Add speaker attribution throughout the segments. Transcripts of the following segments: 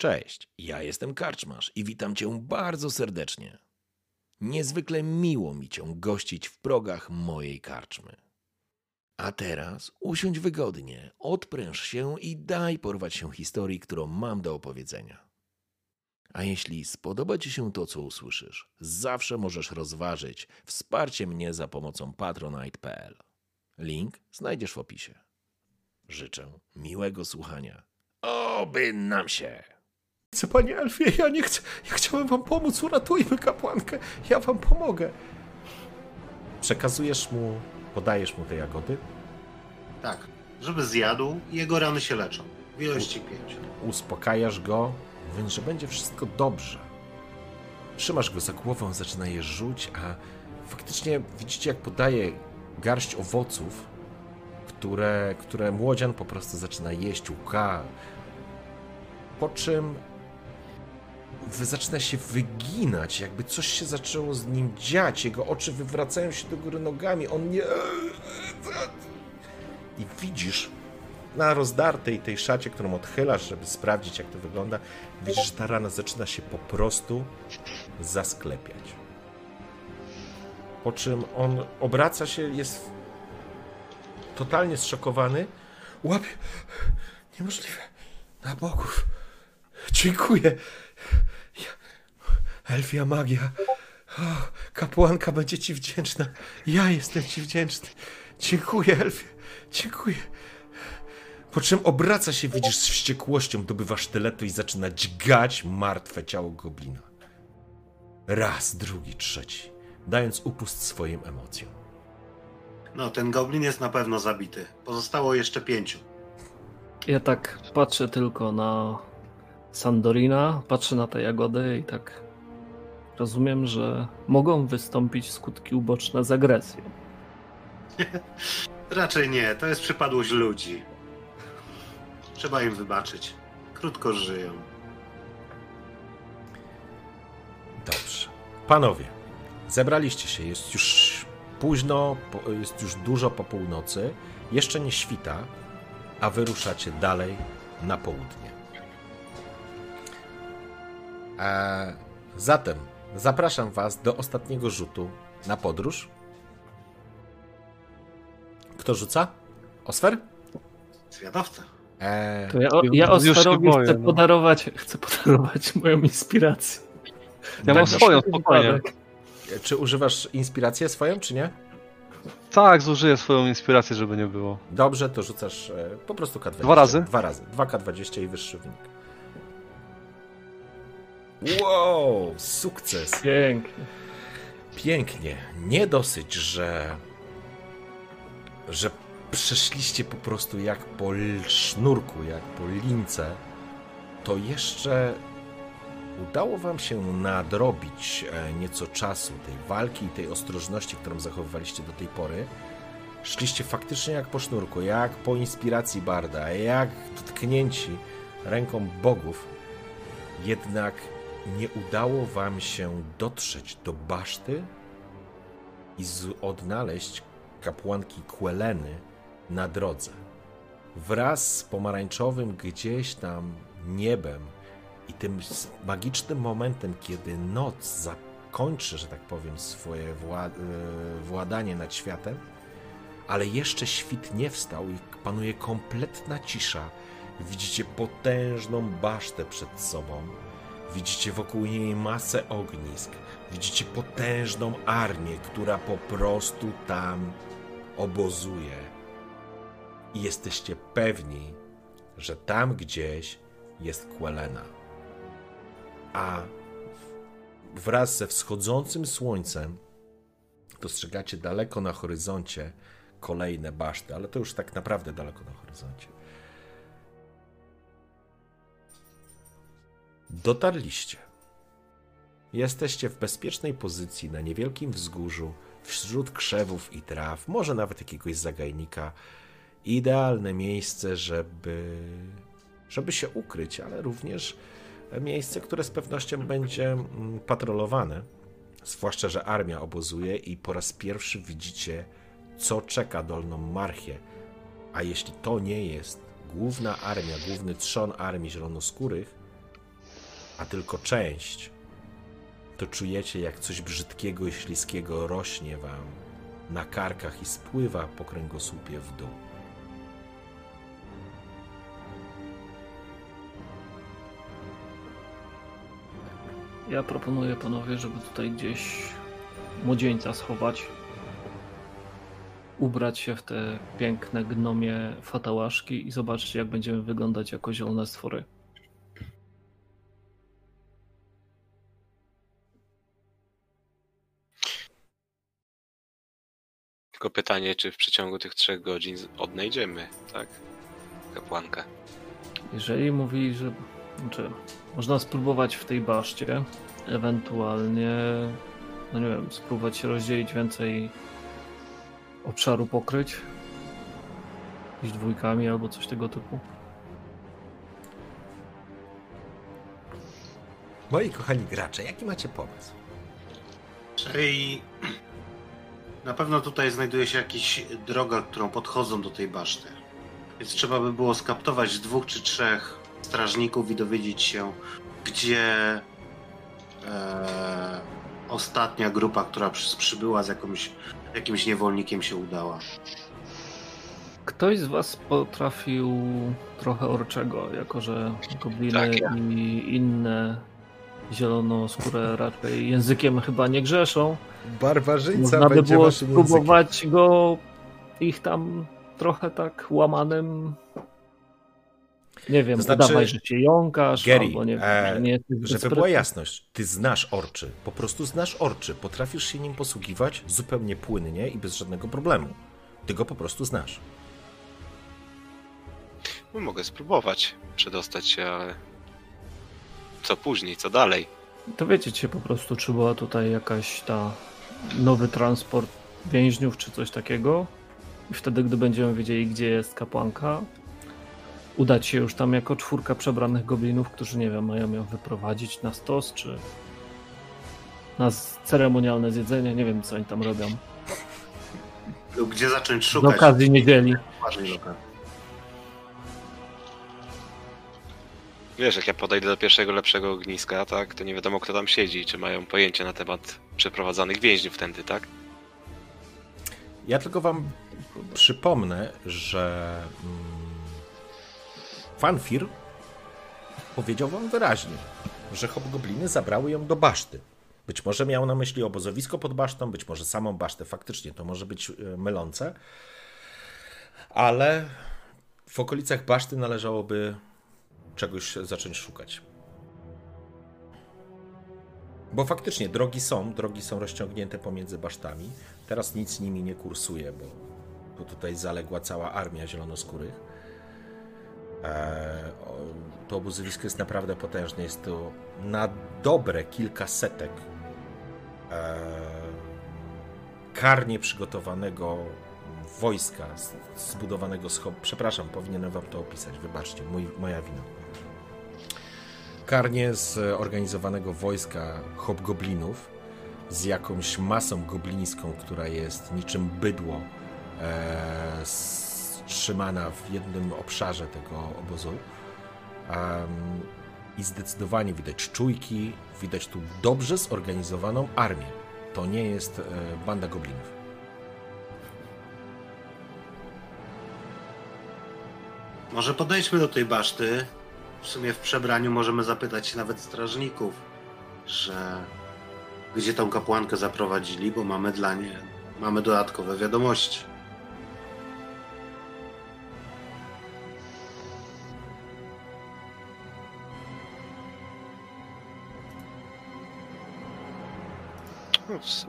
Speaker 1: Cześć, ja jestem karczmarz i witam cię bardzo serdecznie. Niezwykle miło mi cię gościć w progach mojej karczmy. A teraz usiądź wygodnie, odpręż się i daj porwać się historii, którą mam do opowiedzenia. A jeśli spodoba ci się to, co usłyszysz, zawsze możesz rozważyć wsparcie mnie za pomocą patronite.pl. Link znajdziesz w opisie. Życzę miłego słuchania. Oby nam się!
Speaker 2: Chcę, panie Elfie, ja nie chcę. Ja chciałem wam pomóc, uratujmy kapłankę. Ja wam pomogę. Podajesz mu te jagody?
Speaker 3: Tak, żeby zjadł i jego rany się leczą. W ilości 5.
Speaker 2: Uspokajasz go, mówiąc, że będzie wszystko dobrze. Trzymasz go za głową, zaczyna je rzuć, a faktycznie widzicie, jak podaje garść owoców, które młodzian po prostu zaczyna jeść, łka. Po czym zaczyna się wyginać, jakby coś się zaczęło z nim dziać. Jego oczy wywracają się do góry nogami. On nie... I widzisz na rozdartej tej szacie, którą odchylasz, żeby sprawdzić, jak to wygląda, widzisz, że ta rana zaczyna się po prostu zasklepiać. Po czym on obraca się, jest totalnie zszokowany. Łapie... Niemożliwe. Na bogów. Dziękuję. Elfia magia. O, kapłanka będzie ci wdzięczna. Ja jestem ci wdzięczny. Dziękuję, Elfie. Dziękuję. Po czym obraca się, widzisz, z wściekłością, dobywa sztyletu i zaczyna dźgać martwe ciało goblina. Raz, drugi, trzeci, dając upust swoim emocjom.
Speaker 3: No, ten goblin jest na pewno zabity. Pozostało jeszcze 5.
Speaker 4: Ja tak patrzę tylko na Sandorina, patrzę na te jagody i tak rozumiem, że mogą wystąpić skutki uboczne z agresją.
Speaker 3: Raczej nie, to jest przypadłość ludzi. Trzeba im wybaczyć. Krótko żyją.
Speaker 2: Dobrze. Panowie, zebraliście się, jest już późno, jest już dużo po północy, jeszcze nie świta, a wyruszacie dalej na południe. Zatem zapraszam was do ostatniego rzutu na podróż. Kto rzuca? Osfer?
Speaker 3: Zwiadowca.
Speaker 4: To ja Osferowi chcę podarować moją inspirację.
Speaker 5: Ja mam swoją, spokojnie.
Speaker 2: Czy używasz inspirację swoją, czy nie?
Speaker 5: Tak, zużyję swoją inspirację, żeby nie było.
Speaker 2: Dobrze, to rzucasz po prostu K20.
Speaker 5: 2 razy?
Speaker 2: 2 razy. 2K20 i wyższy wynik. Wow, sukces.
Speaker 4: Pięknie.
Speaker 2: Pięknie. Nie dosyć, że przeszliście po prostu jak po sznurku, jak po lince, to jeszcze udało wam się nadrobić nieco czasu tej walki i tej ostrożności, którą zachowywaliście do tej pory. Szliście faktycznie jak po sznurku, jak po inspiracji barda, jak dotknięci ręką bogów. Jednak nie udało wam się dotrzeć do baszty i odnaleźć kapłanki Queleny na drodze. Wraz z pomarańczowym gdzieś tam niebem i tym magicznym momentem, kiedy noc zakończy, że tak powiem, swoje władanie nad światem, ale jeszcze świt nie wstał i panuje kompletna cisza. Widzicie potężną basztę przed sobą. Widzicie wokół niej masę ognisk. Widzicie potężną armię, która po prostu tam obozuje. I jesteście pewni, że tam gdzieś jest Quelena. A wraz ze wschodzącym słońcem dostrzegacie daleko na horyzoncie kolejne baszty, ale to już tak naprawdę daleko na horyzoncie. Dotarliście. Jesteście w bezpiecznej pozycji na niewielkim wzgórzu, wśród krzewów i traw, może nawet jakiegoś zagajnika. Idealne miejsce, żeby się ukryć, ale również miejsce, które z pewnością będzie patrolowane. Zwłaszcza, że armia obozuje i po raz pierwszy widzicie, co czeka Dolną Marchię. A jeśli to nie jest główna armia, główny trzon armii zielonoskórych, a tylko część, to czujecie, jak coś brzydkiego i śliskiego rośnie wam na karkach i spływa po kręgosłupie w dół.
Speaker 4: Ja proponuję, panowie, żeby tutaj gdzieś młodzieńca schować, ubrać się w te piękne gnomie fatałaszki i zobaczcie, jak będziemy wyglądać jako zielone stwory.
Speaker 6: Tylko pytanie, czy w przeciągu tych 3 godzin odnajdziemy, tak? Kapłankę.
Speaker 4: Jeżeli mówili, że znaczy, można spróbować w tej baszcie, ewentualnie, no nie wiem, spróbować się rozdzielić, więcej obszaru pokryć, iść dwójkami albo coś tego typu.
Speaker 2: Moi kochani gracze, jaki macie pomysł?
Speaker 3: Czyli na pewno tutaj znajduje się jakaś droga, którą podchodzą do tej baszty. Więc trzeba by było skaptować 2 czy 3 strażników i dowiedzieć się, gdzie ostatnia grupa, która przybyła z jakimś niewolnikiem, się udała.
Speaker 4: Ktoś z was potrafił trochę orczego, jako że gobliny
Speaker 6: Tak, ja.
Speaker 4: i inne zielonoskóre raczej językiem chyba nie grzeszą.
Speaker 2: Barbarzyńca
Speaker 4: Można by
Speaker 2: będzie
Speaker 4: było
Speaker 2: waszym
Speaker 4: spróbować go ich tam trochę tak łamanym, nie wiem,
Speaker 2: To znaczy,
Speaker 4: udawaj, że się jąkasz,
Speaker 2: Gary,
Speaker 4: albo nie wiem, że nie jesteś
Speaker 2: żeby
Speaker 4: bezprytny.
Speaker 2: była jasność, ty znasz orczy, po prostu znasz orczy, potrafisz się nim posługiwać zupełnie płynnie i bez żadnego problemu. Ty go po prostu znasz.
Speaker 6: No, mogę spróbować przedostać się, ale co później, co dalej?
Speaker 4: Dowiedzieć się po prostu, czy była tutaj jakaś nowy transport więźniów, czy coś takiego. I wtedy, gdy będziemy wiedzieli, gdzie jest kapłanka, udać się już tam jako 4 przebranych goblinów, którzy, nie wiem, mają ją wyprowadzić na stos, czy na ceremonialne zjedzenie. Nie wiem, co oni tam robią.
Speaker 3: Lub gdzie zacząć
Speaker 4: Z
Speaker 3: szukać.
Speaker 4: okazji niedzieli.
Speaker 3: Ważnej lokal.
Speaker 6: Wiesz, jak ja podejdę do pierwszego lepszego ogniska, tak, to nie wiadomo, kto tam siedzi, czy mają pojęcie na temat przeprowadzanych więźniów tędy, tak?
Speaker 2: Ja tylko wam przypomnę, że Fanfir powiedział wam wyraźnie, że hobgobliny zabrały ją do baszty. Być może miał na myśli obozowisko pod basztą, być może samą basztę, faktycznie to może być mylące, ale w okolicach baszty należałoby czegoś zacząć szukać. Bo faktycznie drogi są rozciągnięte pomiędzy basztami. Teraz nic nimi nie kursuje, bo tutaj zaległa cała armia zielonoskórych. To obozowisko jest naprawdę potężne. Jest to na dobre kilka setek karnie przygotowanego wojska zbudowanego z przepraszam, powinienem wam to opisać, wybaczcie, moja wina. Karnie zorganizowanego wojska hobgoblinów z jakąś masą goblińską, która jest niczym bydło trzymana w jednym obszarze tego obozu. I zdecydowanie widać czujki, widać tu dobrze zorganizowaną armię. To nie jest banda goblinów.
Speaker 3: Może podejdźmy do tej baszty. W sumie w przebraniu możemy zapytać się nawet strażników, że gdzie tą kapłankę zaprowadzili, bo mamy dodatkowe wiadomości.
Speaker 6: Ups.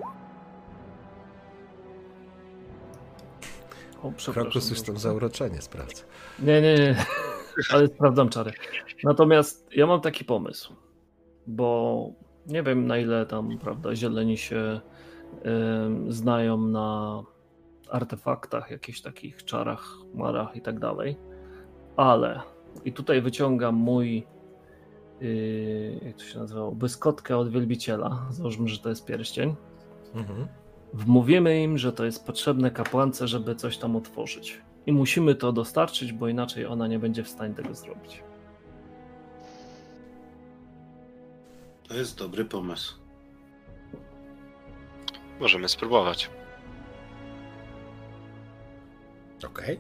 Speaker 4: O, przepraszam.
Speaker 2: Krokus już tam zauroczenie sprawdza.
Speaker 4: Nie. Ale sprawdzam czary. Natomiast ja mam taki pomysł, bo nie wiem, na ile tam, prawda, zieleni się znają na artefaktach, jakichś takich czarach, marach i tak dalej, ale i tutaj wyciągam mój jak to się nazywało, błyskotkę od wielbiciela, załóżmy, że to jest pierścień. Wmówimy im, że to jest potrzebne kapłance, żeby coś tam otworzyć. I musimy to dostarczyć, bo inaczej ona nie będzie w stanie tego zrobić.
Speaker 3: To jest dobry pomysł.
Speaker 6: Możemy spróbować.
Speaker 2: Okej.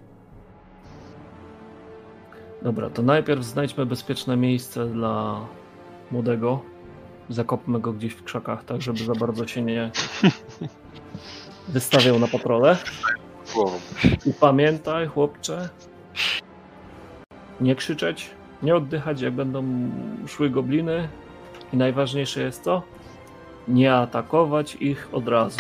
Speaker 4: Dobra, to najpierw znajdźmy bezpieczne miejsce dla młodego. Zakopmy go gdzieś w krzakach, tak żeby za bardzo się nie wystawiał na patrole.
Speaker 6: Głową.
Speaker 4: I pamiętaj, chłopcze, nie krzyczeć, nie oddychać, jak będą szły gobliny. I najważniejsze jest to, nie atakować ich od razu.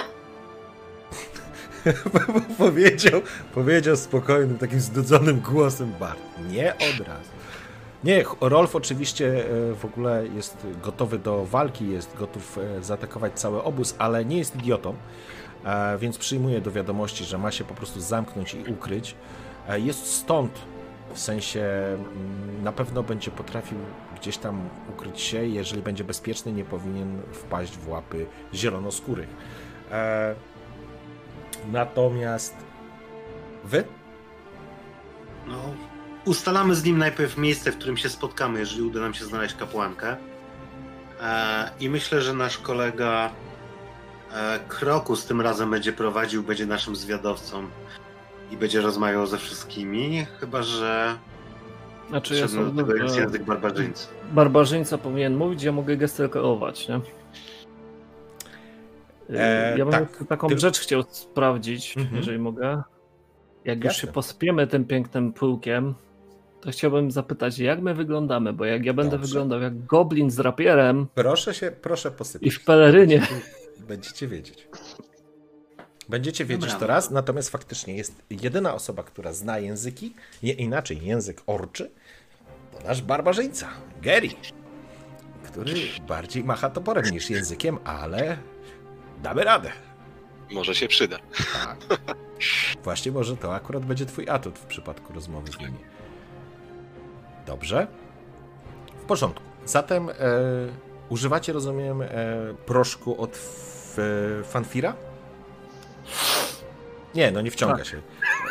Speaker 2: powiedział spokojnym, takim znudzonym głosem Bart. Nie od razu. Nie, Rolf oczywiście w ogóle jest gotowy do walki, jest gotów zaatakować cały obóz, ale nie jest idiotą, więc przyjmuje do wiadomości, że ma się po prostu zamknąć i ukryć. Jest stąd, w sensie na pewno będzie potrafił gdzieś tam ukryć się, jeżeli będzie bezpieczny, nie powinien wpaść w łapy zielonoskórych. Natomiast wy?
Speaker 3: No, ustalamy z nim najpierw miejsce, w którym się spotkamy, jeżeli uda nam się znaleźć kapłankę. I myślę, że nasz kolega Krokus tym razem będzie prowadził, będzie naszym zwiadowcą i będzie rozmawiał ze wszystkimi, chyba że
Speaker 4: Znaczy, ja
Speaker 3: do tego jest język barbarzyńcy.
Speaker 4: Barbarzyńca powinien mówić, ja mogę gestykulować, nie? Ja bym
Speaker 2: tak.
Speaker 4: taką rzecz chciał sprawdzić, jeżeli mogę. Jak już się posypiemy tym pięknym pyłkiem, to chciałbym zapytać, jak my wyglądamy, bo jak ja będę wyglądał jak goblin z rapierem
Speaker 2: Proszę posypać.
Speaker 4: i w pelerynie.
Speaker 2: Będziecie wiedzieć. Będziecie wiedzieć
Speaker 3: Dobra.
Speaker 2: to raz, natomiast faktycznie jest jedyna osoba, która zna języki, inaczej język orczy, to nasz barbarzyńca, Gary, który bardziej macha toporem niż językiem, ale damy radę.
Speaker 6: Może się przyda.
Speaker 2: Tak. Właśnie może to akurat będzie twój atut w przypadku rozmowy z nimi. Dobrze. W porządku. Zatem używacie, rozumiem, proszku od Fanfira? Nie, no nie wciąga się.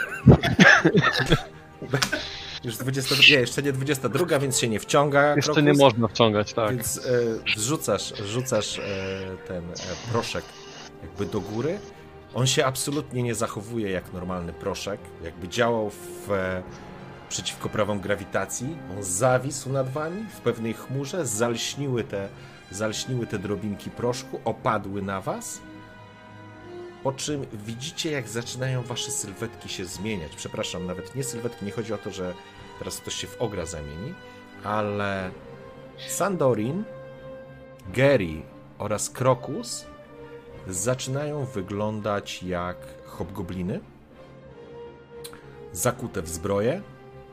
Speaker 2: Już 20, nie, jeszcze nie 22, więc się nie wciąga.
Speaker 5: Jeszcze
Speaker 2: Krokus,
Speaker 5: nie można wciągać, tak.
Speaker 2: Więc rzucasz ten proszek jakby do góry. On się absolutnie nie zachowuje jak normalny proszek. Jakby działał przeciwko prawom grawitacji. On zawisł nad wami w pewnej chmurze, zalśniły te drobinki proszku, opadły na was. Po czym widzicie, jak zaczynają wasze sylwetki się zmieniać. Przepraszam, nawet nie sylwetki, nie chodzi o to, że teraz ktoś się w ogra zamieni, ale Sandorin, Gary oraz Krokus zaczynają wyglądać jak hobgobliny, zakute w zbroję.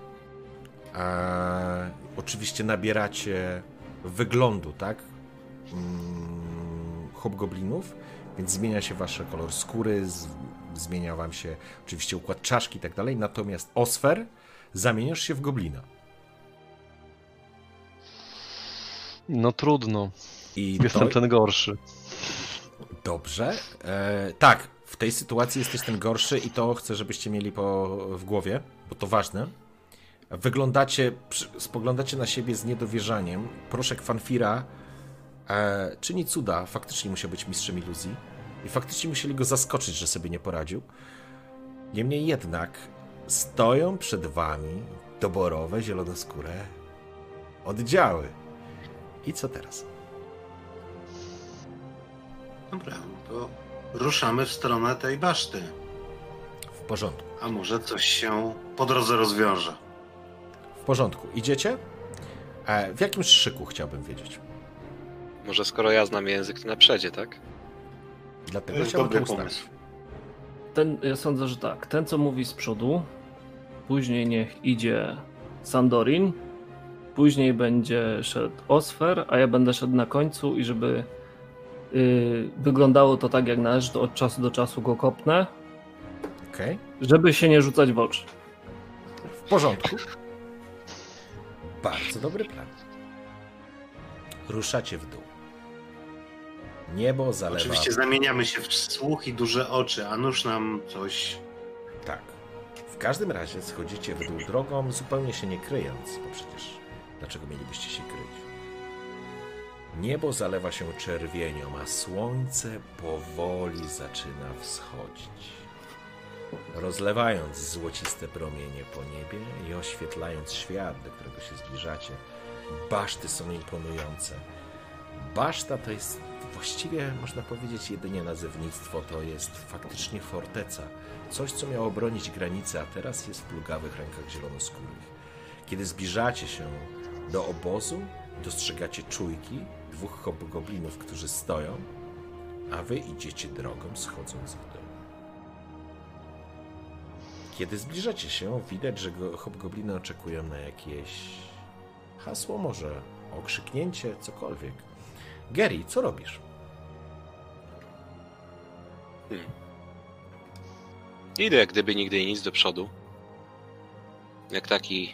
Speaker 2: Oczywiście nabieracie wyglądu, tak? Hobgoblinów, więc zmienia się wasz kolor skóry, zmienia wam się oczywiście układ czaszki i tak dalej, natomiast Osfer zamieniasz się w goblina.
Speaker 5: No trudno.
Speaker 2: I
Speaker 5: Jestem ten gorszy.
Speaker 2: Dobrze. Tak, w tej sytuacji jesteś ten gorszy i to chcę, żebyście mieli w głowie, bo to ważne. Spoglądacie na siebie z niedowierzaniem. Proszek Fanfira czyni cuda. Faktycznie musiał być mistrzem iluzji i faktycznie musieli go zaskoczyć, że sobie nie poradził. Niemniej jednak stoją przed wami doborowe, zielonoskóre oddziały. I co teraz?
Speaker 3: Dobra, to ruszamy w stronę tej baszty.
Speaker 2: W porządku.
Speaker 3: A może coś się po drodze rozwiąże.
Speaker 2: W porządku. Idziecie? W jakim szyku chciałbym wiedzieć?
Speaker 6: Może skoro ja znam język, to na przedzie, tak?
Speaker 3: To
Speaker 2: Dlatego
Speaker 3: jest
Speaker 2: chciałbym
Speaker 3: dobry
Speaker 2: to ustalić.
Speaker 3: pomysł.
Speaker 4: Ja sądzę, że tak. Ten, co mówi z przodu, później niech idzie Sandorin, później będzie szedł Osfer, a ja będę szedł na końcu i żeby wyglądało to tak, jak należy, to od czasu do czasu go kopnę,
Speaker 2: Okej.
Speaker 4: żeby się nie rzucać w oczy.
Speaker 2: W porządku. Bardzo dobry plan. Ruszacie w dół. Niebo zalewa.
Speaker 3: Oczywiście zamieniamy się w słuch i duże oczy, a nuż nam coś...
Speaker 2: Tak. W każdym razie schodzicie w dół drogą, zupełnie się nie kryjąc, bo przecież dlaczego mielibyście się kryć? Niebo zalewa się czerwienią, a słońce powoli zaczyna wschodzić. Rozlewając złociste promienie po niebie i oświetlając świat, do którego się zbliżacie, baszty są imponujące. Baszta to jest właściwie, można powiedzieć, jedynie nazewnictwo, to jest faktycznie forteca. Coś, co miało bronić granicy, a teraz jest w plugawych rękach zielonoskórych. Kiedy zbliżacie się do obozu, dostrzegacie czujki, 2 hobgoblinów, którzy stoją, a wy idziecie drogą schodząc w dół. Kiedy zbliżacie się, widać, że hobgobliny oczekują na jakieś hasło, może okrzyknięcie, cokolwiek. Gary, co robisz?
Speaker 6: Idę jak gdyby nigdy nic do przodu. Jak taki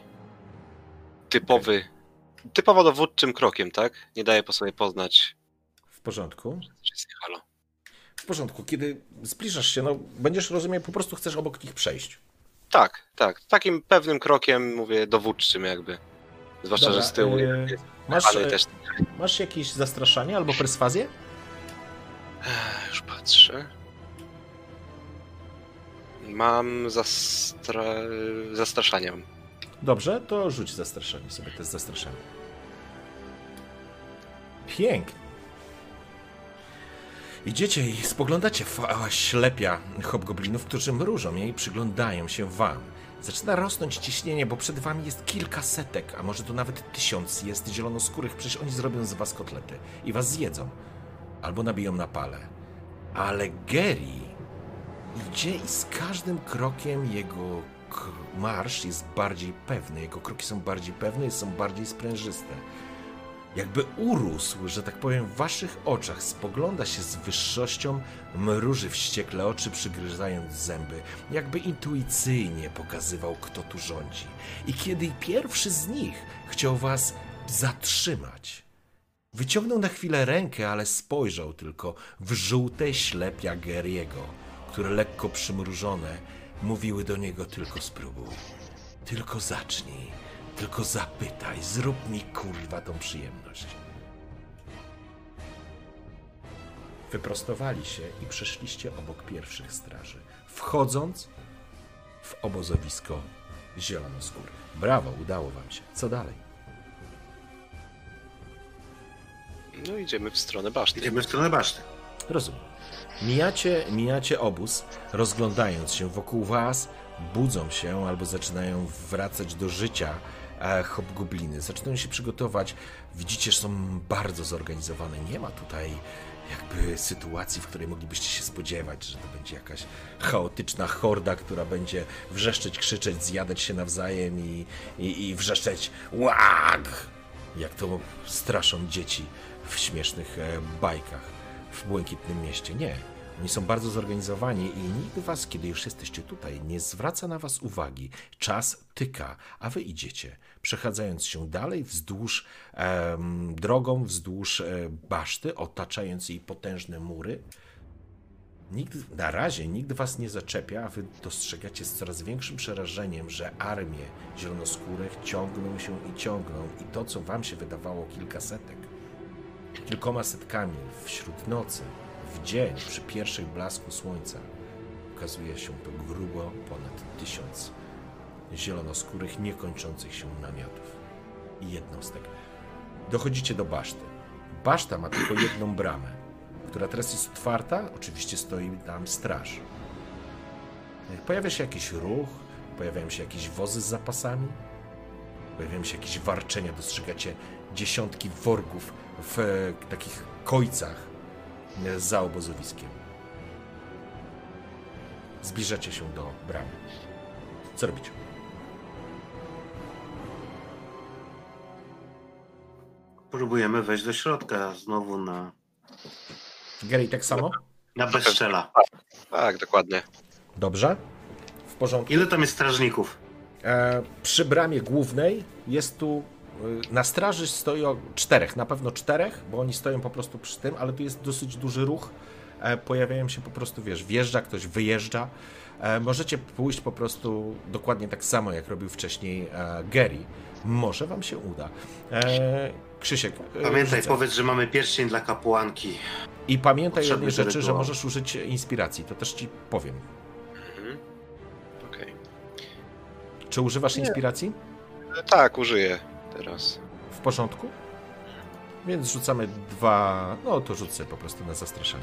Speaker 6: typowo dowódczym krokiem, tak? Nie daję po sobie poznać.
Speaker 2: W porządku.
Speaker 6: Halo.
Speaker 2: W porządku. Kiedy zbliżasz się, no będziesz, rozumiem, po prostu chcesz obok nich przejść.
Speaker 6: Tak. Takim pewnym krokiem, mówię, dowódczym jakby. Zwłaszcza,
Speaker 2: Dobra,
Speaker 6: że z tyłu
Speaker 2: masz jakieś zastraszanie albo perswazję?
Speaker 6: Już patrzę. Mam zastraszanie.
Speaker 2: Dobrze, to rzuć zastraszanie sobie, to jest zastraszanie. Pięknie. Idziecie i spoglądacie w ślepia hobgoblinów, którzy mrużą i przyglądają się wam. Zaczyna rosnąć ciśnienie, bo przed wami jest kilka setek, a może to nawet 1000 jest zielonoskórych. Przecież oni zrobią z was kotlety i was zjedzą. Albo nabiją na pale. Ale Gary idzie i z każdym krokiem jego marsz jest bardziej pewny. Jego kroki są bardziej pewne i są bardziej sprężyste. Jakby urósł, że tak powiem, w waszych oczach, spogląda się z wyższością, mruży wściekle oczy, przygryzając zęby, jakby intuicyjnie pokazywał, kto tu rządzi. I kiedy pierwszy z nich chciał was zatrzymać, wyciągnął na chwilę rękę, ale spojrzał tylko w żółte ślepia Gary'ego, które lekko przymrużone mówiły do niego: tylko spróbuj, tylko zacznij. Tylko zapytaj, zrób mi kurwa tą przyjemność. Wyprostowali się i przeszliście obok pierwszych straży, wchodząc w obozowisko zielonoskórych. Brawo, udało wam się. Co dalej?
Speaker 6: No idziemy w stronę baszty.
Speaker 2: Rozumiem. Mijacie obóz, rozglądając się wokół was, budzą się albo zaczynają wracać do życia hobgobliny. Zaczynają się przygotować. Widzicie, że są bardzo zorganizowane. Nie ma tutaj jakby sytuacji, w której moglibyście się spodziewać, że to będzie jakaś chaotyczna horda, która będzie wrzeszczeć, krzyczeć, zjadać się nawzajem i wrzeszczeć łag, jak to straszą dzieci w śmiesznych bajkach w Błękitnym Mieście. Nie. Oni są bardzo zorganizowani i nikt was, kiedy już jesteście tutaj, nie zwraca na was uwagi. Czas tyka, a wy idziecie, przechadzając się dalej wzdłuż drogą, wzdłuż baszty, otaczając jej potężne mury. Na razie nikt was nie zaczepia, a wy dostrzegacie z coraz większym przerażeniem, że armie zielonoskórych ciągną się i ciągną i to, co wam się wydawało kilkasetek, kilkoma setkami wśród nocy, w dzień, przy pierwszych blasku słońca, okazuje się to grubo ponad 1000 zielonoskórych, niekończących się namiotów i jednostek. Dochodzicie do baszty. Baszta ma tylko jedną bramę, która teraz jest otwarta. Oczywiście stoi tam straż. Pojawia się jakiś ruch, pojawiają się jakieś wozy z zapasami, pojawiają się jakieś warczenia. Dostrzegacie dziesiątki worgów w takich kojcach za obozowiskiem. Zbliżacie się do bramy. Co robicie?
Speaker 3: Próbujemy wejść do środka znowu na...
Speaker 2: Gary, tak samo?
Speaker 3: Na bezczela.
Speaker 6: Tak, dokładnie.
Speaker 2: Dobrze. W porządku.
Speaker 3: Ile tam jest strażników?
Speaker 2: Przy bramie głównej jest tu... Na straży stoi 4, na pewno 4, bo oni stoją po prostu przy tym, ale tu jest dosyć duży ruch. Pojawiają się po prostu, wjeżdża ktoś, wyjeżdża. Możecie pójść po prostu dokładnie tak samo, jak robił wcześniej Gary. Może wam się uda. Krzysiek,
Speaker 3: Pamiętaj,
Speaker 2: rzucę.
Speaker 3: powiedz, że mamy pierścień dla kapłanki.
Speaker 2: I pamiętaj
Speaker 3: Potrzebny
Speaker 2: jednej
Speaker 3: do
Speaker 2: rzeczy, że
Speaker 3: rytuału.
Speaker 2: możesz użyć inspiracji. To też ci powiem.
Speaker 6: Okej.
Speaker 2: Czy używasz inspiracji?
Speaker 6: Tak, użyję teraz.
Speaker 2: W porządku? Więc rzucamy 2. No to rzuć sobie po prostu na zastraszanie.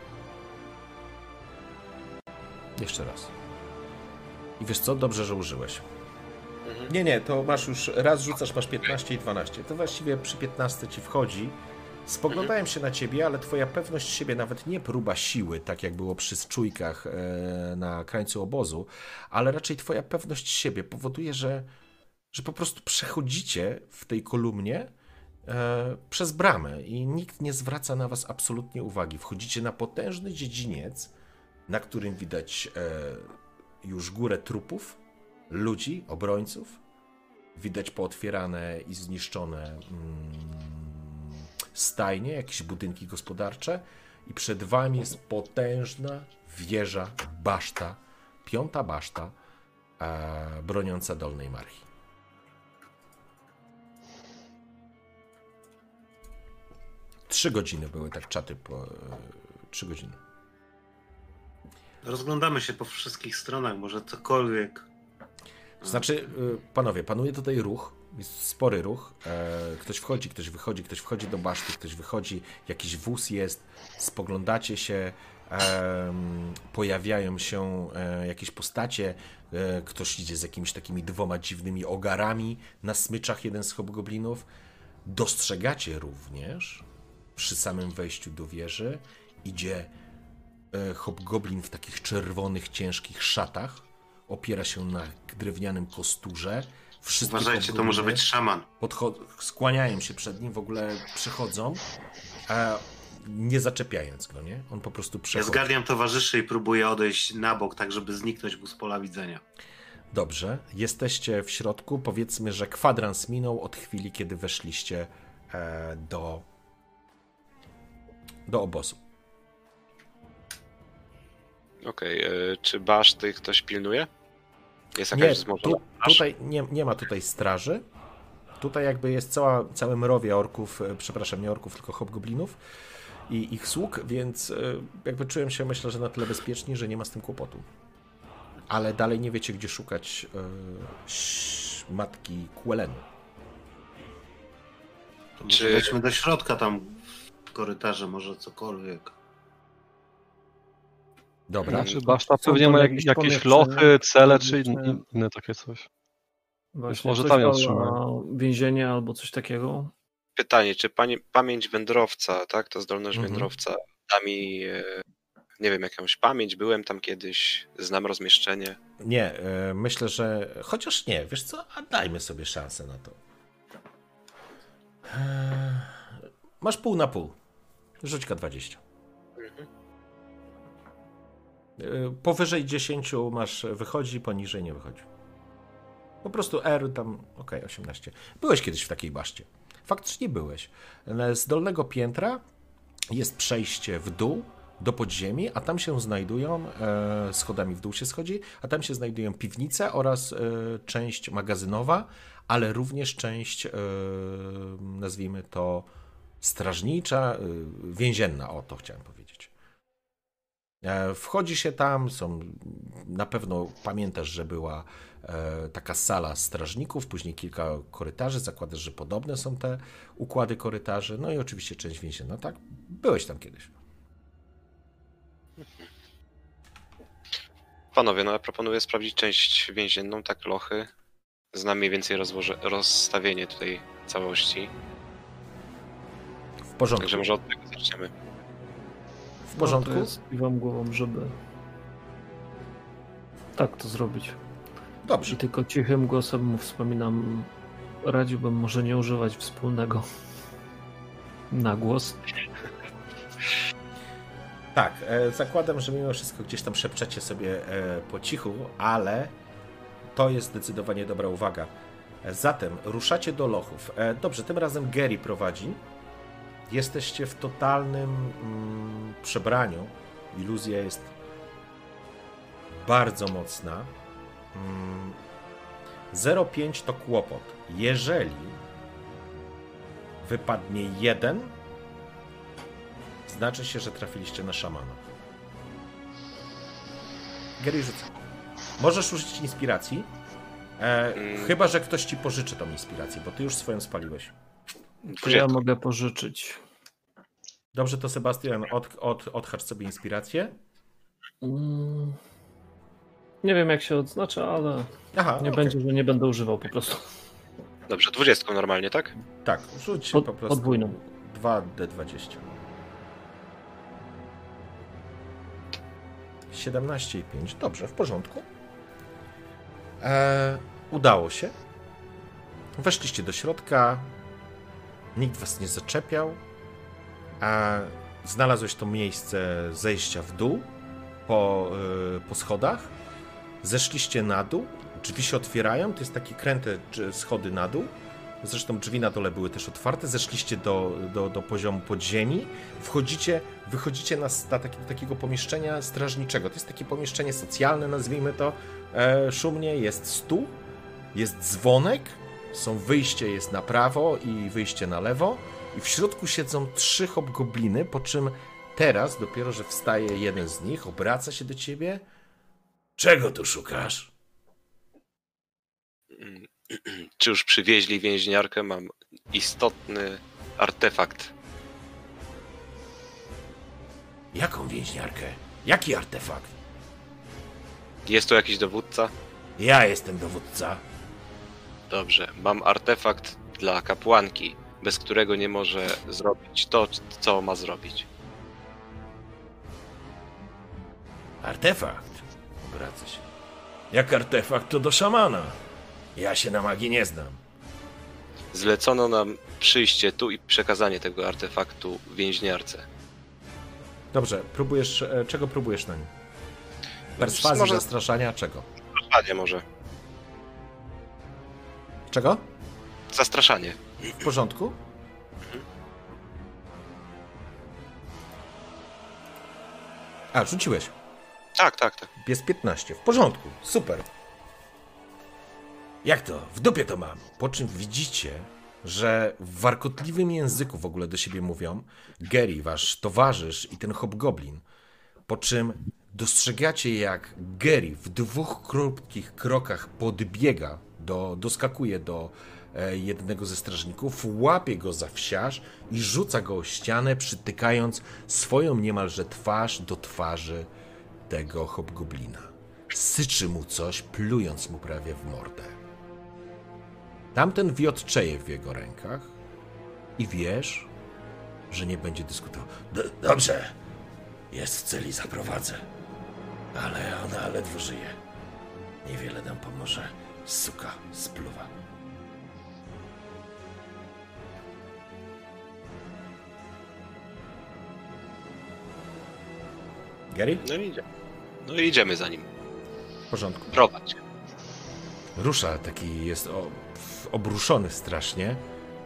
Speaker 2: Jeszcze raz. I wiesz co? Dobrze, że użyłeś. Nie, to masz już raz rzucasz, masz 15 i 12. To właściwie przy 15 ci wchodzi. Spoglądałem się na ciebie, ale twoja pewność siebie, nawet nie próba siły, tak jak było przy czujkach na krańcu obozu, ale raczej twoja pewność siebie powoduje, że po prostu przechodzicie w tej kolumnie przez bramę i nikt nie zwraca na was absolutnie uwagi. Wchodzicie na potężny dziedziniec, na którym widać już górę trupów, ludzi, obrońców. Widać pootwierane i zniszczone stajnie, jakieś budynki gospodarcze i przed wami jest potężna wieża, baszta, 5. baszta broniąca Dolnej Marchi. Trzy godziny były tak czaty po 3 godziny.
Speaker 3: Rozglądamy się po wszystkich stronach, może cokolwiek.
Speaker 2: Znaczy, panowie, panuje tutaj ruch, jest spory ruch. Ktoś wchodzi, ktoś wchodzi do baszty, ktoś wychodzi, jakiś wóz jest, spoglądacie się, pojawiają się jakieś postacie, ktoś idzie z jakimiś takimi 2 dziwnymi ogarami na smyczach, jeden z hobgoblinów. Dostrzegacie również, przy samym wejściu do wieży, idzie hobgoblin w takich czerwonych, ciężkich szatach. Opiera się na drewnianym kosturze. Wszystkie
Speaker 3: Uważajcie, to może być szaman.
Speaker 2: Skłaniają się przed nim, w ogóle przychodzą, nie zaczepiając go, nie? On po prostu
Speaker 3: Ja
Speaker 2: przechodzi.
Speaker 3: zgarniam towarzyszy i próbuję odejść na bok, tak żeby zniknąć mu z pola widzenia.
Speaker 2: Dobrze, jesteście w środku. Powiedzmy, że kwadrans minął od chwili, kiedy weszliście do obozu.
Speaker 6: Okej, czy baszty ktoś pilnuje? Jest jakaś wzmożona straż?
Speaker 2: Tutaj nie ma tutaj straży. Tutaj jakby jest całe mrowie orków, przepraszam, nie orków, tylko hobgoblinów i ich sług, więc jakby czułem się, myślę, że na tyle bezpieczni, że nie ma z tym kłopotu. Ale dalej nie wiecie, gdzie szukać matki Quelenu.
Speaker 3: Czy wejdźmy do środka tam w korytarze, może cokolwiek.
Speaker 2: Dobra.
Speaker 5: Znaczy, baszta
Speaker 4: Są
Speaker 5: pewnie
Speaker 4: tam
Speaker 5: ma
Speaker 4: jakieś
Speaker 5: jakieś
Speaker 4: pomieszczenia,
Speaker 5: lochy, cele czy
Speaker 4: pomieszczenia.
Speaker 5: inne takie coś.
Speaker 4: Właśnie,
Speaker 5: może
Speaker 4: coś
Speaker 5: tam ją
Speaker 4: ala
Speaker 5: trzymają.
Speaker 4: więzienie albo coś takiego.
Speaker 6: Pytanie, czy pamięć wędrowca, tak, to zdolność wędrowca da mi, nie wiem, jakąś pamięć, byłem tam kiedyś, znam rozmieszczenie.
Speaker 2: Nie, myślę, że... Chociaż nie, wiesz co? A dajmy sobie szansę na to. Masz pół na pół. Rzuć K20. Powyżej 10 masz wychodzi, poniżej nie wychodzi. Po prostu R tam, okej, 18. Byłeś kiedyś w takiej baszcie. Faktycznie byłeś. Z dolnego piętra jest przejście w dół do podziemi, a tam się znajdują, schodami w dół się schodzi, a tam się znajdują piwnice oraz część magazynowa, ale również część, nazwijmy to, strażnicza, więzienna, o to chciałem powiedzieć. Wchodzi się tam, na pewno pamiętasz, że była taka sala strażników, później kilka korytarzy, zakładasz, że podobne są te układy korytarzy, no i oczywiście część więzienna, tak? Byłeś tam kiedyś.
Speaker 6: Panowie, no ja proponuję sprawdzić część więzienną, tak, lochy. Znam mniej więcej rozstawienie tutaj całości.
Speaker 2: W porządku.
Speaker 6: Także może od tego zaczniemy.
Speaker 2: W porządku?
Speaker 4: No, to jest kiwam głową, żeby tak to zrobić.
Speaker 2: Dobrze.
Speaker 4: I tylko cichym głosem mu wspominam, radziłbym może nie używać wspólnego na głos.
Speaker 2: Tak, zakładam, że mimo wszystko gdzieś tam szepczecie sobie po cichu, ale to jest zdecydowanie dobra uwaga. Zatem ruszacie do lochów. Dobrze, tym razem Gary prowadzi. Jesteście w totalnym przebraniu. Iluzja jest bardzo mocna. 0,5 to kłopot. Jeżeli wypadnie 1. Znaczy się, że trafiliście na szamana. Gary, rzucę. Możesz użyć inspiracji, chyba że ktoś ci pożyczy tą inspirację, bo ty już swoją spaliłeś.
Speaker 4: To ja mogę pożyczyć.
Speaker 2: Dobrze, to Sebastian, odhacz sobie inspirację.
Speaker 4: Nie wiem, jak się odznacza, ale nie będzie, że nie będę używał po prostu.
Speaker 6: Dobrze, 20 normalnie, tak?
Speaker 2: Tak, rzuć po prostu
Speaker 4: podwójną.
Speaker 2: 2d20. 17,5. Dobrze, w porządku. Udało się. Weszliście do środka. Nikt was nie zaczepiał. Znalazłeś to miejsce zejścia w dół po schodach. Zeszliście na dół. Drzwi się otwierają. To jest takie kręte schody na dół. Zresztą drzwi na dole były też otwarte. Zeszliście do poziomu podziemi. Wychodzicie do takiego pomieszczenia strażniczego. To jest takie pomieszczenie socjalne, nazwijmy to. Szumnie. Jest stół, jest dzwonek, wyjście jest na prawo i wyjście na lewo. I w środku siedzą 3 hobgobliny, po czym teraz, dopiero że wstaje jeden z nich, obraca się do ciebie. Czego tu szukasz?
Speaker 6: Czy już przywieźli więźniarkę? Mam istotny artefakt.
Speaker 2: Jaką więźniarkę? Jaki artefakt?
Speaker 6: Jest tu jakiś dowódca?
Speaker 2: Ja jestem dowódca.
Speaker 6: Dobrze, mam artefakt dla kapłanki, bez którego nie może zrobić to, co ma zrobić.
Speaker 2: Artefakt? Obraca się. Jak artefakt, to do szamana. Ja się na magii nie znam.
Speaker 6: Zlecono nam przyjście tu i przekazanie tego artefaktu więźniarce.
Speaker 2: Dobrze, czego próbujesz na nim? Perswazji,
Speaker 6: może...
Speaker 2: zastraszania, czego?
Speaker 6: Zastraszanie może.
Speaker 2: Czego?
Speaker 6: Zastraszanie.
Speaker 2: W porządku? Rzuciłeś.
Speaker 6: Tak.
Speaker 2: Jest 15. W porządku. Super. Jak to? W dupie to mam. Po czym widzicie, że w warkotliwym języku w ogóle do siebie mówią Gary, wasz towarzysz i ten hobgoblin. Po czym dostrzegacie, jak Gary w 2 krótkich krokach podbiega, doskakuje do jednego ze strażników, łapie go za wsiarz i rzuca go o ścianę, przytykając swoją niemalże twarz do twarzy tego hobgoblina. Syczy mu coś, plując mu prawie w mordę. Tamten wiotczeje w jego rękach i wiesz, że nie będzie dyskutował. Dobrze, jest w celi, zaprowadzę. Ale ona ledwo żyje. Niewiele nam pomoże. Suka, spluwa. Gary?
Speaker 6: No i idziemy za nim.
Speaker 2: W porządku.
Speaker 6: Prowadź.
Speaker 2: Rusza, taki jest obruszony strasznie,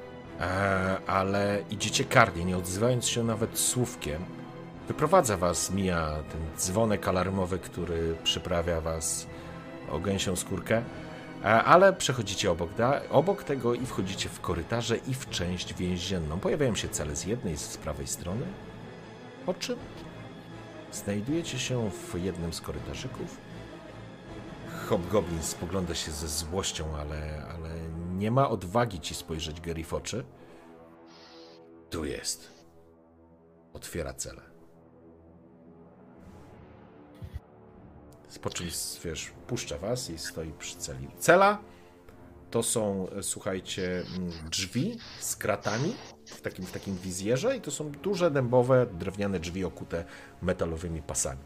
Speaker 2: ale idziecie karnie, nie odzywając się nawet słówkiem. Wyprowadza was, mija ten dzwonek alarmowy, który przyprawia was o gęsią skórkę, ale przechodzicie obok tego i wchodzicie w korytarze i w część więzienną. Pojawiają się cele z jednej, z prawej strony, po czym znajdujecie się w jednym z korytarzyków. Hobgoblin spogląda się ze złością, ale nie ma odwagi ci spojrzeć Gary w oczy. Tu jest. Otwiera celę. Po czym, wiesz, puszcza was i stoi przy celi. Cela to są, słuchajcie, drzwi z kratami w takim wizjerze i to są duże, dębowe, drewniane drzwi okute metalowymi pasami.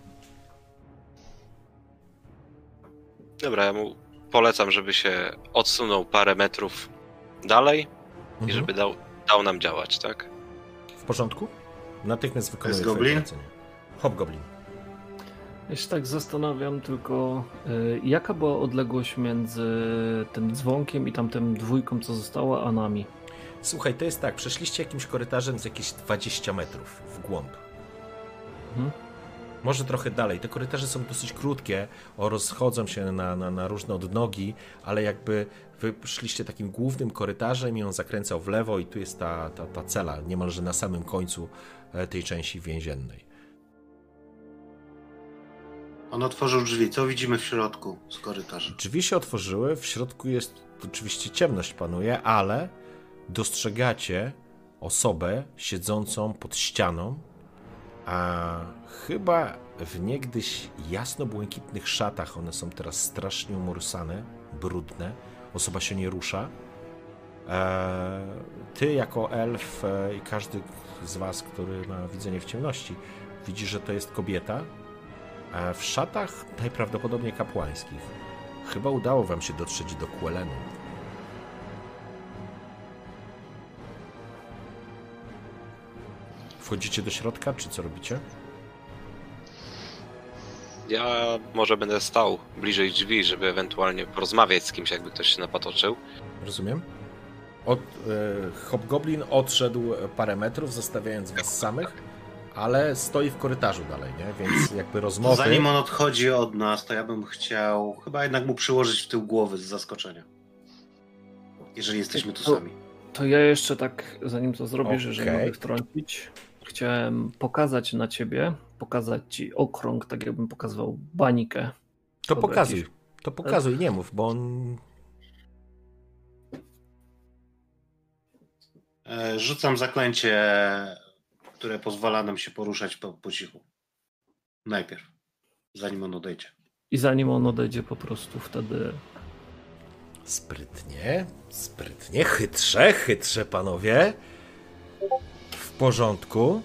Speaker 6: Dobra, ja mu polecam, żeby się odsunął parę metrów dalej i żeby dał nam działać, tak?
Speaker 2: W porządku? Natychmiast wykonuje
Speaker 3: Jest goblin?
Speaker 2: Hobgoblin.
Speaker 4: Ja się tak zastanawiam tylko, jaka była odległość między tym dzwonkiem i tamtym 2, co zostało, a nami?
Speaker 2: Słuchaj, to jest tak, przeszliście jakimś korytarzem z jakieś 20 metrów w głąb. Może trochę dalej. Te korytarze są dosyć krótkie, rozchodzą się na różne odnogi, ale jakby wy szliście takim głównym korytarzem i on zakręcał w lewo i tu jest ta cela, niemalże na samym końcu tej części więziennej.
Speaker 3: On otworzył drzwi. Co widzimy w środku z korytarza?
Speaker 2: Drzwi się otworzyły, w środku jest oczywiście ciemność panuje, ale dostrzegacie osobę siedzącą pod ścianą, a chyba w niegdyś jasno-błękitnych szatach, one są teraz strasznie umorsane, brudne, osoba się nie rusza. Ty jako elf i każdy z was, który ma widzenie w ciemności, widzi, że to jest kobieta, w szatach najprawdopodobniej kapłańskich. Chyba udało wam się dotrzeć do Quelenu. Wchodzicie do środka, czy co robicie?
Speaker 6: Ja może będę stał bliżej drzwi, żeby ewentualnie porozmawiać z kimś, jakby ktoś się napatoczył.
Speaker 2: Rozumiem. Hobgoblin odszedł parę metrów, zostawiając was samych, ale stoi w korytarzu dalej, nie? Więc jakby rozmowy...
Speaker 3: Zanim on odchodzi od nas, to ja bym chciał chyba jednak mu przyłożyć w tył głowy z zaskoczenia. Jeżeli jesteśmy tu sami.
Speaker 4: To ja jeszcze tak, zanim to zrobisz,
Speaker 2: Okej.
Speaker 4: jeżeli mogę wtrącić, chciałem pokazać na ciebie, pokazać ci okrąg, tak jakbym pokazywał bańkę.
Speaker 2: To
Speaker 4: Dobra,
Speaker 2: pokazuj,
Speaker 4: jakiś-
Speaker 2: to pokazuj, nie mów, bo on...
Speaker 3: Rzucam zaklęcie, które pozwala nam się poruszać po cichu. Najpierw, zanim on odejdzie.
Speaker 4: I zanim on odejdzie, po prostu wtedy...
Speaker 2: Sprytnie, sprytnie, chytrze, panowie. W porządku.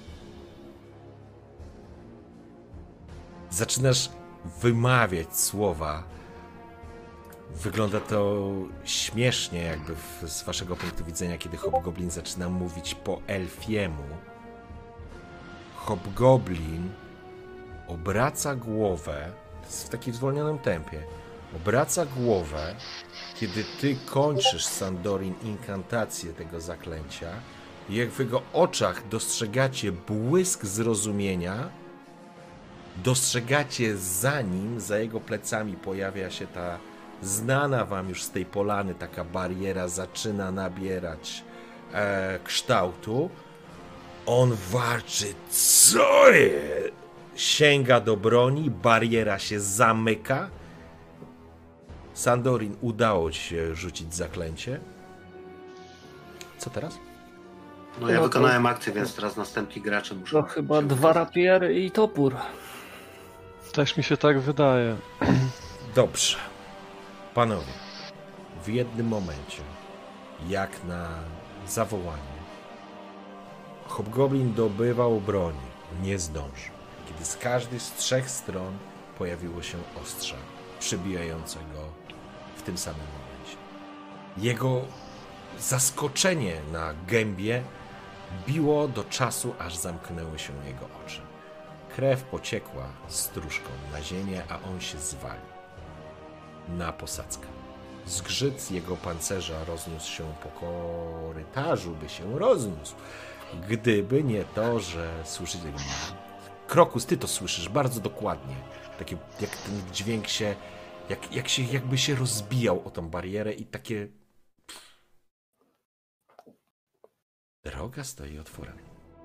Speaker 2: Zaczynasz wymawiać słowa. Wygląda to śmiesznie, jakby z waszego punktu widzenia, kiedy Hobgoblin zaczyna mówić po elfiemu. Hobgoblin obraca głowę, to jest w takim zwolnionym tempie, obraca głowę, kiedy ty kończysz, Sandorin, inkantację tego zaklęcia i jak w jego oczach dostrzegacie błysk zrozumienia, dostrzegacie za nim, za jego plecami pojawia się ta znana wam już z tej polany taka bariera, zaczyna nabierać kształtu. On warczy, co jest? Sięga do broni, bariera się zamyka. Sandorin, udało ci się rzucić zaklęcie. Co teraz?
Speaker 3: No ja
Speaker 4: No to-
Speaker 3: wykonałem akcję, więc teraz następni gracze muszą...
Speaker 4: To chyba
Speaker 3: się
Speaker 4: 2
Speaker 3: wykazać.
Speaker 4: rapiery i topór.
Speaker 5: Też mi się tak wydaje.
Speaker 2: Dobrze. Panowie, w jednym momencie, jak na zawołanie, Hobgoblin dobywał broni. Nie zdążył. Kiedy z każdej z 3 stron pojawiło się ostrza, przybijające go w tym samym momencie. Jego zaskoczenie na gębie biło do czasu, aż zamknęły się jego oczy. Krew pociekła stróżką na ziemię, a on się zwalił na posadzkę. Zgrzyt jego pancerza rozniósł się po korytarzu, by się rozniósł. Gdyby nie to, że słyszycie... Krokus, ty to słyszysz bardzo dokładnie. Takie, jak ten dźwięk się... jakby się rozbijał o tą barierę i takie... Droga stoi otworem.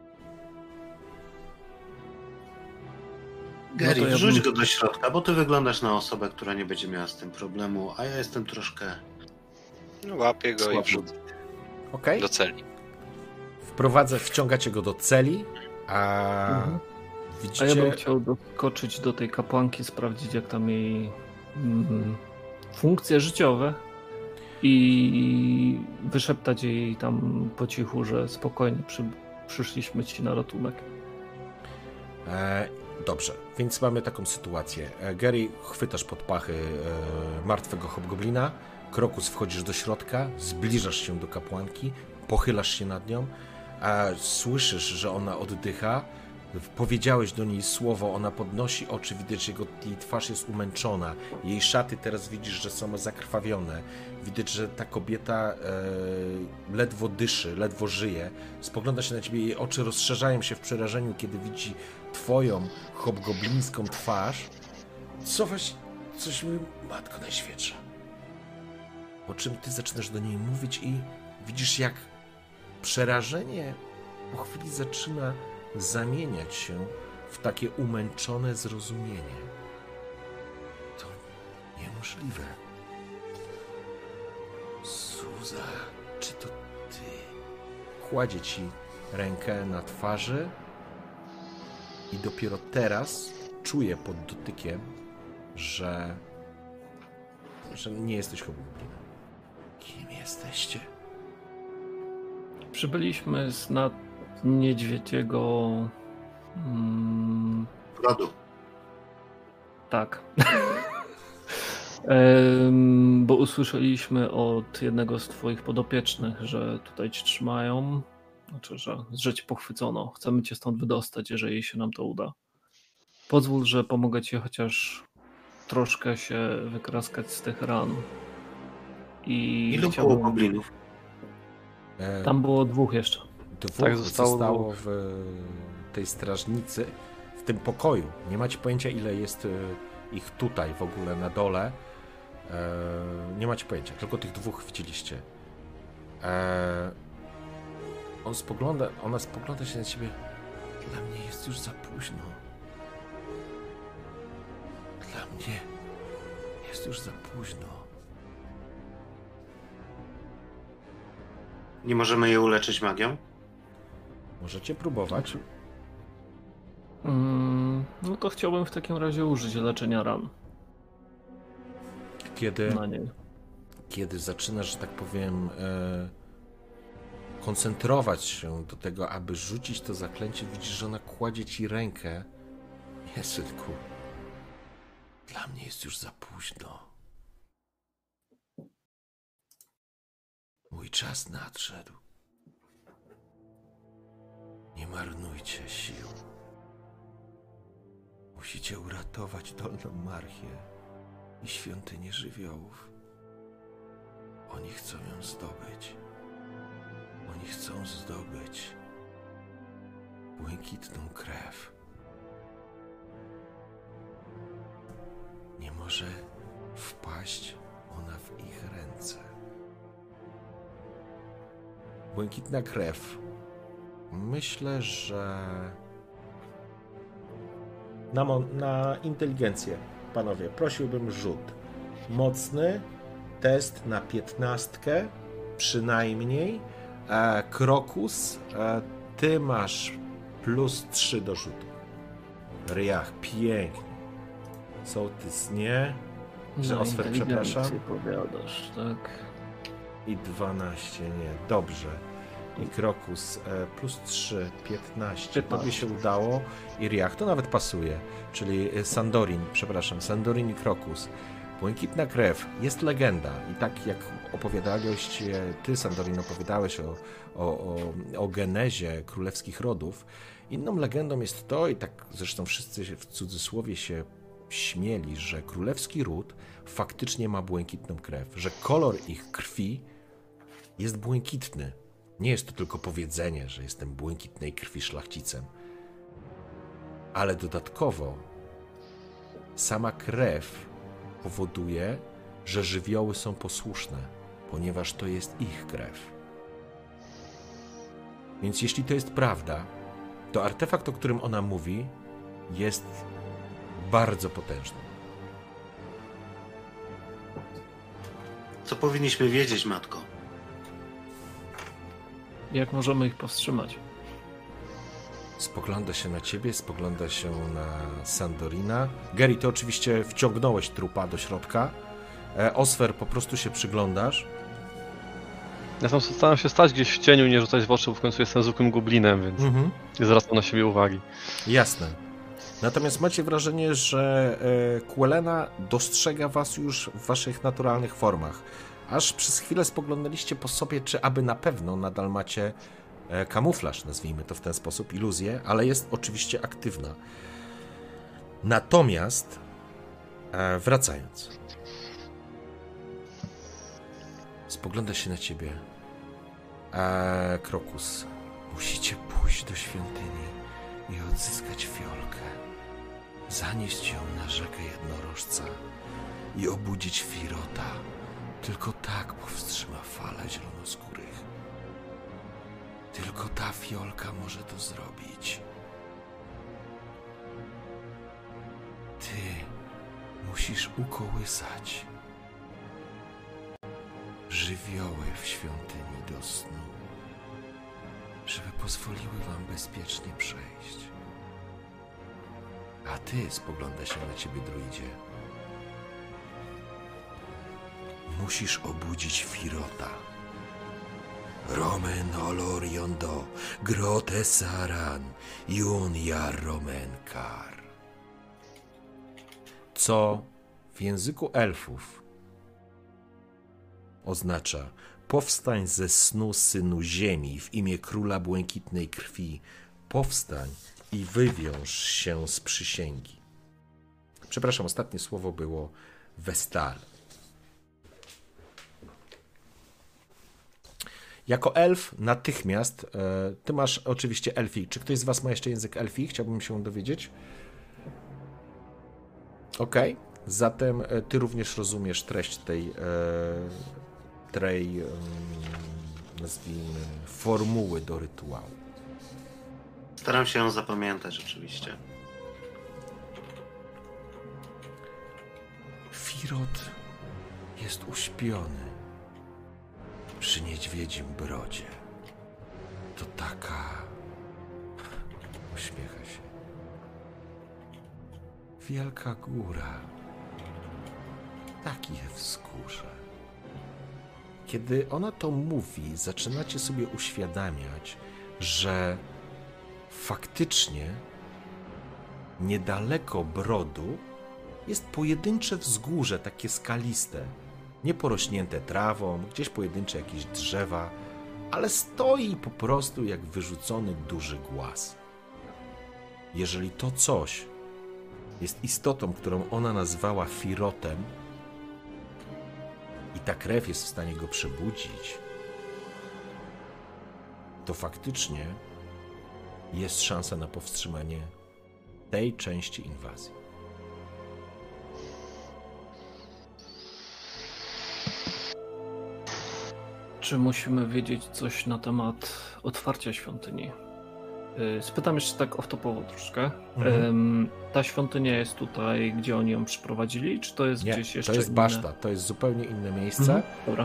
Speaker 3: Gary,
Speaker 4: No to ja
Speaker 3: wrzuć
Speaker 4: bym-
Speaker 3: go do środka, bo ty wyglądasz na osobę, która nie będzie miała z tym problemu, a ja jestem troszkę...
Speaker 6: No, łapię go i
Speaker 3: słaby.
Speaker 6: wrzucę
Speaker 2: Okej?
Speaker 6: do celi.
Speaker 2: Wciągacie go do celi, a
Speaker 4: Mhm.
Speaker 2: widzicie...
Speaker 4: A ja bym chciał doskoczyć do tej kapłanki, sprawdzić jak tam jej funkcje życiowe i wyszeptać jej tam po cichu, że spokojnie przyszliśmy ci na ratunek.
Speaker 2: Dobrze, więc mamy taką sytuację. Gary, chwytasz pod pachy martwego hobgoblina, Krokus, wchodzisz do środka, zbliżasz się do kapłanki, pochylasz się nad nią, a słyszysz, że ona oddycha powiedziałeś do niej słowo, ona podnosi oczy, widać, że jej twarz jest umęczona. Jej szaty teraz widzisz, że są zakrwawione. Widać, że ta kobieta ledwo dyszy, ledwo żyje. Spogląda się na ciebie, jej oczy rozszerzają się w przerażeniu, kiedy widzi twoją hobgoblińską twarz. Coś mi, Matko Najświętsza. Po czym ty zaczynasz do niej mówić i widzisz, jak przerażenie po chwili zaczyna zamieniać się w takie umęczone zrozumienie. To niemożliwe. Suza, czy to ty? Kładzie ci rękę na twarzy i dopiero teraz czuje pod dotykiem, że nie jesteś hobgoblinem. Kim jesteście?
Speaker 4: Przybyliśmy z nad niedźwiedziego...
Speaker 3: Rodu.
Speaker 4: Tak. Bo usłyszeliśmy od jednego z twoich podopiecznych, że tutaj cię trzymają, znaczy, że cię pochwycono. Chcemy cię stąd wydostać, jeżeli się nam to uda. Pozwól, że pomogę ci chociaż troszkę się wykraskać z tych ran.
Speaker 3: Ilu było goblinów?
Speaker 4: Tam było 2 jeszcze.
Speaker 2: 2
Speaker 5: Tak,
Speaker 2: zostało w tej strażnicy, w tym pokoju. Nie macie pojęcia, ile jest ich tutaj w ogóle na dole. Nie macie pojęcia, tylko tych 2 widzieliście. Ona spogląda się na ciebie. Dla mnie jest już za późno. Dla mnie jest już za późno.
Speaker 3: Nie możemy je uleczyć magią?
Speaker 2: Możecie próbować.
Speaker 4: No to chciałbym w takim razie użyć leczenia ran na niej.
Speaker 2: Kiedy zaczynasz, że tak powiem, koncentrować się do tego, aby rzucić to zaklęcie, widzisz, że ona kładzie ci rękę. Nie, synku. Dla mnie jest już za późno. Mój czas nadszedł. Nie marnujcie sił. Musicie uratować Dolną Marchię i Świątynię Żywiołów. Oni chcą ją zdobyć. Oni chcą zdobyć błękitną krew. Nie może wpaść ona w ich ręce. Błękitna krew. Myślę, że na inteligencję, panowie, prosiłbym rzut. Mocny test na 15, przynajmniej. Krokus, ty masz +3 do rzutu. Riach, pięknie. Sołtys nie. Osfer, przepraszam.
Speaker 4: Powiadasz, tak?
Speaker 2: I 12, nie. Dobrze. I Krokus +3, 15. Tobie się udało. I Riach, to nawet pasuje. Czyli Sandorin i Krokus. Błękitna krew. Jest legenda. I tak jak opowiadałeś, ty, Sandorin, opowiadałeś o genezie królewskich rodów, inną legendą jest to, i tak zresztą wszyscy w cudzysłowie się śmieli, że królewski ród faktycznie ma błękitną krew, że kolor ich krwi jest błękitny. Nie jest to tylko powiedzenie, że jestem błękitnej krwi szlachcicem, ale dodatkowo sama krew powoduje, że żywioły są posłuszne, ponieważ to jest ich krew. Więc jeśli to jest prawda, to artefakt, o którym ona mówi, jest bardzo potężny.
Speaker 3: Co powinniśmy wiedzieć, matko?
Speaker 4: Jak możemy ich powstrzymać?
Speaker 2: Spogląda się na ciebie, spogląda się na Sandorina. Gary, ty oczywiście wciągnąłeś trupa do środka. Osfer, po prostu się przyglądasz.
Speaker 5: Ja tam staram się stać gdzieś w cieniu i nie rzucać w oczy, bo w końcu jestem zwykłym goblinem, więc nie zwracam na siebie uwagi.
Speaker 2: Jasne. Natomiast macie wrażenie, że Quelena dostrzega was już w waszych naturalnych formach. Aż przez chwilę spoglądaliście po sobie, czy aby na pewno nadal macie kamuflaż, nazwijmy to w ten sposób, iluzję, ale jest oczywiście aktywna. Natomiast wracając, spogląda się na ciebie Krokus. Musicie pójść do świątyni i odzyskać fiolkę. Zanieść ją na rzekę Jednorożca i obudzić Firota. Tylko tak powstrzyma falę zielonoskórych. Tylko ta fiolka może to zrobić. Ty musisz ukołysać żywioły w świątyni do snu, żeby pozwoliły wam bezpiecznie przejść. A ty, spogląda się na ciebie, druidzie, musisz obudzić Firota. Romen olor yondo, grote saran, yun jar romenkar. Co w języku elfów oznacza: powstań ze snu, synu ziemi, w imię króla błękitnej krwi. Powstań i wywiąż się z przysięgi. Przepraszam, ostatnie słowo było Vestal. Jako elf natychmiast, ty masz oczywiście elfi. Czy ktoś z was ma jeszcze język elfi? Chciałbym się dowiedzieć. Okej. Zatem ty również rozumiesz treść tej nazwijmy, formuły do rytuału.
Speaker 3: Staram się ją zapamiętać oczywiście.
Speaker 2: Firot jest uśpiony przy niedźwiedzim brodzie. To taka... Uśmiecha się. Wielka góra. Taki je w skórze. Kiedy ona to mówi, zaczynacie sobie uświadamiać, że faktycznie niedaleko brodu jest pojedyncze wzgórze, takie skaliste, nieporośnięte trawą, gdzieś pojedyncze jakieś drzewa, ale stoi po prostu jak wyrzucony duży głaz. Jeżeli to coś jest istotą, którą ona nazwała Firotem, i ta krew jest w stanie go przebudzić, to faktycznie jest szansa na powstrzymanie tej części inwazji.
Speaker 4: Czy musimy wiedzieć coś na temat otwarcia świątyni? Spytam jeszcze tak off-topowo troszkę. Ta świątynia jest tutaj, gdzie oni ją przyprowadzili, czy to jest gdzieś jeszcze
Speaker 2: to jest
Speaker 4: inne?
Speaker 2: Baszta, to jest zupełnie inne miejsce.
Speaker 4: Dobra.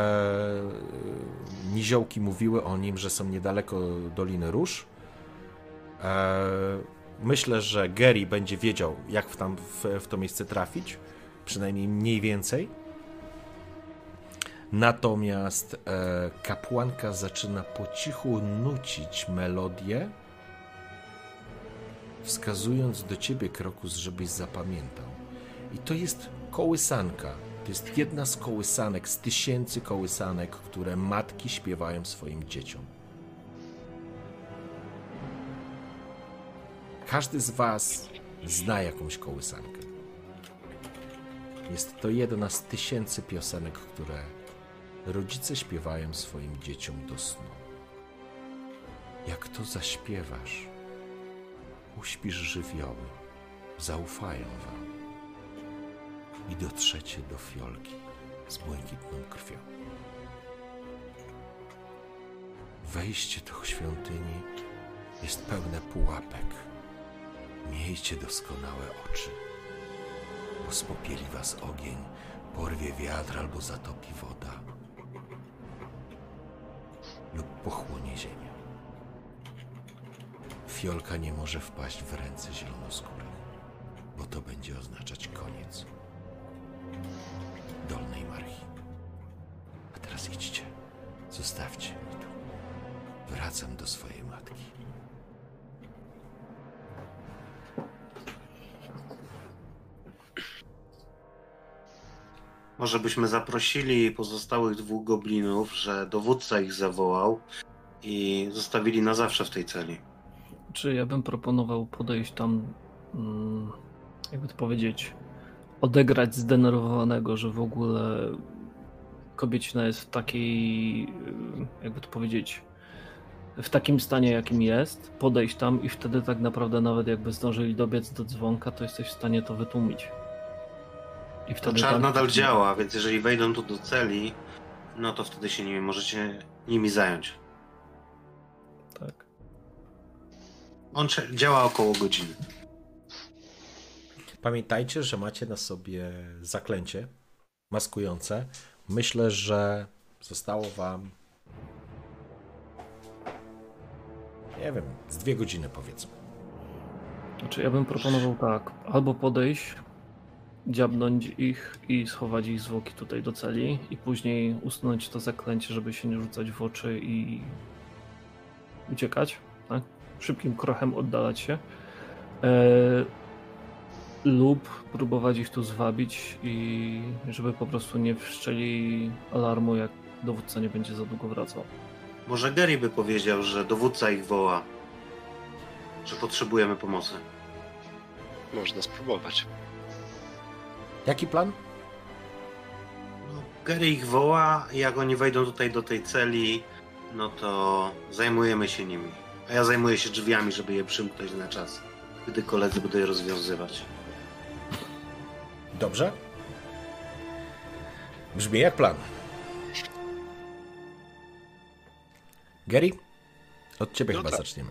Speaker 2: Niziołki mówiły o nim, że są niedaleko Doliny Róż. Myślę, że Gary będzie wiedział, jak w to miejsce trafić, przynajmniej mniej więcej. Natomiast kapłanka zaczyna po cichu nucić melodię, wskazując do ciebie, Krokus, żebyś zapamiętał. I to jest kołysanka. To jest jedna z kołysanek, z tysięcy kołysanek, które matki śpiewają swoim dzieciom. Każdy z was zna jakąś kołysankę. Jest to jedna z tysięcy piosenek, które rodzice śpiewają swoim dzieciom do snu. Jak to zaśpiewasz, uśpisz żywioły, zaufają wam i dotrzecie do fiolki z błękitną krwią. Wejście do świątyni jest pełne pułapek. Miejcie doskonałe oczy, bo spopieli was ogień, porwie wiatr albo zatopi woda lub pochłonie ziemię. Fiolka nie może wpaść w ręce zielonoskórych, bo to będzie oznaczać koniec Dolnej Marchi. A teraz idźcie, zostawcie mnie tu. Wracam do swojej matki.
Speaker 3: Może byśmy zaprosili pozostałych dwóch goblinów, że dowódca ich zawołał i zostawili na zawsze w tej celi.
Speaker 4: Czy ja bym proponował podejść tam, jakby to powiedzieć, odegrać zdenerwowanego, że w ogóle kobiecina jest w takiej, jakby to powiedzieć, w takim stanie, jakim jest, podejść tam i wtedy tak naprawdę nawet jakby zdążyli dobiec do dzwonka, to jesteś w stanie to wytłumić. I wtedy
Speaker 3: Czar nadal działa, więc jeżeli wejdą tu do celi, no to wtedy się możecie nimi zająć.
Speaker 4: Tak.
Speaker 3: On działa około godziny.
Speaker 2: Pamiętajcie, że macie na sobie zaklęcie maskujące. Myślę, że zostało wam, nie wiem, z 2 godziny powiedzmy.
Speaker 4: Znaczy ja bym proponował tak, albo podejść, dziabnąć ich i schować ich zwłoki tutaj do celi i później usunąć to zaklęcie, żeby się nie rzucać w oczy i uciekać, tak? Szybkim krochem oddalać się. Lub próbować ich tu zwabić i żeby po prostu nie wszczeli alarmu, jak dowódca nie będzie za długo wracał.
Speaker 3: Może Gary by powiedział, że dowódca ich woła, że potrzebujemy pomocy.
Speaker 6: Można spróbować.
Speaker 2: Jaki plan?
Speaker 3: No, Gary ich woła i jak oni wejdą tutaj do tej celi, no to zajmujemy się nimi. A ja zajmuję się drzwiami, żeby je przymknąć na czas, gdy koledzy będą je rozwiązywać.
Speaker 2: Dobrze? Brzmi jak plan. Gary? Od ciebie chyba zaczniemy.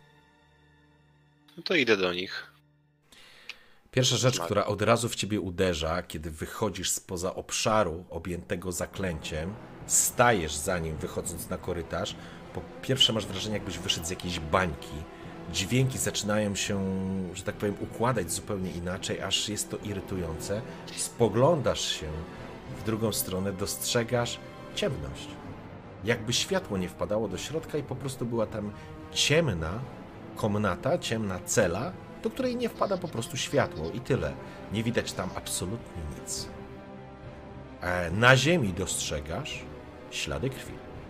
Speaker 6: No to idę do nich.
Speaker 2: Pierwsza rzecz, która od razu w ciebie uderza, kiedy wychodzisz spoza obszaru objętego zaklęciem, stajesz za nim, wychodząc na korytarz. Po pierwsze masz wrażenie, jakbyś wyszedł z jakiejś bańki. Dźwięki zaczynają się, że tak powiem, układać zupełnie inaczej, aż jest to irytujące. Spoglądasz się w drugą stronę, dostrzegasz ciemność. Jakby światło nie wpadało do środka i po prostu była tam ciemna komnata, ciemna cela, do której nie wpada po prostu światło i tyle. Nie widać tam absolutnie nic. Na ziemi dostrzegasz ślady krwi.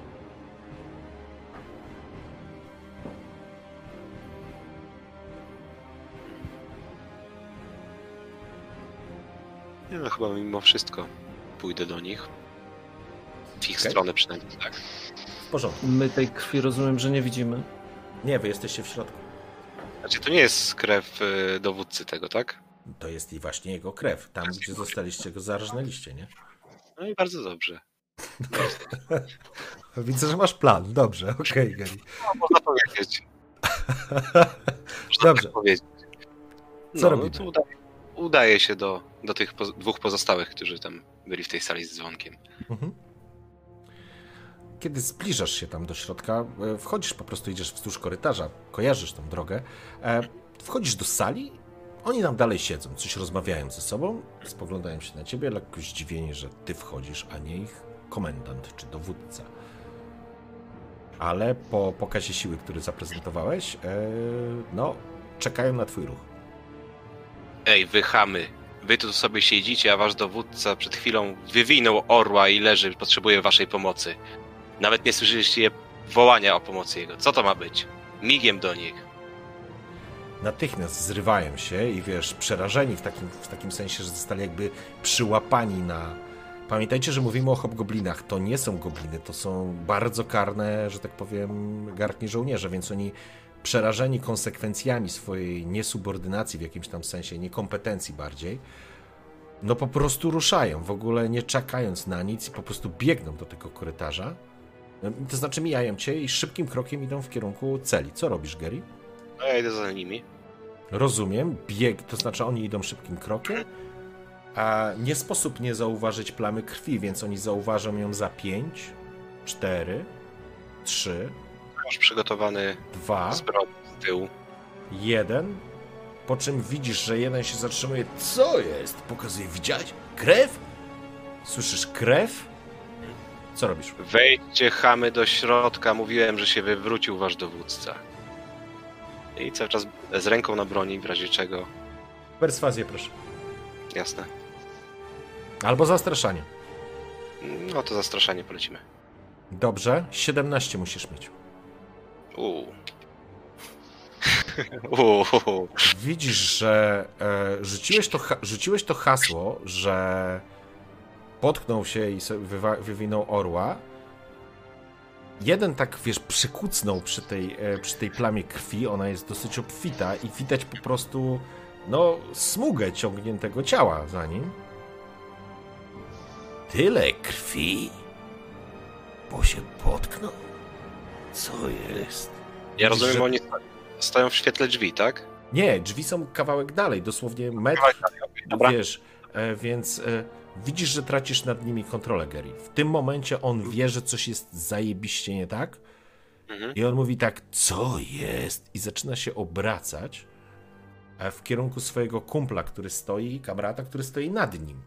Speaker 6: Nie no, chyba mimo wszystko pójdę do nich. W ich stronę przynajmniej, tak?
Speaker 2: W porządku.
Speaker 4: My tej krwi rozumiem, że nie widzimy.
Speaker 2: Nie, wy jesteście w środku.
Speaker 6: Znaczy to nie jest krew dowódcy tego, tak?
Speaker 2: To jest i właśnie jego krew. Tam, gdzie zostaliście, go zarżnęliście, nie?
Speaker 6: No i bardzo dobrze.
Speaker 2: Widzę, że masz plan. Dobrze, okej, Gary.
Speaker 6: No, można powiedzieć.
Speaker 2: Dobrze.
Speaker 6: Tak powiedzieć.
Speaker 2: Co robimy?
Speaker 6: No to udaje się do tych dwóch pozostałych, którzy tam byli w tej sali z dzwonkiem.
Speaker 2: Mhm. Kiedy zbliżasz się tam do środka, wchodzisz, po prostu idziesz wzdłuż korytarza, kojarzysz tą drogę, wchodzisz do sali, oni tam dalej siedzą, coś rozmawiają ze sobą, spoglądają się na ciebie, lekko zdziwienie, że ty wchodzisz, a nie ich komendant czy dowódca. Ale po pokazie siły, który zaprezentowałeś, no, czekają na twój ruch.
Speaker 6: Ej, wy chamy. Wy tu sobie siedzicie, a wasz dowódca przed chwilą wywinął orła i leży, potrzebuje waszej pomocy. Nawet nie słyszeliście wołania o pomocy jego. Co to ma być? Migiem do nich.
Speaker 2: Natychmiast zrywają się i wiesz, przerażeni w takim sensie, że zostali jakby przyłapani na... Pamiętajcie, że mówimy o hobgoblinach. To nie są gobliny, to są bardzo karne, że tak powiem, garnki żołnierze, więc oni przerażeni konsekwencjami swojej niesubordynacji w jakimś tam sensie, niekompetencji bardziej, no po prostu ruszają, w ogóle nie czekając na nic i po prostu biegną do tego korytarza. To znaczy mijają cię i szybkim krokiem idą w kierunku celi. Co robisz, Gary?
Speaker 6: No ja idę za nimi.
Speaker 2: Rozumiem, to znaczy oni idą szybkim krokiem, a nie sposób nie zauważyć plamy krwi, więc oni zauważą ją za 5, 4, 3,
Speaker 6: Masz przygotowany
Speaker 2: 2,
Speaker 6: zbroj z tyłu.
Speaker 2: 1, po czym widzisz, że jeden się zatrzymuje. Co jest? Pokazuje, widziałeś? Krew? Słyszysz krew? Co robisz?
Speaker 6: Wejdźcie, chamy, do środka. Mówiłem, że się wywrócił wasz dowódca. I cały czas z ręką na broni, w razie czego.
Speaker 2: Perswazję, proszę.
Speaker 6: Jasne.
Speaker 2: Albo zastraszanie.
Speaker 6: No to zastraszanie polecimy.
Speaker 2: Dobrze, 17 musisz mieć. Widzisz, że rzuciłeś to hasło, że potknął się i sobie wywinął orła. Jeden tak, wiesz, przykucnął przy tej plamie krwi, ona jest dosyć obfita i widać po prostu, no, smugę ciągniętego ciała za nim.
Speaker 1: Tyle krwi? Bo się potknął? Co jest?
Speaker 6: Ja rozumiem, oni stoją w świetle drzwi, tak?
Speaker 2: Nie, drzwi są kawałek dalej, dosłownie metr,
Speaker 6: Dobra.
Speaker 2: wiesz, więc widzisz, że tracisz nad nimi kontrolę, Gary. W tym momencie on wie, że coś jest zajebiście nie tak i on mówi tak, co jest? I zaczyna się obracać w kierunku swojego kumpla, który stoi, kamrata, który stoi nad nim.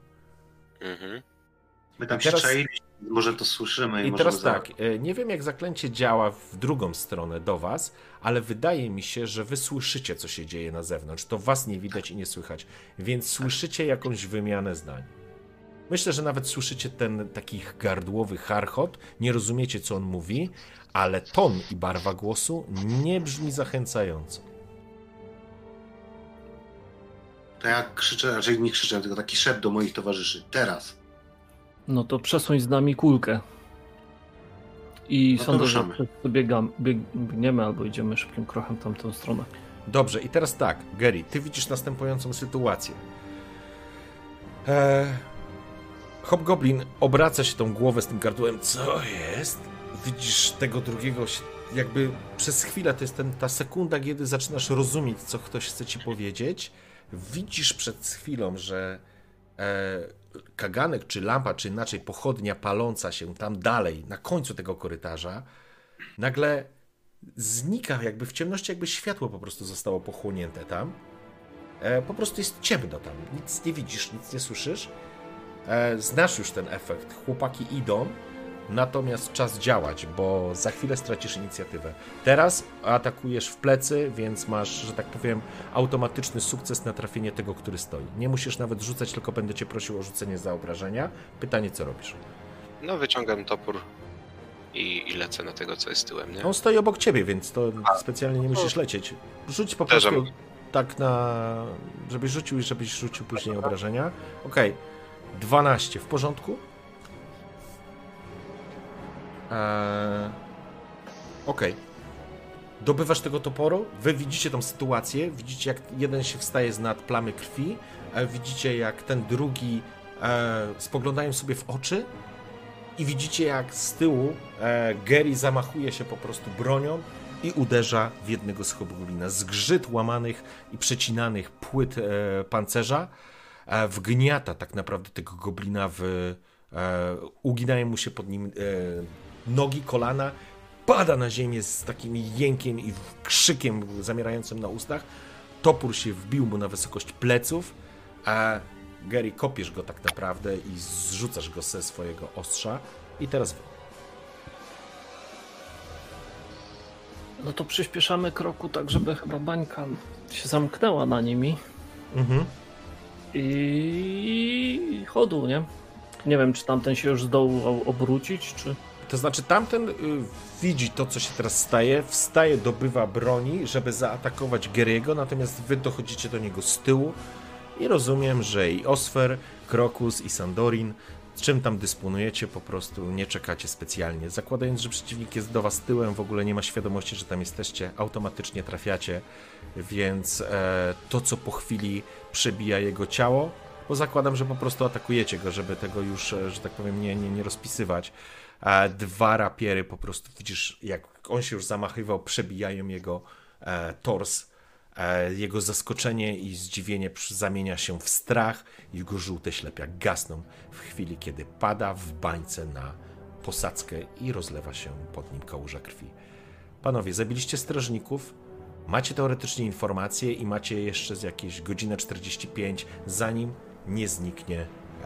Speaker 3: My tam
Speaker 2: I teraz-
Speaker 3: się czailiśmy, może to słyszymy.
Speaker 2: I
Speaker 3: możemy
Speaker 2: teraz tak, nie wiem jak zaklęcie działa w drugą stronę do was, ale wydaje mi się, że wy słyszycie, co się dzieje na zewnątrz. To was nie widać i nie słychać, więc słyszycie jakąś wymianę zdań. Myślę, że nawet słyszycie ten taki gardłowy charchot, nie rozumiecie, co on mówi, ale ton i barwa głosu nie brzmi zachęcająco.
Speaker 3: To ja krzyczę, raczej nie krzyczę, tylko taki szept do moich towarzyszy. Teraz.
Speaker 4: No to przesuń z nami kulkę. I
Speaker 3: No to
Speaker 4: sądzę, że
Speaker 3: ruszamy.
Speaker 4: biegniemy albo idziemy szybkim krochem w tamtą stronę.
Speaker 2: Dobrze, i teraz tak, Gary, ty widzisz następującą sytuację. Hobgoblin obraca się tą głowę z tym gardłem. Co jest? Widzisz tego drugiego, jakby przez chwilę, to jest ta sekunda, kiedy zaczynasz rozumieć, co ktoś chce ci powiedzieć. Widzisz przed chwilą, że kaganek, czy lampa, czy inaczej pochodnia paląca się tam dalej, na końcu tego korytarza, nagle znika, jakby w ciemności, jakby światło po prostu zostało pochłonięte tam. Po prostu jest ciemno tam, nic nie widzisz, nic nie słyszysz. Znasz już ten efekt, chłopaki idą, natomiast czas działać, bo za chwilę stracisz inicjatywę. Teraz atakujesz w plecy, więc masz, że tak powiem, automatyczny sukces na trafienie tego, który stoi. Nie musisz nawet rzucać, tylko będę cię prosił o rzucenie za obrażenia. Pytanie, co robisz?
Speaker 6: No, wyciągam topór i lecę na tego, co jest tyłem, nie?
Speaker 2: On stoi obok ciebie, więc to specjalnie nie musisz lecieć. Rzuć po
Speaker 6: Też
Speaker 2: prostu tak na... żebyś rzucił i żebyś rzucił później obrażenia. Okej. 12. W porządku? Okej. Dobywasz tego toporu, wy widzicie tą sytuację, widzicie jak jeden się wstaje z nad plamy krwi, widzicie jak ten drugi spoglądają sobie w oczy i widzicie jak z tyłu Gary zamachuje się po prostu bronią i uderza w jednego z hobgoblina. Zgrzyt łamanych i przecinanych płyt pancerza wgniata tak naprawdę tego goblina uginają mu się pod nim nogi, kolana, pada na ziemię z takim jękiem i krzykiem zamierającym na ustach. Topór się wbił mu na wysokość pleców, a Gary, kopiesz go tak naprawdę i zrzucasz go ze swojego ostrza. I teraz wy.
Speaker 4: No to przyspieszamy kroku tak, żeby chyba bańka się zamknęła na nimi. I chodu, nie? Nie wiem, czy tamten się już zdołał obrócić, czy...
Speaker 2: To znaczy tamten widzi to, co się teraz staje, wstaje, dobywa broni, żeby zaatakować Gary'ego, natomiast wy dochodzicie do niego z tyłu i rozumiem, że i Osfer, Krokus i Sandorin, z czym tam dysponujecie, po prostu nie czekacie specjalnie. Zakładając, że przeciwnik jest do was tyłem, w ogóle nie ma świadomości, że tam jesteście, automatycznie trafiacie, więc to, co po chwili przebija jego ciało, bo zakładam, że po prostu atakujecie go, żeby tego już, że tak powiem, nie rozpisywać. Dwa rapiery po prostu, widzisz, jak on się już zamachywał, przebijają jego tors. Jego zaskoczenie i zdziwienie zamienia się w strach i jego żółte ślepia gasną w chwili, kiedy pada w bańce na posadzkę i rozlewa się pod nim kałuża krwi. Panowie, zabiliście strażników, macie teoretycznie informacje i macie jeszcze z jakieś godzinę 45, zanim nie zniknie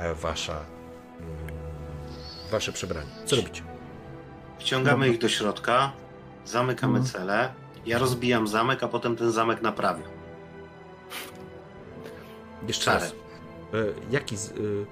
Speaker 2: wasze przebranie. Co robicie?
Speaker 3: Wciągamy ich do środka, zamykamy cele. Ja rozbijam zamek, a potem ten zamek naprawię.
Speaker 2: Jeszcze raz. Jaki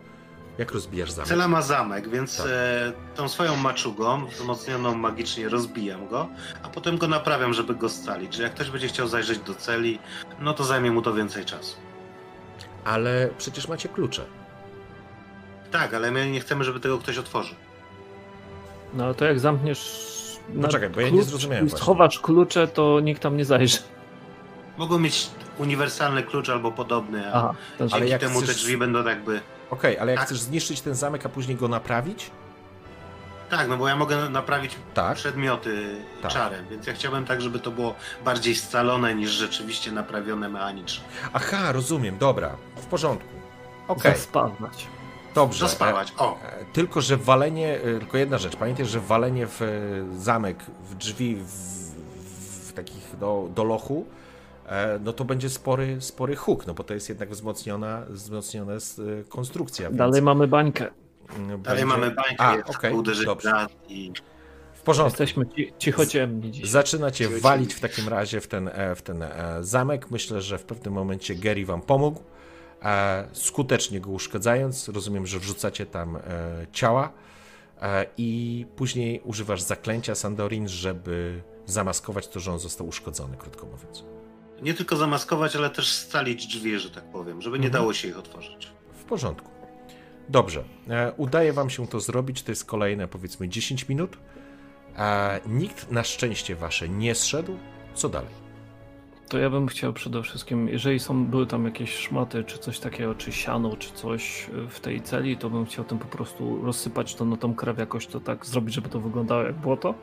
Speaker 2: Jak rozbijasz zamek?
Speaker 3: Cela ma zamek, więc
Speaker 2: Tak.
Speaker 3: tą swoją maczugą, wzmocnioną magicznie, rozbijam go, a potem go naprawiam, żeby go scalić. Że jak ktoś będzie chciał zajrzeć do celi, no to zajmie mu to więcej czasu.
Speaker 2: Ale przecież macie klucze.
Speaker 3: Tak, ale my nie chcemy, żeby tego ktoś otworzył.
Speaker 4: No ale to jak zamkniesz...
Speaker 2: Poczekaj, bo ja nie zrozumiałem
Speaker 4: i
Speaker 2: właśnie.
Speaker 4: schowasz klucze, to nikt tam nie zajrzy.
Speaker 3: Mogą mieć uniwersalny klucz albo podobny, a
Speaker 4: Aha, ten
Speaker 2: Ale
Speaker 3: dzięki
Speaker 2: jak
Speaker 3: temu te
Speaker 2: chcesz-
Speaker 3: drzwi będą jakby...
Speaker 2: Okej, ale jak
Speaker 3: Tak.
Speaker 2: chcesz zniszczyć ten zamek, a później go naprawić?
Speaker 3: Tak, no bo ja mogę naprawić
Speaker 2: Tak.
Speaker 3: przedmioty
Speaker 2: Tak.
Speaker 3: czarem, więc ja chciałbym tak, żeby to było bardziej scalone niż rzeczywiście naprawione mechanicznie.
Speaker 2: Aha, rozumiem, dobra, w porządku. Okej,
Speaker 4: Zaspawać.
Speaker 2: dobrze.
Speaker 3: Zaspawać, o!
Speaker 2: Tylko, że walenie, tylko jedna rzecz, pamiętaj, że walenie w zamek, w drzwi, w takich do lochu, no to będzie spory huk, no bo to jest jednak wzmocniona konstrukcja. Więc
Speaker 4: Dalej mamy bańkę.
Speaker 3: Dalej mamy bańkę,
Speaker 2: A,
Speaker 3: jest
Speaker 2: okej,
Speaker 3: uderzyć
Speaker 2: dobrze.
Speaker 3: lat i...
Speaker 2: W porządku.
Speaker 4: Jesteśmy cichociemni dziś.
Speaker 2: Zaczynacie walić w takim razie w ten zamek. Myślę, że w pewnym momencie Gary wam pomógł, skutecznie go uszkadzając. Rozumiem, że wrzucacie tam ciała i później używasz zaklęcia Sandorin, żeby zamaskować to, że on został uszkodzony, krótko mówiąc.
Speaker 3: Nie tylko zamaskować, ale też scalić drzwi, że tak powiem, żeby nie dało się ich otworzyć.
Speaker 2: W porządku. Dobrze. Udaje wam się to zrobić. To jest kolejne, powiedzmy, 10 minut. Nikt na szczęście wasze nie zszedł. Co dalej?
Speaker 4: To ja bym chciał przede wszystkim, jeżeli były tam jakieś szmaty, czy coś takiego, czy siano, czy coś w tej celi, to bym chciał tym po prostu rozsypać to na tą krew, jakoś to tak zrobić, żeby to wyglądało jak błoto.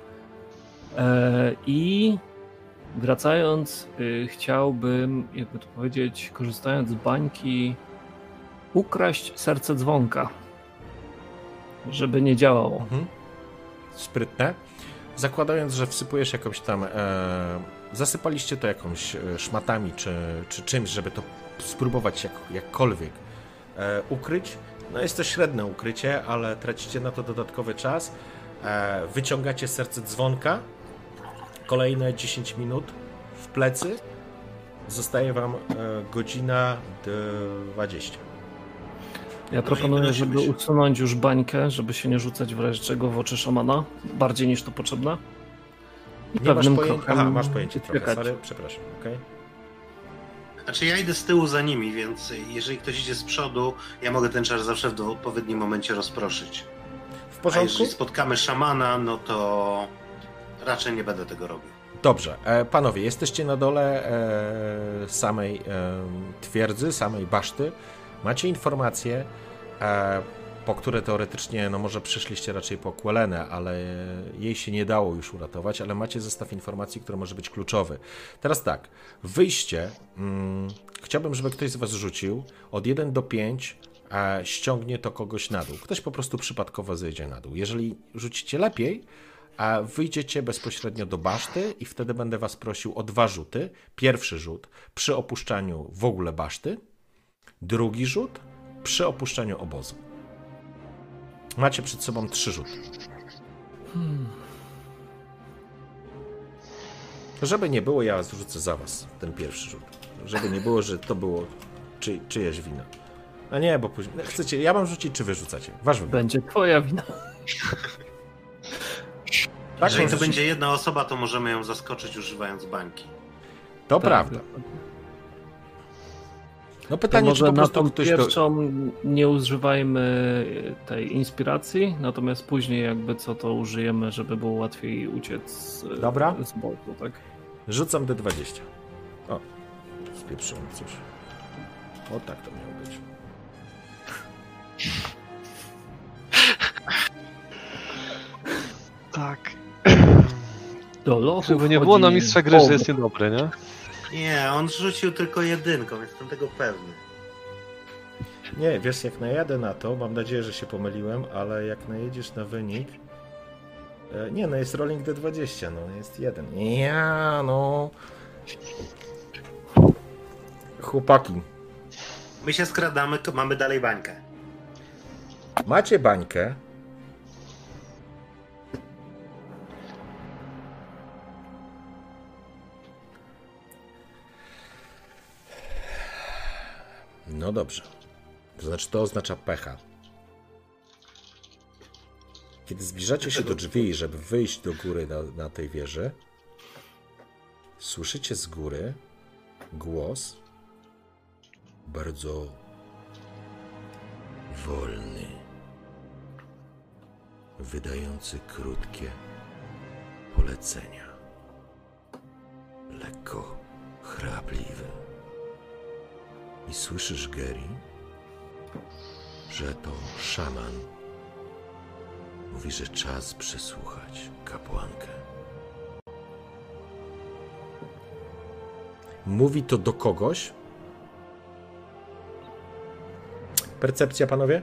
Speaker 4: I wracając, chciałbym, jakby to powiedzieć, korzystając z bańki, ukraść serce dzwonka, żeby nie działało.
Speaker 2: Sprytne. Zakładając, że wsypujesz jakąś tam... zasypaliście to jakąś szmatami czy czymś, żeby to spróbować jakkolwiek ukryć. No jest to średnie ukrycie, ale tracicie na to dodatkowy czas. Wyciągacie serce dzwonka. Kolejne 10 minut w plecy. Zostaje wam godzina 20.
Speaker 4: Ja proponuję, żeby usunąć już bańkę, żeby się nie rzucać w razie czego w oczy szamana, bardziej niż to potrzebne. I
Speaker 2: Nie masz
Speaker 4: pewnym
Speaker 2: pojęcia.
Speaker 4: krokiem
Speaker 2: Aha, masz pojęcie trochę.
Speaker 4: uciekać.
Speaker 2: Sorry, przepraszam. Okay.
Speaker 3: Znaczy ja idę z tyłu za nimi, więc jeżeli ktoś idzie z przodu, ja mogę ten czar zawsze w odpowiednim momencie rozproszyć.
Speaker 2: W
Speaker 3: A
Speaker 2: porządku?
Speaker 3: jeżeli spotkamy szamana, no to raczej nie będę tego robił.
Speaker 2: Dobrze, panowie, jesteście na dole samej twierdzy, samej baszty. Macie informacje, po które teoretycznie, no może przyszliście raczej po Quelenę, ale jej się nie dało już uratować, ale macie zestaw informacji, który może być kluczowy. Teraz tak, wyjście, chciałbym, żeby ktoś z was rzucił od 1 do 5, ściągnie to kogoś na dół. Ktoś po prostu przypadkowo zejdzie na dół. Jeżeli rzucicie lepiej, a wyjdziecie bezpośrednio do baszty i wtedy będę was prosił o 2 rzuty. Pierwszy rzut przy opuszczaniu w ogóle baszty, drugi rzut przy opuszczaniu obozu. Macie przed sobą 3 rzuty. Żeby nie było, ja rzucę za was ten pierwszy rzut. Żeby nie było, że to było czyjeś wina. A nie, bo później... Chcecie, ja mam rzucić, czy wy rzucacie? Wasz wybór.
Speaker 4: Będzie twoja wina.
Speaker 2: Tak,
Speaker 3: Jeżeli to
Speaker 2: możecie-
Speaker 3: będzie jedna osoba, to możemy ją zaskoczyć używając bańki.
Speaker 2: To
Speaker 4: Tak.
Speaker 2: prawda. No
Speaker 4: To
Speaker 2: pytanie, czy
Speaker 4: może
Speaker 2: po
Speaker 4: na
Speaker 2: prostu
Speaker 4: tą
Speaker 2: ktoś...
Speaker 4: pierwszą nie używajmy tej inspiracji, natomiast później jakby co to użyjemy, żeby było łatwiej uciec
Speaker 2: Dobra.
Speaker 4: z boku, tak?
Speaker 2: Rzucam D20. O, spieprzyłem coś. O, tak to miało być.
Speaker 5: Tak.
Speaker 4: Do lochu
Speaker 5: Żeby nie było na
Speaker 4: wchodzi
Speaker 5: mistrza gry, że
Speaker 4: ogr.
Speaker 5: jest niedobry, nie?
Speaker 3: Nie, on rzucił tylko jedynką, jestem tego pewny.
Speaker 2: Nie, wiesz, jak najadę na to, mam nadzieję, że się pomyliłem, ale jak najedziesz na wynik... Nie, no jest rolling D20, no jest 1. Ja, no... Chłopaki,
Speaker 3: My się skradamy, to mamy dalej bańkę.
Speaker 2: macie bańkę. No dobrze. To znaczy, to oznacza pecha. Kiedy zbliżacie się do drzwi, żeby wyjść do góry na tej wieży, słyszycie z góry głos bardzo wolny, wydający krótkie polecenia, lekko chrapliwy. I słyszysz, Gary, że to szaman mówi, że czas przesłuchać kapłankę. Mówi to do kogoś. Percepcja, panowie?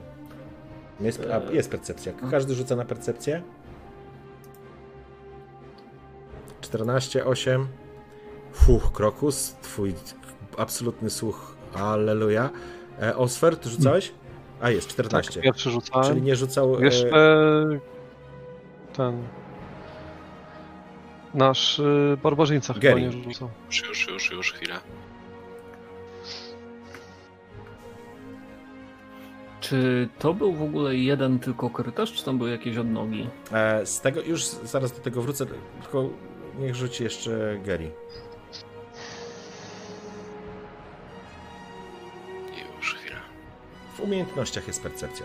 Speaker 2: Jest percepcja. Każdy rzuca na percepcję. 14, 8. Krokus, twój absolutny słuch. Alleluja. Osfer, ty rzucałeś? A jest, 14.
Speaker 5: Tak, pierwszy rzucałem.
Speaker 2: Czyli nie rzucał...
Speaker 5: Jeszcze ten... Nasz barbarzyńca chyba
Speaker 2: Gary
Speaker 5: nie rzucał.
Speaker 6: Już, chwilę.
Speaker 4: Czy to był w ogóle jeden tylko korytarz, czy tam były jakieś odnogi?
Speaker 2: Z tego, już zaraz do tego wrócę, tylko niech rzuci jeszcze Gary.
Speaker 6: Już chwilę.
Speaker 2: W umiejętnościach jest percepcja.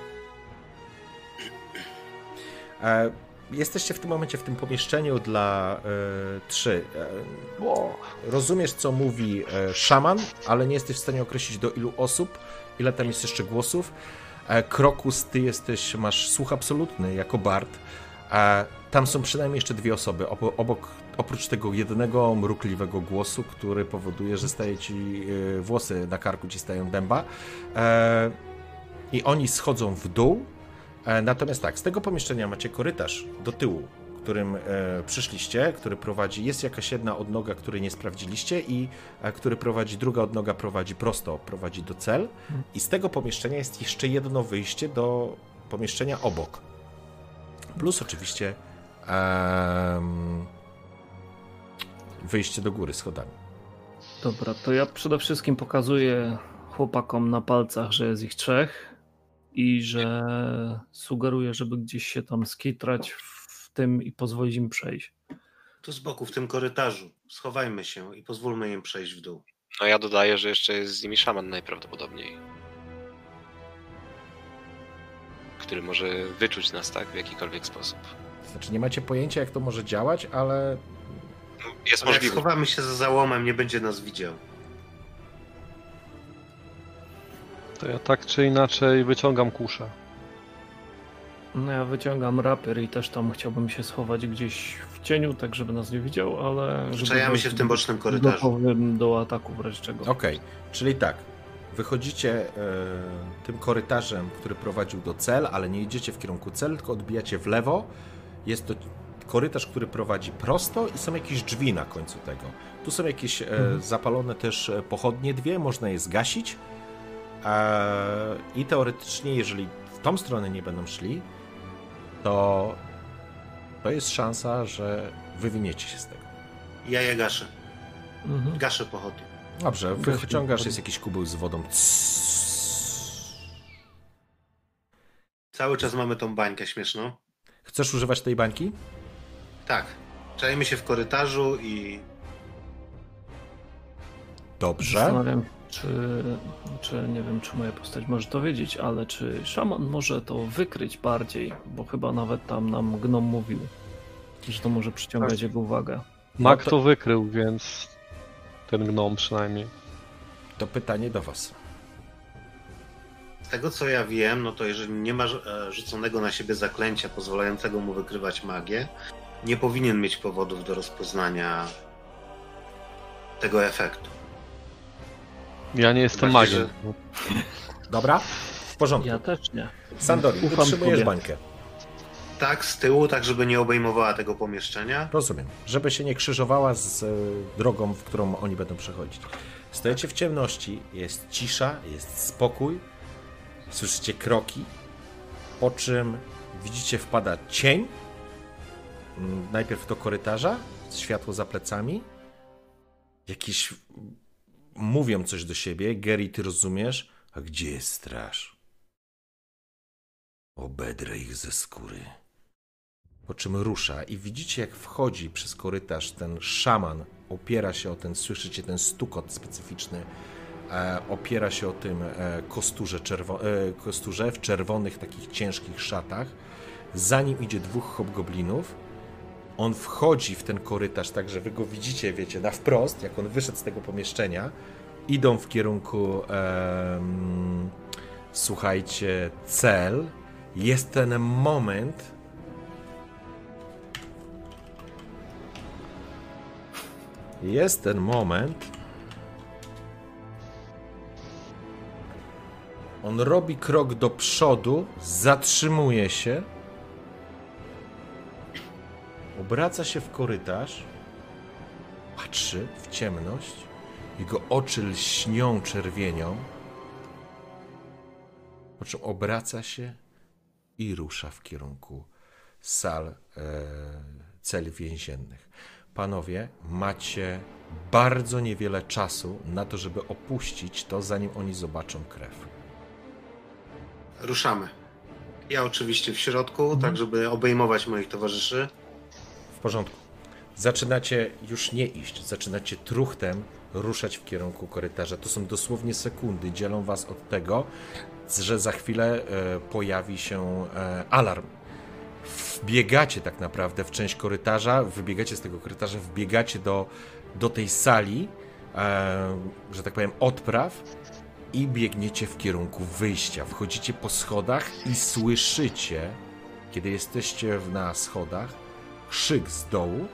Speaker 2: Jesteście w tym momencie w tym pomieszczeniu dla 3. Rozumiesz, co mówi szaman, ale nie jesteś w stanie określić, do ilu osób, ile tam jest jeszcze głosów. Krokus, ty masz słuch absolutny jako bard. Tam są przynajmniej jeszcze 2 osoby, oprócz tego jednego mrukliwego głosu, który powoduje, że staje ci włosy na karku ci stają dęba. I oni schodzą w dół. Natomiast tak, z tego pomieszczenia macie korytarz do tyłu, którym przyszliście, który prowadzi, jest jakaś jedna odnoga, której nie sprawdziliście i który prowadzi, druga odnoga prowadzi prosto, prowadzi do cel i z tego pomieszczenia jest jeszcze jedno wyjście do pomieszczenia obok. Plus oczywiście wyjście do góry schodami.
Speaker 4: Dobra, to ja przede wszystkim pokazuję chłopakom na palcach, że jest ich 3 i że sugeruję, żeby gdzieś się tam skitrać w tym i pozwolić im przejść.
Speaker 3: Tu z boku, w tym korytarzu. Schowajmy się i pozwólmy im przejść w dół.
Speaker 6: No ja dodaję, że jeszcze jest z nimi szaman najprawdopodobniej. Który może wyczuć nas, tak? W jakikolwiek sposób.
Speaker 2: Znaczy nie macie pojęcia, jak to może działać, ale...
Speaker 6: Jest
Speaker 3: Ale jak
Speaker 6: możliwe.
Speaker 3: schowamy się za załomem, nie będzie nas widział.
Speaker 5: To ja tak czy inaczej wyciągam kuszę.
Speaker 4: No ja wyciągam rapier i też tam chciałbym się schować gdzieś w cieniu, tak żeby nas nie widział, ale...
Speaker 3: Przyczajamy się w tym bocznym korytarzu.
Speaker 4: Gotowym do ataku w razie czego.
Speaker 2: Okej, czyli tak, wychodzicie tym korytarzem, który prowadził do cel, ale nie idziecie w kierunku cel, tylko odbijacie w lewo. Jest to korytarz, który prowadzi prosto i są jakieś drzwi na końcu tego. Tu są jakieś zapalone też pochodnie 2, można je zgasić i teoretycznie, jeżeli w tą stronę nie będą szli, to jest szansa, że wywiniecie się z tego.
Speaker 3: Ja je gaszę. Gaszę pochodnie.
Speaker 2: Dobrze, wyciągasz, jest jakiś kubeł z wodą.
Speaker 3: Cały czas mamy tą bańkę śmieszną.
Speaker 2: Chcesz używać tej bańki?
Speaker 3: Tak. Czajmy się w korytarzu i...
Speaker 2: Dobrze.
Speaker 4: Zastanawiam, czy nie wiem, czy moja postać może to wiedzieć, ale czy szaman może to wykryć bardziej, bo chyba nawet tam nam gnom mówił, że to może przyciągać jego uwagę.
Speaker 5: Mag to wykrył, więc ten gnom przynajmniej.
Speaker 2: To pytanie do was.
Speaker 3: Z tego co ja wiem, no to jeżeli nie ma rzuconego na siebie zaklęcia pozwalającego mu wykrywać magię, nie powinien mieć powodów do rozpoznania tego efektu.
Speaker 5: Ja nie jestem magiem.
Speaker 2: Dobra? W porządku.
Speaker 4: Ja też nie.
Speaker 2: Sandori,
Speaker 4: Ufam
Speaker 2: wytrzymujesz
Speaker 4: tobie.
Speaker 2: bańkę.
Speaker 3: Tak, z tyłu, tak żeby nie obejmowała tego pomieszczenia.
Speaker 2: Rozumiem. Żeby się nie krzyżowała z drogą, w którą oni będą przechodzić. Stajecie w ciemności, jest cisza, jest spokój, słyszycie kroki, po czym widzicie wpada cień, najpierw do korytarza, światło za plecami, jakieś mówią coś do siebie, Gary, ty rozumiesz, a gdzie jest straż? Obedrę ich ze skóry. Po czym rusza i widzicie, jak wchodzi przez korytarz ten szaman, opiera się o ten, słyszycie ten stukot specyficzny, opiera się o tym kosturze w czerwonych, takich ciężkich szatach. Za nim idzie 2 hobgoblinów. On wchodzi w ten korytarz, tak że wy go widzicie, wiecie, na wprost, jak on wyszedł z tego pomieszczenia. Idą w kierunku, słuchajcie, cel. Jest ten moment, on robi krok do przodu, zatrzymuje się, obraca się w korytarz, patrzy w ciemność, jego oczy lśnią czerwienią, po czym obraca się i rusza w kierunku sal celi więziennych. Panowie, macie bardzo niewiele czasu na to, żeby opuścić to, zanim oni zobaczą krew.
Speaker 3: Ruszamy. Ja oczywiście w środku, tak żeby obejmować moich towarzyszy.
Speaker 2: W porządku. Zaczynacie już nie iść, zaczynacie truchtem ruszać w kierunku korytarza. To są dosłownie sekundy, dzielą was od tego, że za chwilę pojawi się alarm. Wbiegacie tak naprawdę w część korytarza, wybiegacie z tego korytarza, wbiegacie do tej sali, że tak powiem, odpraw i biegniecie w kierunku wyjścia. Wchodzicie po schodach i słyszycie, kiedy jesteście na schodach, krzyk z dołu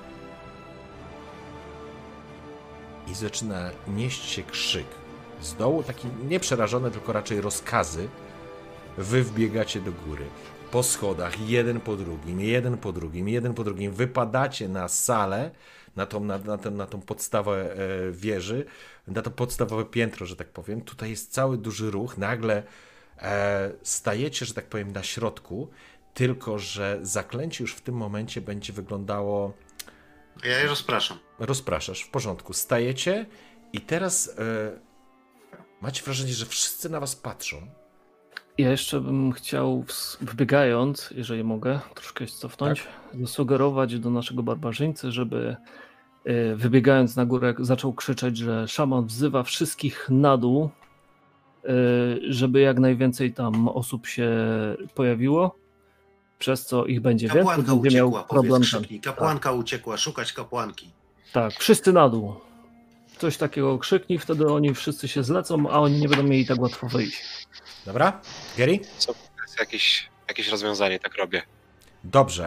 Speaker 2: i zaczyna nieść się krzyk z dołu, taki nieprzerażony, tylko raczej rozkazy. Wy wbiegacie do góry. Po schodach, jeden po drugim, wypadacie na salę, na tą podstawę wieży, na to podstawowe piętro, że tak powiem. Tutaj jest cały duży ruch, nagle stajecie, że tak powiem, na środku, tylko że zaklęcie już w tym momencie będzie wyglądało...
Speaker 3: Ja je rozpraszam.
Speaker 2: Rozpraszasz, w porządku. Stajecie i teraz macie wrażenie, że wszyscy na was patrzą.
Speaker 4: Ja jeszcze bym chciał, wbiegając, jeżeli mogę, troszkę się cofnąć, zasugerować do naszego barbarzyńcy, żeby wybiegając na górę zaczął krzyczeć, że szaman wzywa wszystkich na dół, żeby jak najwięcej tam osób się pojawiło, przez co ich będzie
Speaker 3: Kapłanka
Speaker 4: więcej, będzie
Speaker 3: uciekła,
Speaker 4: miał problem.
Speaker 3: Kapłanka uciekła, szukać kapłanki.
Speaker 4: Tak, wszyscy na dół. Coś takiego krzyknij, wtedy oni wszyscy się zlecą, a oni nie będą mieli tak łatwo wyjść.
Speaker 2: Dobra? Gary?
Speaker 6: Co, jest jakieś rozwiązanie, tak robię.
Speaker 2: Dobrze.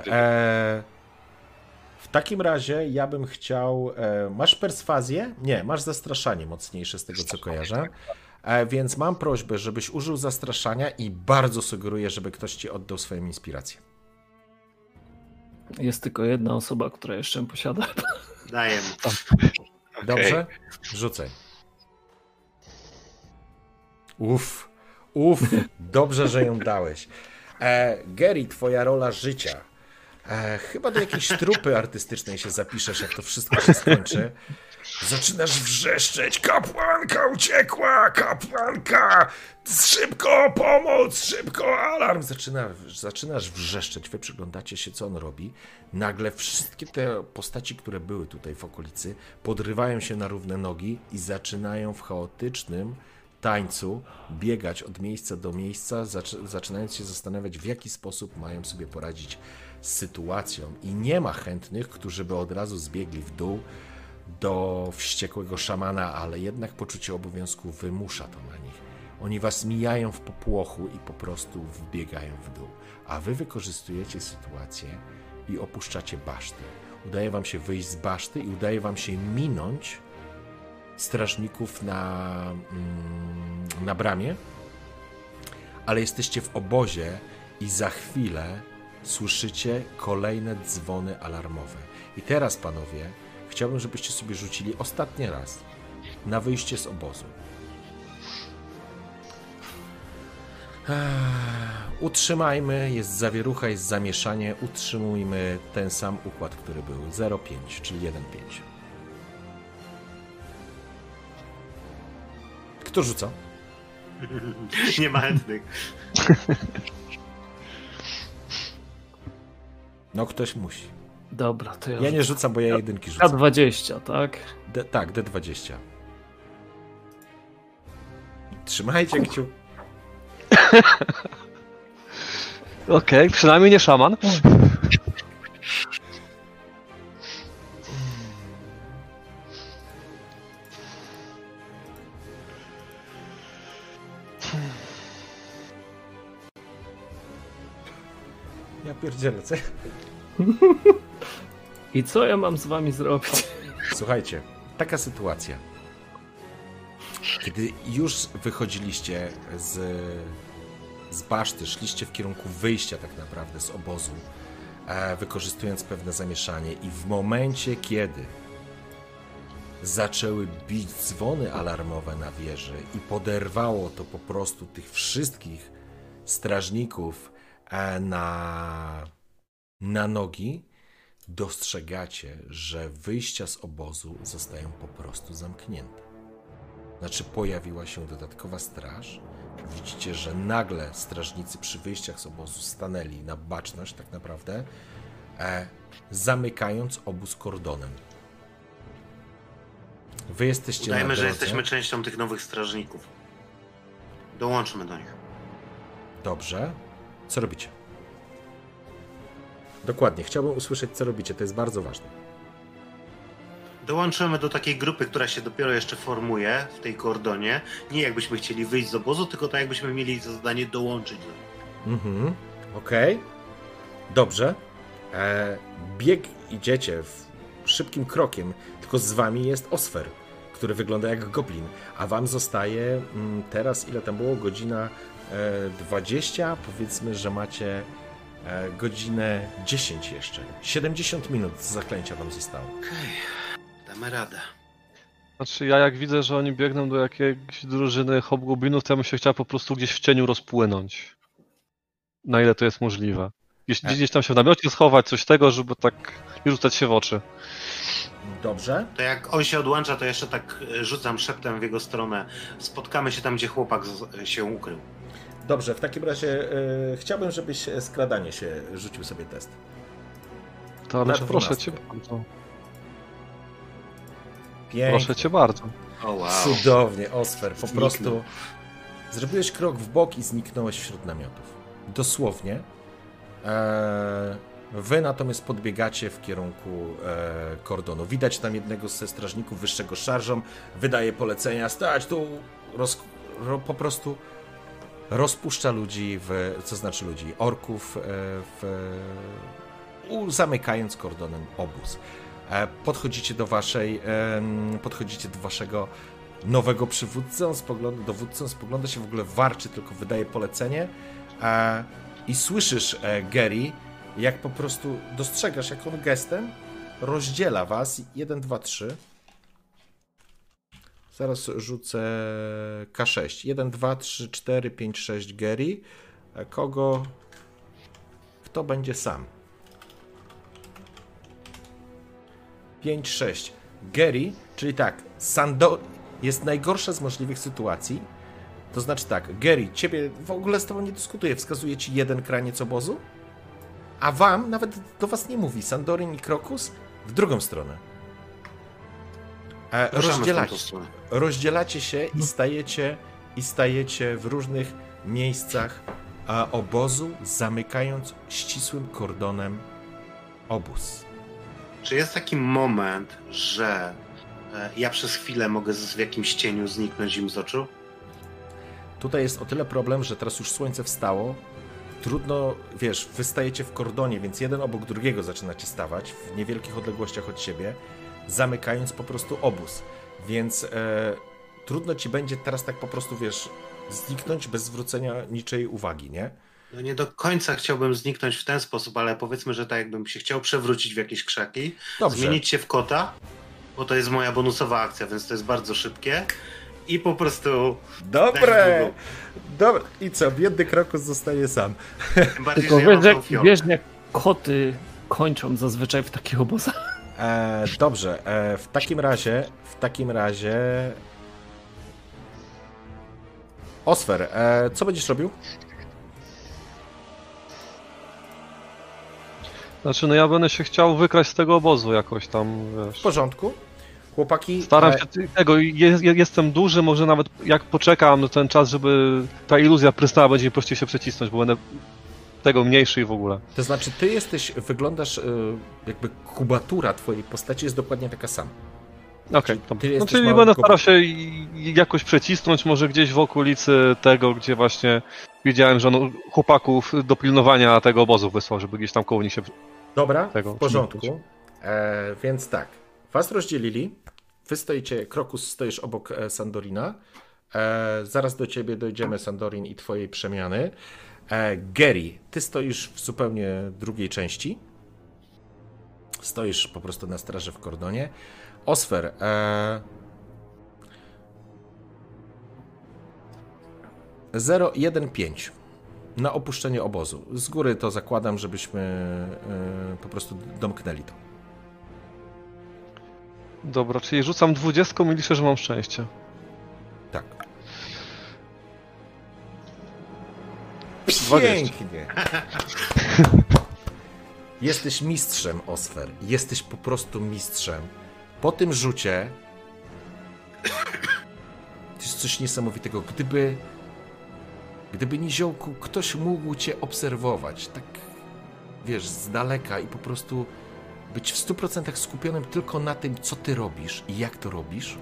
Speaker 2: W takim razie ja bym chciał... masz perswazję? Nie, masz zastraszanie mocniejsze z tego, co kojarzę. Więc mam prośbę, żebyś użył zastraszania i bardzo sugeruję, żeby ktoś ci oddał swoją inspirację.
Speaker 4: Jest tylko jedna osoba, która jeszcze ją posiada.
Speaker 3: Daję mu.
Speaker 2: Dobrze? Rzucaj. Dobrze, że ją dałeś. Gary, twoja rola życia. Chyba do jakiejś trupy artystycznej się zapiszesz, jak to wszystko się skończy. Zaczynasz wrzeszczeć, kapłanka uciekła, kapłanka, szybko pomoc, szybko alarm. Zaczynasz wrzeszczeć, wy przyglądacie się, co on robi. Nagle wszystkie te postaci, które były tutaj w okolicy, podrywają się na równe nogi i zaczynają w chaotycznym tańcu biegać od miejsca do miejsca, zaczynając się zastanawiać, w jaki sposób mają sobie poradzić z sytuacją. I nie ma chętnych, którzy by od razu zbiegli w dół do wściekłego szamana, ale jednak poczucie obowiązku wymusza to na nich. Oni was mijają w popłochu i po prostu wbiegają w dół. A wy wykorzystujecie sytuację i opuszczacie basztę. Udaje wam się wyjść z baszty i udaje wam się minąć strażników na bramie, ale jesteście w obozie i za chwilę słyszycie kolejne dzwony alarmowe. I teraz, panowie, chciałbym, żebyście sobie rzucili ostatni raz na wyjście z obozu. Utrzymajmy, jest zawierucha, jest zamieszanie, utrzymujmy ten sam układ, który był. 0,5, czyli 1,5. Kto rzuca?
Speaker 3: Nie ma chętnych.
Speaker 2: No ktoś musi.
Speaker 4: Dobra, to
Speaker 2: Ja nie rzucam, bo ja jedynki rzucam.
Speaker 4: K20, tak?
Speaker 2: Tak, D20. Trzymajcie kciuk.
Speaker 5: Okej, przynajmniej nie szaman.
Speaker 2: Ja pierdzielę, co?
Speaker 4: I co ja mam z wami zrobić?
Speaker 2: Słuchajcie, taka sytuacja. Kiedy już wychodziliście z baszty, szliście w kierunku wyjścia tak naprawdę z obozu, wykorzystując pewne zamieszanie i w momencie, kiedy zaczęły bić dzwony alarmowe na wieży i poderwało to po prostu tych wszystkich strażników na nogi, dostrzegacie, że wyjścia z obozu zostają po prostu zamknięte. Znaczy pojawiła się dodatkowa straż. Widzicie, że nagle strażnicy przy wyjściach z obozu stanęli na baczność tak naprawdę, zamykając obóz kordonem. Wy jesteście
Speaker 3: Udajmy,
Speaker 2: na
Speaker 3: że
Speaker 2: drodze.
Speaker 3: jesteśmy częścią tych nowych strażników. Dołączmy do nich.
Speaker 2: Dobrze. Co robicie? Dokładnie, chciałbym usłyszeć, co robicie, to jest bardzo ważne.
Speaker 3: Dołączymy do takiej grupy, która się dopiero jeszcze formuje w tej kordonie. Nie jakbyśmy chcieli wyjść z obozu, tylko tak jakbyśmy mieli za zadanie dołączyć do nich.
Speaker 2: Okej. Dobrze. Idziecie szybkim krokiem, tylko z wami jest Osfer, który wygląda jak goblin, a wam zostaje teraz, ile tam było? Godzina 20, powiedzmy, że macie godzinę 10 jeszcze. 70 minut z zaklęcia wam zostało.
Speaker 3: Damy radę.
Speaker 5: Znaczy ja jak widzę, że oni biegną do jakiejś drużyny hobgoblinów, to ja bym się chciał po prostu gdzieś w cieniu rozpłynąć. Na ile to jest możliwe. Gdzieś tam się w namiocie schować, coś tego, żeby tak nie rzucać się w oczy.
Speaker 2: Dobrze.
Speaker 3: To jak on się odłącza, to jeszcze tak rzucam szeptem w jego stronę. Spotkamy się tam, gdzie chłopak się ukrył.
Speaker 2: Dobrze, w takim razie chciałbym, żebyś skradanie się rzucił sobie test.
Speaker 5: To ale
Speaker 2: Na
Speaker 5: proszę
Speaker 2: 12.
Speaker 5: cię bardzo.
Speaker 2: Pięknie.
Speaker 5: Proszę cię bardzo.
Speaker 3: O wow.
Speaker 2: Cudownie, Osfer. Po
Speaker 3: Zniknął.
Speaker 2: prostu zrobiłeś krok w bok i zniknąłeś wśród namiotów. Dosłownie. Wy natomiast podbiegacie w kierunku kordonu. Widać tam jednego ze strażników wyższego szarżą. Wydaje polecenia. Stać tu! Po prostu rozpuszcza ludzi, co znaczy ludzi, orków, zamykając kordonem obóz. Podchodzicie do waszego nowego przywódcy, dowódcą, spogląda się, w ogóle warczy, tylko wydaje polecenie i słyszysz, Gary, jak po prostu dostrzegasz, jak on gestem rozdziela was. 1, 2, 3. Zaraz rzucę K6. 1, 2, 3, 4, 5, 6 Gary. Kto będzie sam? 5, 6. Gary, czyli tak, Sandor jest najgorsza z możliwych sytuacji. To znaczy tak, Gary, ciebie w ogóle z tobą nie dyskutuje, wskazuje ci jeden kraniec obozu, a wam, nawet do was nie mówi, Sandorin i Krokus w drugą stronę. Rozdzielacie się i stajecie w różnych miejscach obozu, zamykając ścisłym kordonem obóz.
Speaker 3: Czy jest taki moment, że ja przez chwilę mogę w jakimś cieniu zniknąć im z oczu?
Speaker 2: Tutaj jest o tyle problem, że teraz już słońce wstało. Trudno, wiesz, wy stajecie w kordonie, więc jeden obok drugiego zaczynacie stawać w niewielkich odległościach od siebie, zamykając po prostu obóz. Więc trudno ci będzie teraz tak po prostu, wiesz, zniknąć bez zwrócenia niczej uwagi, nie?
Speaker 3: No nie do końca chciałbym zniknąć w ten sposób, ale powiedzmy, że tak jakbym się chciał przewrócić w jakieś krzaki,
Speaker 2: Dobrze.
Speaker 3: zmienić się w kota, bo to jest moja bonusowa akcja, więc to jest bardzo szybkie i po prostu...
Speaker 2: Dobre! Dobra. I co? Biedny Krokus zostaje sam.
Speaker 3: Tym bardziej,
Speaker 4: Tylko
Speaker 3: że ja mam tą fiolkę.
Speaker 4: wiesz, jak koty kończą zazwyczaj w takich obozach.
Speaker 2: Dobrze, w takim razie... Osfer, co będziesz robił?
Speaker 5: Znaczy, no ja będę się chciał wykraść z tego obozu jakoś tam, wiesz.
Speaker 2: W porządku. Chłopaki...
Speaker 5: Staram się tego, jestem duży, może nawet jak poczekam na ten czas, żeby ta iluzja prystała, będzie mi prościej się przecisnąć, bo będę tego mniejszy i w ogóle.
Speaker 2: To znaczy, ty wyglądasz, jakby kubatura twojej postaci jest dokładnie taka sama.
Speaker 5: Okej,
Speaker 2: no
Speaker 5: czyli będę starał się jakoś przecisnąć, może gdzieś w okolicy tego, gdzie właśnie widziałem, że on chłopaków do pilnowania tego obozu wysłał, żeby gdzieś tam koło nich się...
Speaker 2: Dobra,
Speaker 5: tego
Speaker 2: w porządku. Więc tak, was rozdzielili, wy stoicie, Krokus stoisz obok Sandorina, zaraz do ciebie dojdziemy, Sandorin, i twojej przemiany. Gary, ty stoisz w zupełnie drugiej części. Stoisz po prostu na straży w kordonie. Osfer, 015 na opuszczenie obozu. Z góry to zakładam, żebyśmy po prostu domknęli to.
Speaker 5: Dobra, czyli rzucam 20 i liczę, że mam szczęście.
Speaker 2: Tak.
Speaker 5: 20.
Speaker 2: Pięknie. Jesteś mistrzem, Osfer. Jesteś po prostu mistrzem. Po tym rzucie to jest coś niesamowitego. Gdyby Niziołku ktoś mógł cię obserwować, tak wiesz, z daleka i po prostu być w 100% skupionym tylko na tym, co ty robisz i jak to robisz,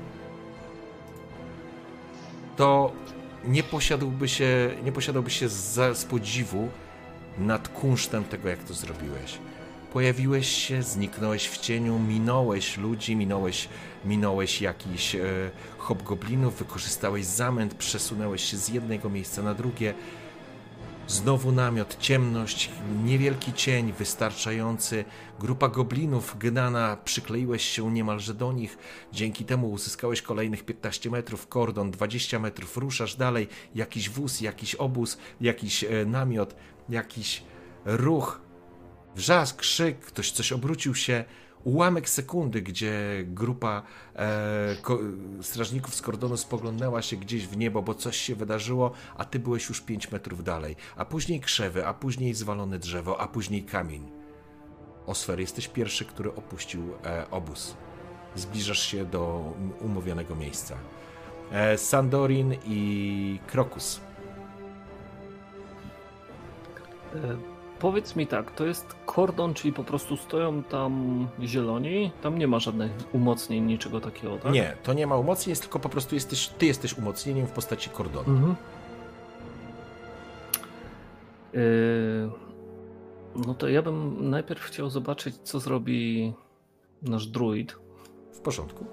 Speaker 2: to nie posiadałby się z podziwu nad kunsztem tego, jak to zrobiłeś. Pojawiłeś się, zniknąłeś w cieniu, minąłeś ludzi, minąłeś jakichś hobgoblinów, wykorzystałeś zamęt, przesunąłeś się z jednego miejsca na drugie. Znowu namiot, ciemność, niewielki cień wystarczający. Grupa goblinów gnana, przykleiłeś się niemalże do nich. Dzięki temu uzyskałeś kolejnych 15 metrów, kordon, 20 metrów, ruszasz dalej. Jakiś wóz, jakiś obóz, jakiś namiot, jakiś ruch. Wrzask, krzyk, ktoś coś obrócił się. Ułamek sekundy, gdzie grupa strażników z kordonu spoglądnęła się gdzieś w niebo, bo coś się wydarzyło, a ty byłeś już 5 metrów dalej. A później krzewy, a później zwalone drzewo, a później kamień. Osfer, jesteś pierwszy, który opuścił obóz. Zbliżasz się do umówionego miejsca. Sandorin i Krokus.
Speaker 4: Powiedz mi tak, to jest kordon, czyli po prostu stoją tam zieloni? Tam nie ma żadnych umocnień, niczego takiego, tak?
Speaker 2: Nie, to nie ma umocnień, jest tylko po prostu ty jesteś umocnieniem w postaci kordonu.
Speaker 4: Mhm. No to ja bym najpierw chciał zobaczyć, co zrobi nasz druid.
Speaker 2: W porządku.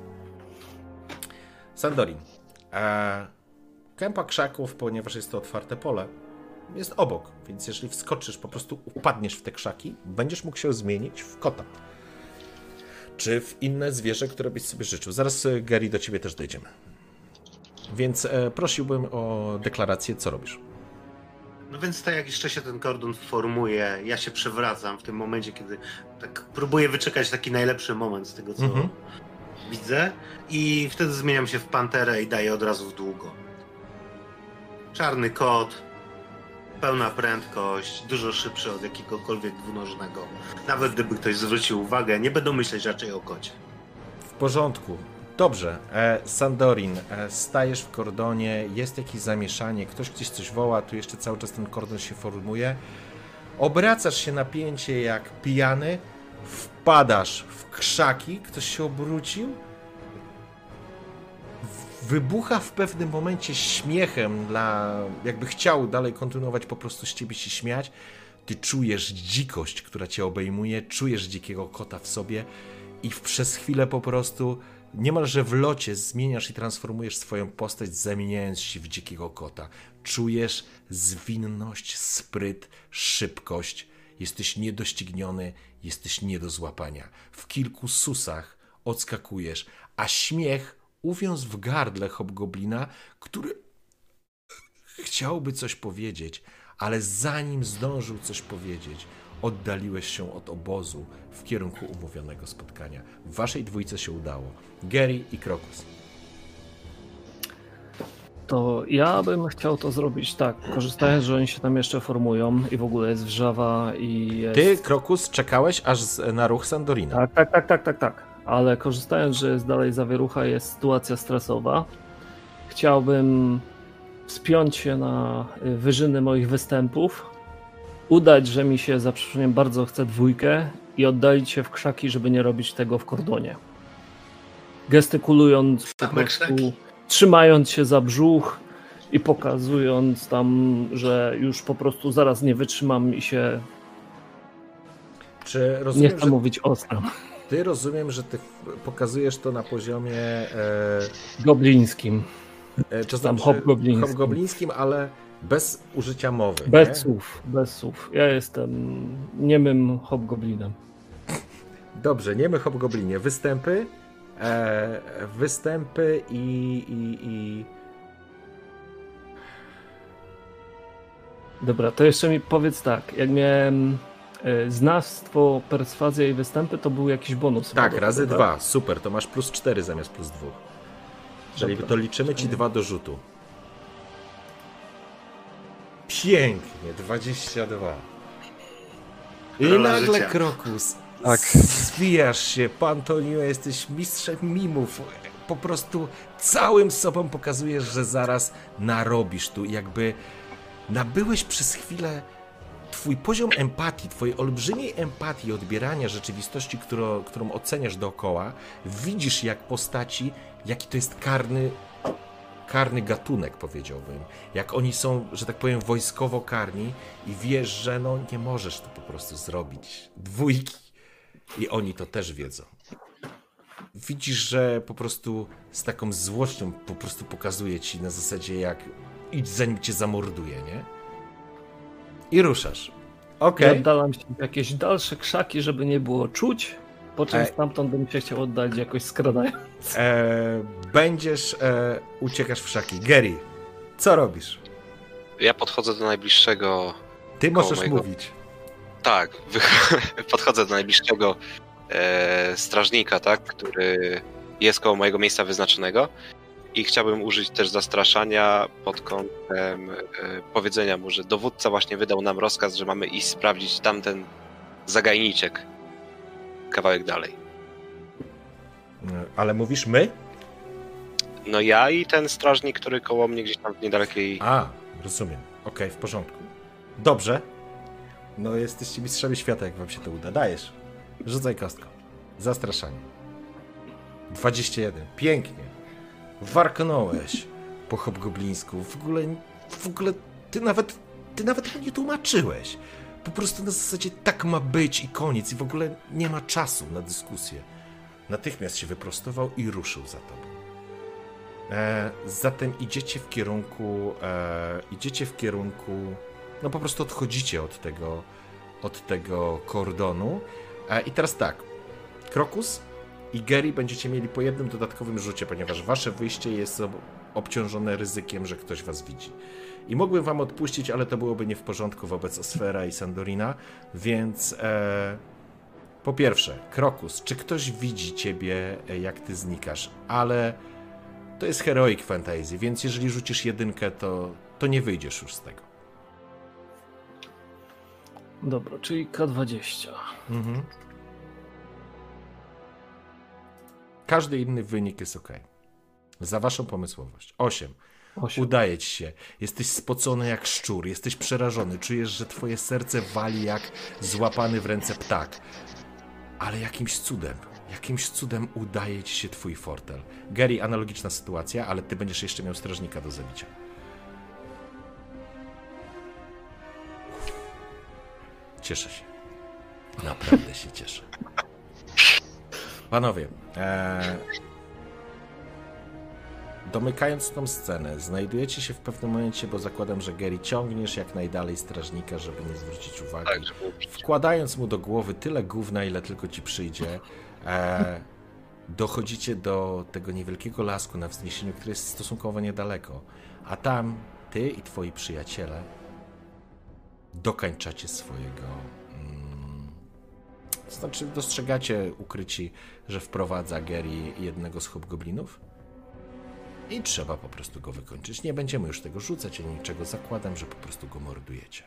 Speaker 2: Sandorin. Kępa krzaków, ponieważ jest to otwarte pole, jest obok, więc jeżeli wskoczysz, po prostu upadniesz w te krzaki, będziesz mógł się zmienić w kota. Czy w inne zwierzę, które byś sobie życzył. Zaraz, Gary, do ciebie też dojdziemy. Więc prosiłbym o deklarację, co robisz.
Speaker 3: No więc tak jak jeszcze się ten kordon formuje, ja się przewracam w tym momencie, kiedy tak próbuję wyczekać taki najlepszy moment z tego, co widzę, i wtedy zmieniam się w panterę i daję od razu w długo. Czarny kot, pełna prędkość, dużo szybszy od jakiegokolwiek dwunożnego. Nawet gdyby ktoś zwrócił uwagę, nie będą myśleć raczej o kocie.
Speaker 2: W porządku. Dobrze. Sandorin, stajesz w kordonie, jest jakieś zamieszanie, ktoś gdzieś coś woła, tu jeszcze cały czas ten kordon się formuje. Obracasz się na pięcie jak pijany, wpadasz w krzaki, ktoś się obrócił, wybucha w pewnym momencie śmiechem, jakby chciał dalej kontynuować po prostu z ciebie się śmiać. Ty czujesz dzikość, która cię obejmuje, czujesz dzikiego kota w sobie i przez chwilę po prostu niemalże w locie zmieniasz i transformujesz swoją postać, zamieniając się w dzikiego kota. Czujesz zwinność, spryt, szybkość. Jesteś niedościgniony, jesteś nie do złapania. W kilku susach odskakujesz, a śmiech uwiązł w gardle hobgoblina, który chciałby coś powiedzieć, ale zanim zdążył coś powiedzieć, oddaliłeś się od obozu w kierunku umówionego spotkania. W waszej dwójce się udało. Gary i Krokus.
Speaker 4: To ja bym chciał to zrobić tak, korzystając, że oni się tam jeszcze formują i w ogóle jest wrzawa i jest...
Speaker 2: Ty, Krokus, czekałeś aż na ruch Sandorina.
Speaker 4: Tak. Ale korzystając, że jest dalej zawierucha, jest sytuacja stresowa, chciałbym wspiąć się na wyżyny moich występów, udać, że mi się za przeproszeniem bardzo chce dwójkę i oddalić się w krzaki, żeby nie robić tego w kordonie. Gestykulując po prostu, trzymając się za brzuch i pokazując tam, że już po prostu zaraz nie wytrzymam i się
Speaker 2: Czy rozumiem,
Speaker 4: nie chcę mówić ostro.
Speaker 2: Ty rozumiem, że ty pokazujesz to na poziomie
Speaker 4: Goblińskim.
Speaker 2: Czy
Speaker 4: tam hobgoblińskim.
Speaker 2: Hobgoblińskim, ale bez użycia mowy.
Speaker 4: Bez słów. Ja jestem niemym hobgoblinem.
Speaker 2: Dobrze, niemy hobgoblinie. Występy. Występy i...
Speaker 4: Dobra, to jeszcze mi powiedz tak, jak miałem znawstwo, perswazja i występy, to był jakiś bonus.
Speaker 2: Tak, razy 2, super, to masz +4 zamiast +2. Czyli to liczymy ci 2 do rzutu. Pięknie, 22. I nagle Krokus,
Speaker 5: tak.
Speaker 2: zwijasz się, Pantonio, jesteś mistrzem mimów. Po prostu całym sobą pokazujesz, że zaraz narobisz tu, jakby nabyłeś przez chwilę twój poziom empatii, twojej olbrzymiej empatii, odbierania rzeczywistości, którą oceniasz dookoła, widzisz jak postaci, jaki to jest karny gatunek, powiedziałbym. Jak oni są, że tak powiem, wojskowo karni i wiesz, że no nie możesz to po prostu zrobić. Dwójki. I oni to też wiedzą. Widzisz, że po prostu z taką złością po prostu pokazuje ci na zasadzie jak idź zanim cię zamorduje, nie? I ruszasz. Okej.
Speaker 4: Ja oddalam się w jakieś dalsze krzaki, żeby nie było czuć, po czym stamtąd bym się chciał oddalić jakoś skradając.
Speaker 2: Uciekasz w krzaki. Gary, co robisz?
Speaker 6: Ja podchodzę do najbliższego...
Speaker 2: Ty możesz mówić.
Speaker 6: Tak, podchodzę do najbliższego strażnika, tak, który jest koło mojego miejsca wyznaczonego i chciałbym użyć też zastraszania pod kątem powiedzenia mu, że dowódca właśnie wydał nam rozkaz, że mamy iść sprawdzić tamten zagajniczek kawałek dalej.
Speaker 2: Ale mówisz my?
Speaker 6: No ja i ten strażnik, który koło mnie gdzieś tam w niedalekiej...
Speaker 2: A, rozumiem. Okej, w porządku. Dobrze. No jesteście mistrzami świata, jak wam się to uda. Dajesz. Rzucaj kostką. Zastraszanie. 21. Pięknie. Warknąłeś po hobgoblińsku. W ogóle ty nawet nie tłumaczyłeś. Po prostu na zasadzie tak ma być i koniec. I w ogóle nie ma czasu na dyskusję. Natychmiast się wyprostował i ruszył za tobą. Zatem idziecie w kierunku, no po prostu odchodzicie od tego kordonu. I teraz tak, Krokus i Gary będziecie mieli po jednym dodatkowym rzucie, ponieważ wasze wyjście jest obciążone ryzykiem, że ktoś was widzi. I mógłbym wam odpuścić, ale to byłoby nie w porządku wobec Osfera i Sandorina, więc po pierwsze, Krokus, czy ktoś widzi ciebie, jak ty znikasz? Ale to jest Heroic Fantasy, więc jeżeli rzucisz 1, to nie wyjdziesz już z tego.
Speaker 4: Dobra, czyli K20.
Speaker 2: Mhm. Każdy inny wynik jest ok. Za waszą pomysłowość. 8. Udaje ci się. Jesteś spocony jak szczur, jesteś przerażony, czujesz, że twoje serce wali jak złapany w ręce ptak. Ale jakimś cudem udaje ci się twój fortel. Gary, analogiczna sytuacja, ale ty będziesz jeszcze miał strażnika do zabicia. Cieszę się. Naprawdę się cieszę. Panowie, domykając tą scenę, znajdujecie się w pewnym momencie, bo zakładam, że Gary ciągniesz jak najdalej strażnika, żeby nie zwrócić uwagi.
Speaker 6: Tak,
Speaker 2: wkładając mu do głowy tyle gówna, ile tylko ci przyjdzie, dochodzicie do tego niewielkiego lasku na wzniesieniu, które jest stosunkowo niedaleko. A tam ty i twoi przyjaciele dokańczacie swojego... To znaczy dostrzegacie ukryci, że wprowadza Gary jednego z hobgoblinów I trzeba po prostu go wykończyć. Nie będziemy już tego rzucać ani niczego. Zakładam, że po prostu go mordujecie.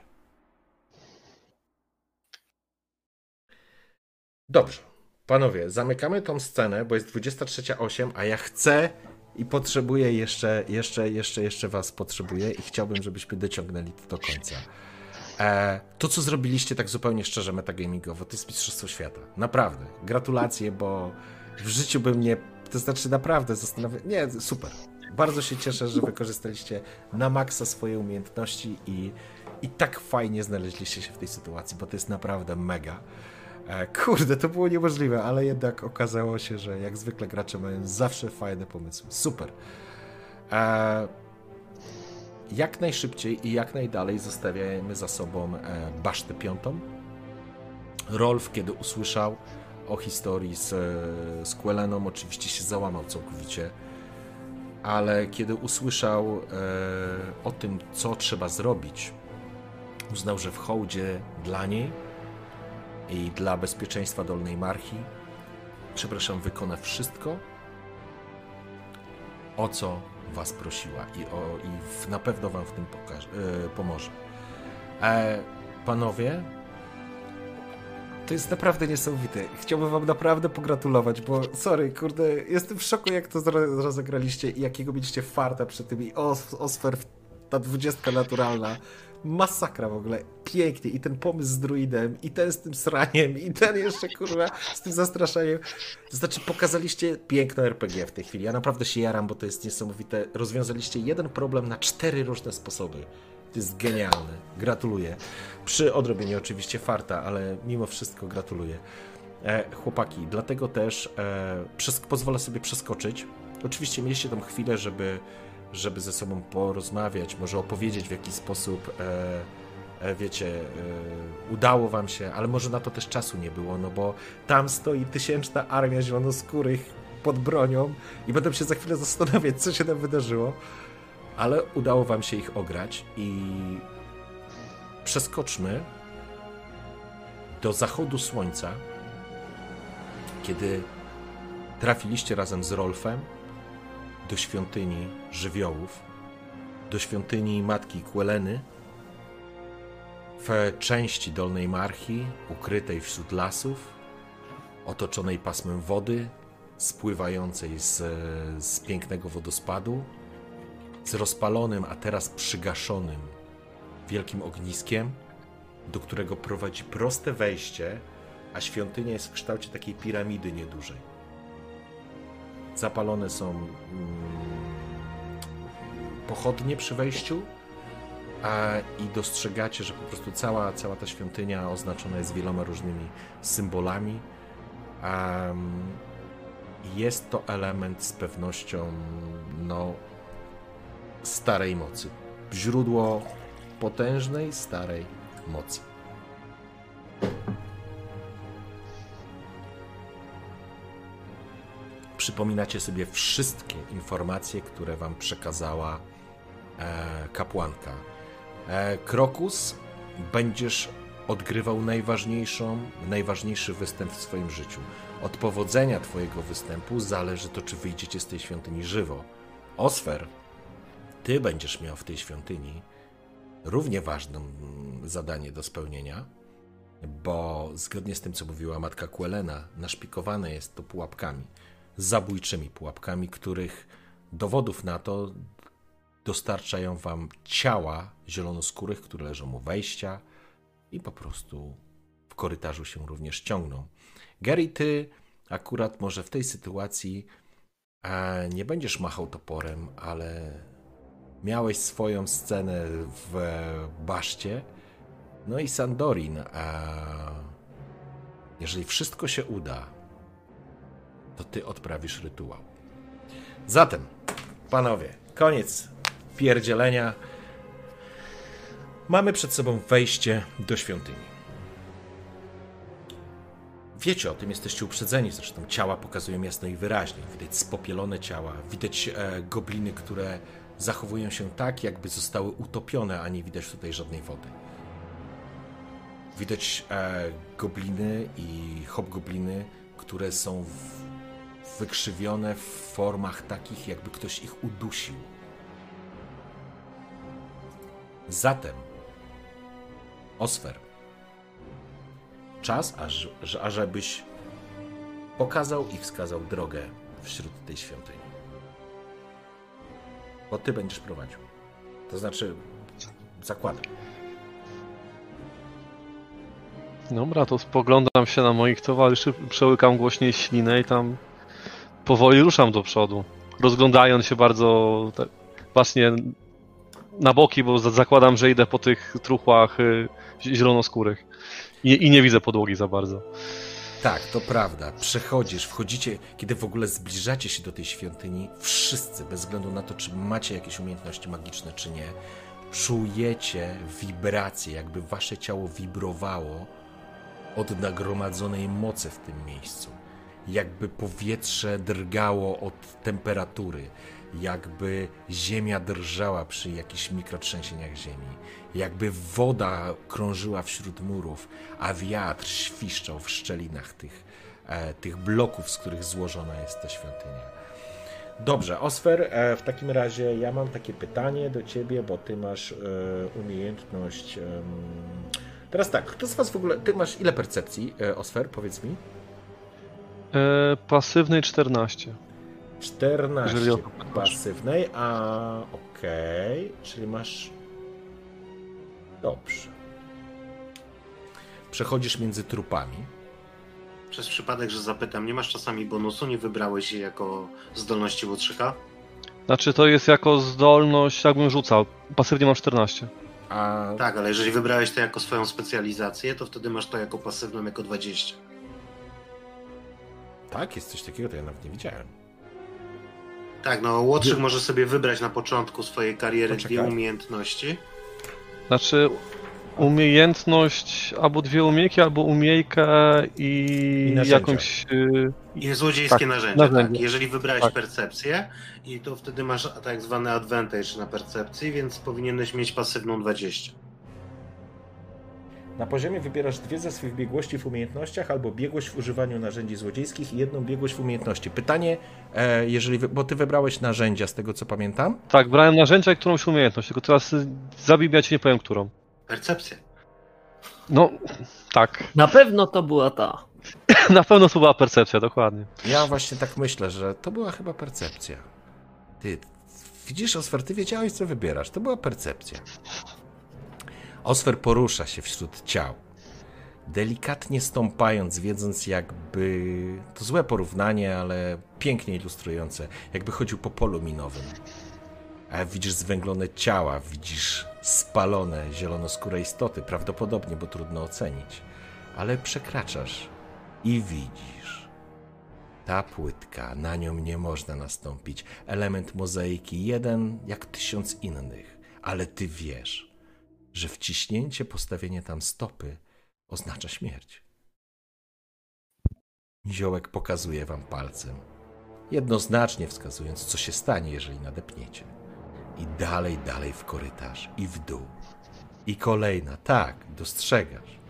Speaker 2: Dobrze. Panowie, zamykamy tą scenę, bo jest 23:08, a ja chcę i potrzebuję jeszcze was potrzebuję i chciałbym, żebyśmy dociągnęli to do końca. To, co zrobiliście tak zupełnie szczerze metagamingowo, to jest Mistrzostwo Świata. Naprawdę. Gratulacje, bo w życiu bym nie... To znaczy naprawdę zastanawiam... Nie, super. Bardzo się cieszę, że wykorzystaliście na maksa swoje umiejętności i tak fajnie znaleźliście się w tej sytuacji, bo to jest naprawdę mega. Kurde, to było niemożliwe, ale jednak okazało się, że jak zwykle gracze mają zawsze fajne pomysły. Super. Jak najszybciej i jak najdalej zostawiamy za sobą basztę 5. Rolf, kiedy usłyszał o historii z Quelleną, oczywiście się załamał całkowicie, ale kiedy usłyszał o tym, co trzeba zrobić, uznał, że w hołdzie dla niej i dla bezpieczeństwa Dolnej Marchi, wykona wszystko, o co was prosiła i na pewno wam w tym pomoże. Panowie, to jest naprawdę niesamowite. Chciałbym wam naprawdę pogratulować, bo sorry, kurde, jestem w szoku, jak to rozegraliście i jakiego mieliście farta przy tym i Osfer, ta 20 naturalna. Masakra w ogóle, pięknie i ten pomysł z druidem i ten z tym sraniem i ten jeszcze kurwa z tym zastraszaniem, to znaczy pokazaliście piękno RPG w tej chwili, ja naprawdę się jaram, bo to jest niesamowite, rozwiązaliście jeden problem na 4 różne sposoby, to jest genialne, gratuluję, przy odrobieniu oczywiście farta, ale mimo wszystko gratuluję. Chłopaki, dlatego też pozwolę sobie przeskoczyć, oczywiście mieliście tą chwilę, żeby ze sobą porozmawiać, może opowiedzieć, w jaki sposób, wiecie, udało wam się, ale może na to też czasu nie było, no bo tam stoi 1000 armia zielonoskórych pod bronią i będę się za chwilę zastanawiać, co się tam wydarzyło, ale udało wam się ich ograć i przeskoczmy do zachodu słońca, kiedy trafiliście razem z Rolfem do świątyni żywiołów, do świątyni matki Quelleny, w części Dolnej Marchi, ukrytej wśród lasów, otoczonej pasmem wody, spływającej z pięknego wodospadu, z rozpalonym, a teraz przygaszonym wielkim ogniskiem, do którego prowadzi proste wejście, a świątynia jest w kształcie takiej piramidy niedużej. Zapalone są pochodnie przy wejściu i dostrzegacie, że po prostu cała ta świątynia oznaczona jest wieloma różnymi symbolami. Jest to element z pewnością starej mocy. Źródło potężnej, starej mocy. Przypominacie sobie wszystkie informacje, które wam przekazała kapłanka. Krokus, będziesz odgrywał najważniejszy występ w swoim życiu. Od powodzenia twojego występu zależy to, czy wyjdziecie z tej świątyni żywo. Osfer, ty będziesz miał w tej świątyni równie ważne zadanie do spełnienia, bo zgodnie z tym, co mówiła matka Quellena, naszpikowane jest to pułapkami. Zabójczymi pułapkami, których dowodów na to dostarczają wam ciała zielonoskórych, które leżą u wejścia i po prostu w korytarzu się również ciągną. Gary, ty akurat może w tej sytuacji nie będziesz machał toporem, ale miałeś swoją scenę w baszcie. No i Sandorin, jeżeli wszystko się uda, to ty odprawisz rytuał. Zatem, panowie, koniec pierdzielenia. Mamy przed sobą wejście do świątyni. Wiecie o tym, jesteście uprzedzeni, zresztą ciała pokazują jasno i wyraźnie. Widać spopielone ciała, widać gobliny, które zachowują się tak, jakby zostały utopione, a nie widać tutaj żadnej wody. Widać gobliny i hobgobliny, które są wykrzywione w formach takich, jakby ktoś ich udusił. Zatem, Osfer, czas, ażebyś pokazał i wskazał drogę wśród tej świątyni. Bo ty będziesz prowadził. To znaczy, zakładam.
Speaker 5: Dobra, to spoglądam się na moich towarzyszy, przełykam głośniej ślinę i tam powoli ruszam do przodu. Rozglądając się bardzo tak, właśnie na boki, bo zakładam, że idę po tych truchłach zielonoskórych. I nie widzę podłogi za bardzo.
Speaker 2: Tak, to prawda. Przechodzisz, wchodzicie, kiedy w ogóle zbliżacie się do tej świątyni, wszyscy, bez względu na to, czy macie jakieś umiejętności magiczne, czy nie, czujecie wibracje, jakby wasze ciało wibrowało od nagromadzonej mocy w tym miejscu. Jakby powietrze drgało od temperatury, jakby ziemia drżała przy jakichś mikrotrzęsieniach ziemi, jakby woda krążyła wśród murów, a wiatr świszczał w szczelinach tych bloków, z których złożona jest ta świątynia. Dobrze, Osfer, w takim razie ja mam takie pytanie do ciebie, bo ty masz umiejętność... Teraz tak, kto z was w ogóle... Ty masz ile percepcji, Osfer, powiedz mi?
Speaker 5: Pasywnej 14.
Speaker 2: 14 pasywnej, a okej, czyli masz... Dobrze. Przechodzisz między trupami.
Speaker 3: Przez przypadek, że zapytam, nie masz czasami bonusu? Nie wybrałeś jej jako zdolności łotrzyka?
Speaker 5: Znaczy to jest jako zdolność, jakbym rzucał. Pasywnie mam 14.
Speaker 2: A...
Speaker 3: Tak, ale jeżeli wybrałeś to jako swoją specjalizację, to wtedy masz to jako pasywną, jako 20.
Speaker 2: Tak, jest coś takiego, to ja nawet nie widziałem.
Speaker 3: Tak, no łotrzyk może sobie wybrać na początku swojej kariery dwie umiejętności.
Speaker 5: Znaczy umiejętność albo dwie umiejki, albo umiejkę i jakąś...
Speaker 3: I złodziejskie narzędzia,
Speaker 5: narzędzie.
Speaker 3: tak. Jeżeli wybrałeś
Speaker 5: Tak.
Speaker 3: percepcję, i to wtedy masz tak zwany advantage na percepcji, więc powinieneś mieć pasywną 20.
Speaker 2: Na poziomie wybierasz 2 ze swych biegłości w umiejętnościach albo biegłość w używaniu narzędzi złodziejskich i 1 biegłość w umiejętności. Pytanie, bo ty wybrałeś narzędzia, z tego co pamiętam?
Speaker 5: Tak, brałem narzędzia i którąś umiejętność, tylko teraz zabij, ja ci nie powiem którą.
Speaker 3: Percepcja.
Speaker 5: No, tak.
Speaker 4: Na pewno to była ta.
Speaker 5: Na pewno to była percepcja, dokładnie.
Speaker 2: Ja właśnie tak myślę, że to była chyba percepcja. Ty widzisz, Osfer, ty wiedziałeś, co wybierasz. To była percepcja. Osfer porusza się wśród ciał, delikatnie stąpając, wiedząc jakby... To złe porównanie, ale pięknie ilustrujące. Jakby chodził po polu minowym. A widzisz zwęglone ciała, widzisz spalone, zielonoskóre istoty. Prawdopodobnie, bo trudno ocenić. Ale przekraczasz i widzisz. Ta płytka, na nią nie można nastąpić. Element mozaiki, jeden jak 1000 innych. Ale ty wiesz, że wciśnięcie, postawienie tam stopy oznacza śmierć. Niziołek pokazuje wam palcem, jednoznacznie wskazując, co się stanie, jeżeli nadepniecie. I dalej w korytarz, i w dół. I kolejna, tak, dostrzegasz.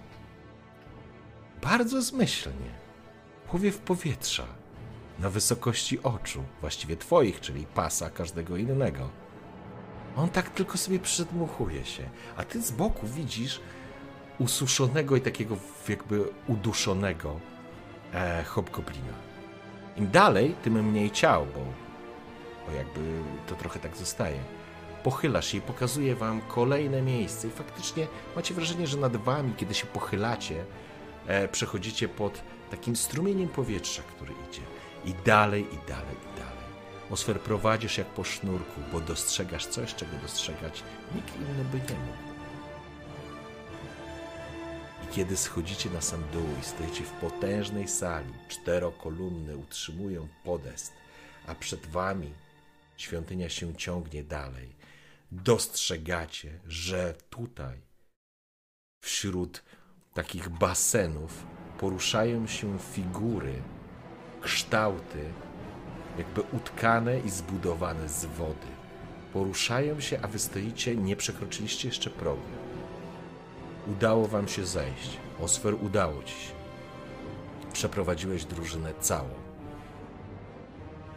Speaker 2: Bardzo zmyślnie, powiew powietrza, na wysokości oczu, właściwie twoich, czyli pasa każdego innego. On tak tylko sobie przedmuchuje się, a ty z boku widzisz ususzonego i takiego jakby uduszonego hobgoblina. Im dalej, tym mniej ciał, bo jakby to trochę tak zostaje. Pochylasz się i pokazuje wam kolejne miejsce i faktycznie macie wrażenie, że nad wami, kiedy się pochylacie, przechodzicie pod takim strumieniem powietrza, który idzie. I dalej. Osfer, prowadzisz jak po sznurku, bo dostrzegasz coś, czego dostrzegać nikt inny by nie mógł. I kiedy schodzicie na sam dół i stoicie w potężnej sali, 4 kolumny utrzymują podest, a przed wami świątynia się ciągnie dalej, dostrzegacie, że tutaj wśród takich basenów poruszają się figury, kształty, jakby utkane i zbudowane z wody. Poruszają się, a wy stoicie, nie przekroczyliście jeszcze progu. Udało wam się zejść. Osfer, udało ci się. Przeprowadziłeś drużynę całą.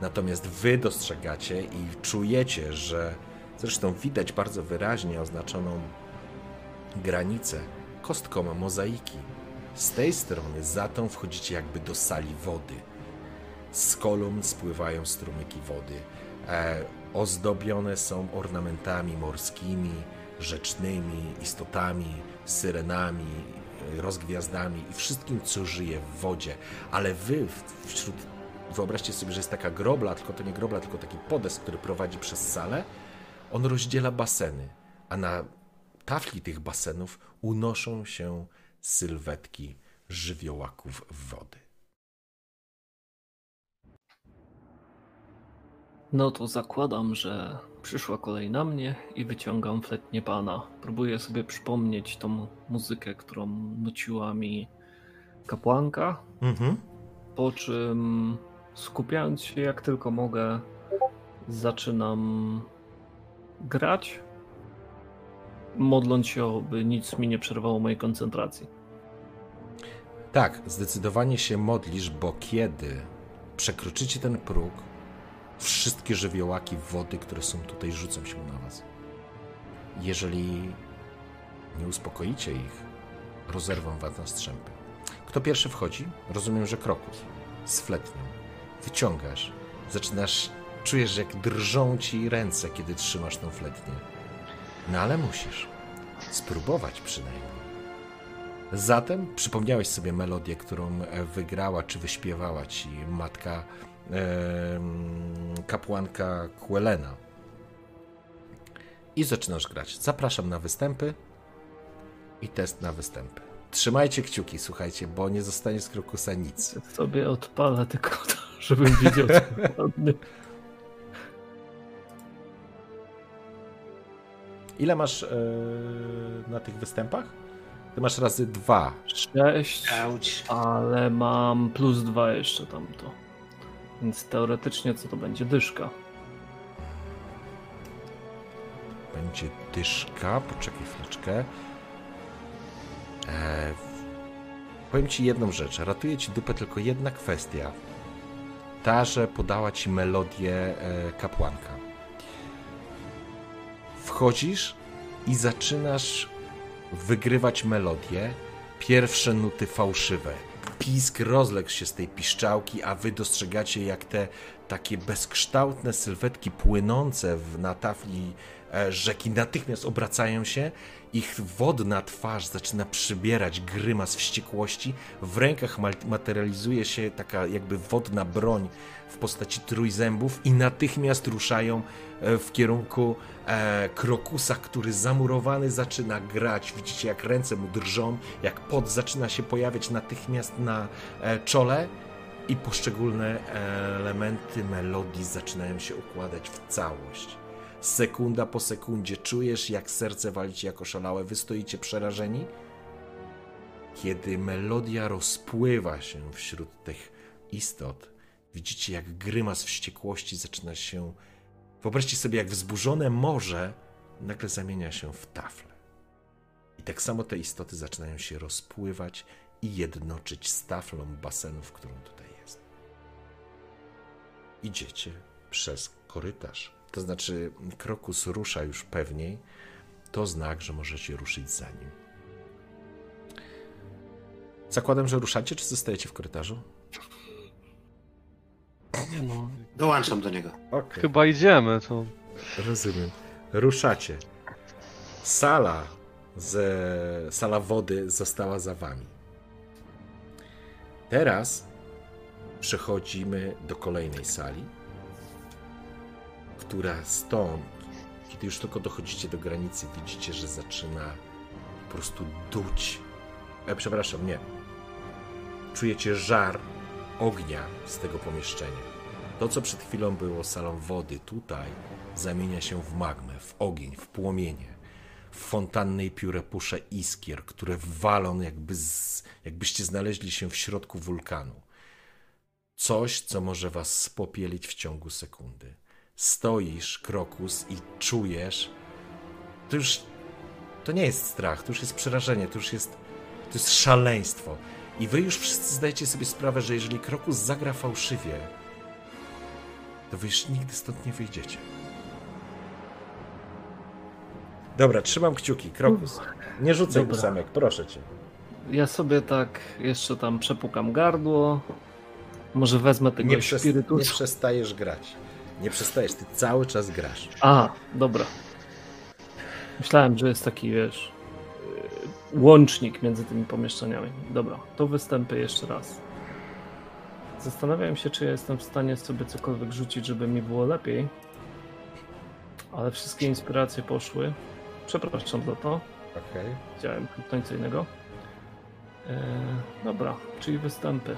Speaker 2: Natomiast wy dostrzegacie i czujecie, że zresztą widać bardzo wyraźnie oznaczoną granicę kostką mozaiki. Z tej strony za tą wchodzicie jakby do sali wody. Z kolumn spływają strumyki wody. Ozdobione są ornamentami morskimi, rzecznymi, istotami, syrenami, rozgwiazdami i wszystkim, co żyje w wodzie. Ale wy wyobraźcie sobie, że jest taka grobla, tylko to nie grobla, tylko taki podest, który prowadzi przez salę. On rozdziela baseny, a na tafli tych basenów unoszą się sylwetki żywiołaków wody.
Speaker 4: No to zakładam, że przyszła kolej na mnie i wyciągam fletnię pana. Próbuję sobie przypomnieć tą muzykę, którą nuciła mi kapłanka, po czym skupiając się jak tylko mogę, zaczynam grać, modląc się, by nic mi nie przerwało mojej koncentracji.
Speaker 2: Tak, zdecydowanie się modlisz, bo kiedy przekroczycie ten próg, wszystkie żywiołaki wody, które są tutaj, rzucą się na was. Jeżeli nie uspokoicie ich, rozerwą was na strzępy. Kto pierwszy wchodzi? Rozumiem, że Krokus. Z fletnią. Wyciągasz. Czujesz, jak drżą ci ręce, kiedy trzymasz tą fletnię. No ale musisz. Spróbować przynajmniej. Zatem przypomniałeś sobie melodię, którą wygrała czy wyśpiewała ci matka kapłanka Quelena. I zaczynasz grać. Zapraszam na występy i test na występy. Trzymajcie kciuki, słuchajcie, bo nie zostanie z Krokusa nic.
Speaker 4: Sobie odpalę tylko to, żebym widział co dokładnie.
Speaker 2: Ile masz na tych występach? Ty masz razy 2.
Speaker 4: 6,
Speaker 3: Auć.
Speaker 4: ale mam plus 2 jeszcze tamto. Więc teoretycznie co to będzie? Dyszka.
Speaker 2: Będzie dyszka. Poczekaj chwileczkę. Powiem ci jedną rzecz. Ratuje ci dupę tylko jedna kwestia. Ta, że podała ci melodię kapłanka. Wchodzisz i zaczynasz wygrywać melodię. Pierwsze nuty fałszywe. Pisk rozległ się z tej piszczałki, a wy dostrzegacie, jak te takie bezkształtne sylwetki płynące na tafli rzeki natychmiast obracają się. Ich wodna twarz zaczyna przybierać grymas wściekłości. W rękach materializuje się taka jakby wodna broń w postaci trójzębów i natychmiast ruszają w kierunku Krokusa, który zamurowany zaczyna grać. Widzicie, jak ręce mu drżą, jak pot zaczyna się pojawiać natychmiast na czole i poszczególne elementy melodii zaczynają się układać w całość. Sekunda po sekundzie czujesz, jak serce wali ci jako szalałe. Wy stoicie przerażeni. Kiedy melodia rozpływa się wśród tych istot, widzicie, jak grymas wściekłości zaczyna się... Wyobraźcie sobie, jak wzburzone morze nagle zamienia się w taflę. I tak samo te istoty zaczynają się rozpływać i jednoczyć z taflą basenów, którą tutaj jest. Idziecie przez korytarz. To znaczy, Krokus rusza już pewniej. To znak, że możecie ruszyć za nim. Zakładam, że ruszacie, czy zostajecie w korytarzu?
Speaker 5: Nie no,
Speaker 3: Dołączam do niego.
Speaker 2: Okay.
Speaker 5: chyba idziemy. To...
Speaker 2: Rozumiem. Ruszacie. Sala wody została za wami. Teraz przechodzimy do kolejnej sali, która stąd, kiedy już tylko dochodzicie do granicy, widzicie, że zaczyna po prostu duć. Przepraszam, nie. Czujecie żar ognia z tego pomieszczenia. To, co przed chwilą było salą wody, tutaj zamienia się w magmę, w ogień, w płomienie, w fontanny i piórepusze iskier, które walą, jakbyście znaleźli się w środku wulkanu. Coś, co może was spopielić w ciągu sekundy. Stoisz, Krokus, i czujesz, to nie jest strach, to już jest przerażenie, to jest szaleństwo. I wy już wszyscy zdajecie sobie sprawę, że jeżeli Krokus zagra fałszywie, to wy już nigdy stąd nie wyjdziecie. Dobra, trzymam kciuki. Krokus. Nie rzucaj
Speaker 4: Dobra.
Speaker 2: ósemek, proszę cię.
Speaker 4: Ja sobie tak jeszcze tam przepukam gardło. Może wezmę tego
Speaker 2: Nie
Speaker 4: spirytusu.
Speaker 2: przestajesz grać. Nie przestajesz, ty cały czas grasz.
Speaker 4: A, dobra. Myślałem, że jest taki, wiesz, łącznik między tymi pomieszczeniami. Dobra, to występy jeszcze raz. Zastanawiałem się, czy ja jestem w stanie sobie cokolwiek rzucić, żeby mi było lepiej. Ale wszystkie inspiracje poszły. Przepraszam za to.
Speaker 2: Okej.
Speaker 4: Chciałem kliknąć co innego. Dobra, czyli występy.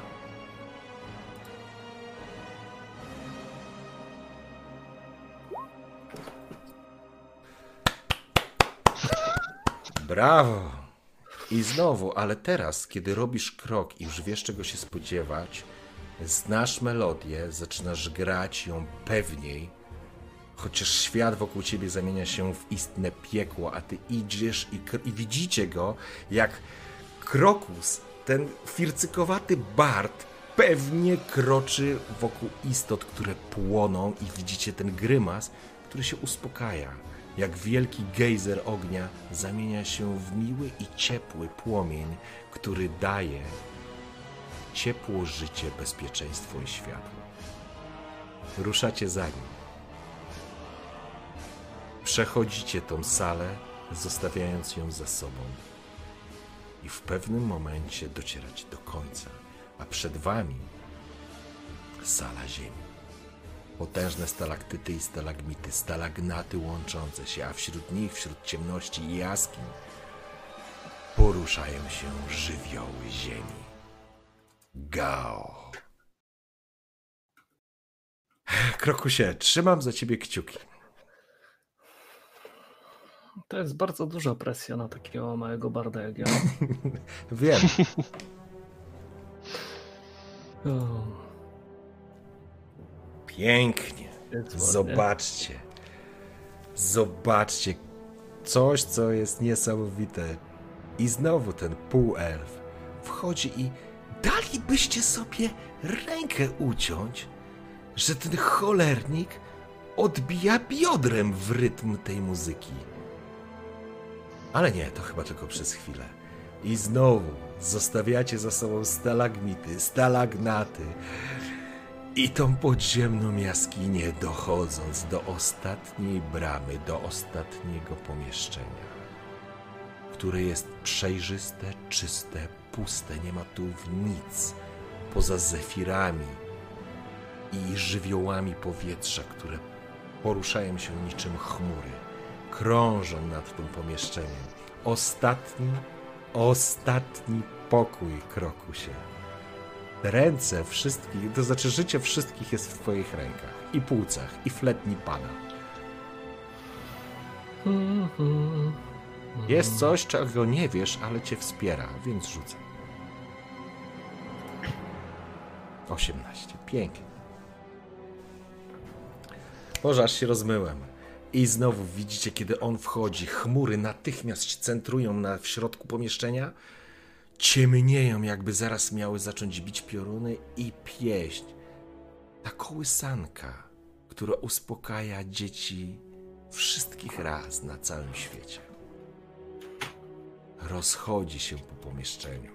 Speaker 2: Brawo! I znowu, ale teraz, kiedy robisz krok i już wiesz, czego się spodziewać, znasz melodię, zaczynasz grać ją pewniej, chociaż świat wokół ciebie zamienia się w istne piekło, a ty idziesz i widzicie go, jak Krokus, ten fircykowaty bard, pewnie kroczy wokół istot, które płoną i widzicie ten grymas, który się uspokaja. Jak wielki gejzer ognia zamienia się w miły i ciepły płomień, który daje ciepło życie, bezpieczeństwo i światło. Ruszacie za nim. Przechodzicie tą salę, zostawiając ją za sobą. I w pewnym momencie docieracie do końca, a przed wami sala ziemi. Potężne stalaktyty i stalagmity, stalagnaty łączące się, a wśród nich, wśród ciemności i jaskiń, poruszają się żywioły ziemi. Gao. Krokusie, trzymam za ciebie kciuki.
Speaker 4: To jest bardzo duża presja na takiego małego barda jak ja.
Speaker 2: Wiem. Pięknie.
Speaker 4: Jest ładnie.
Speaker 2: Zobaczcie. Zobaczcie. Coś, co jest niesamowite. I znowu ten półelf wchodzi i dalibyście sobie rękę uciąć, że ten cholernik odbija biodrem w rytm tej muzyki. Ale nie, to chyba tylko przez chwilę. I znowu zostawiacie za sobą stalagmity, stalagnaty i tą podziemną jaskinię, dochodząc do ostatniej bramy, do ostatniego pomieszczenia, które jest przejrzyste, czyste, puste. Nie ma tu nic poza zefirami i żywiołami powietrza, które poruszają się niczym chmury, krążą nad tym pomieszczeniem. Ostatni pokój, Krokusie. Ręce wszystkich, to znaczy życie wszystkich jest w twoich rękach. I płucach, i fletni pana. Jest coś, czego nie wiesz, ale cię wspiera, więc rzucę. 18. Pięknie. Boże, aż się rozmyłem. I znowu widzicie, kiedy on wchodzi, chmury natychmiast się centrują w środku pomieszczenia, ciemnieją, jakby zaraz miały zacząć bić pioruny i pieśń. Ta kołysanka, która uspokaja dzieci wszystkich raz na całym świecie. Rozchodzi się po pomieszczeniu.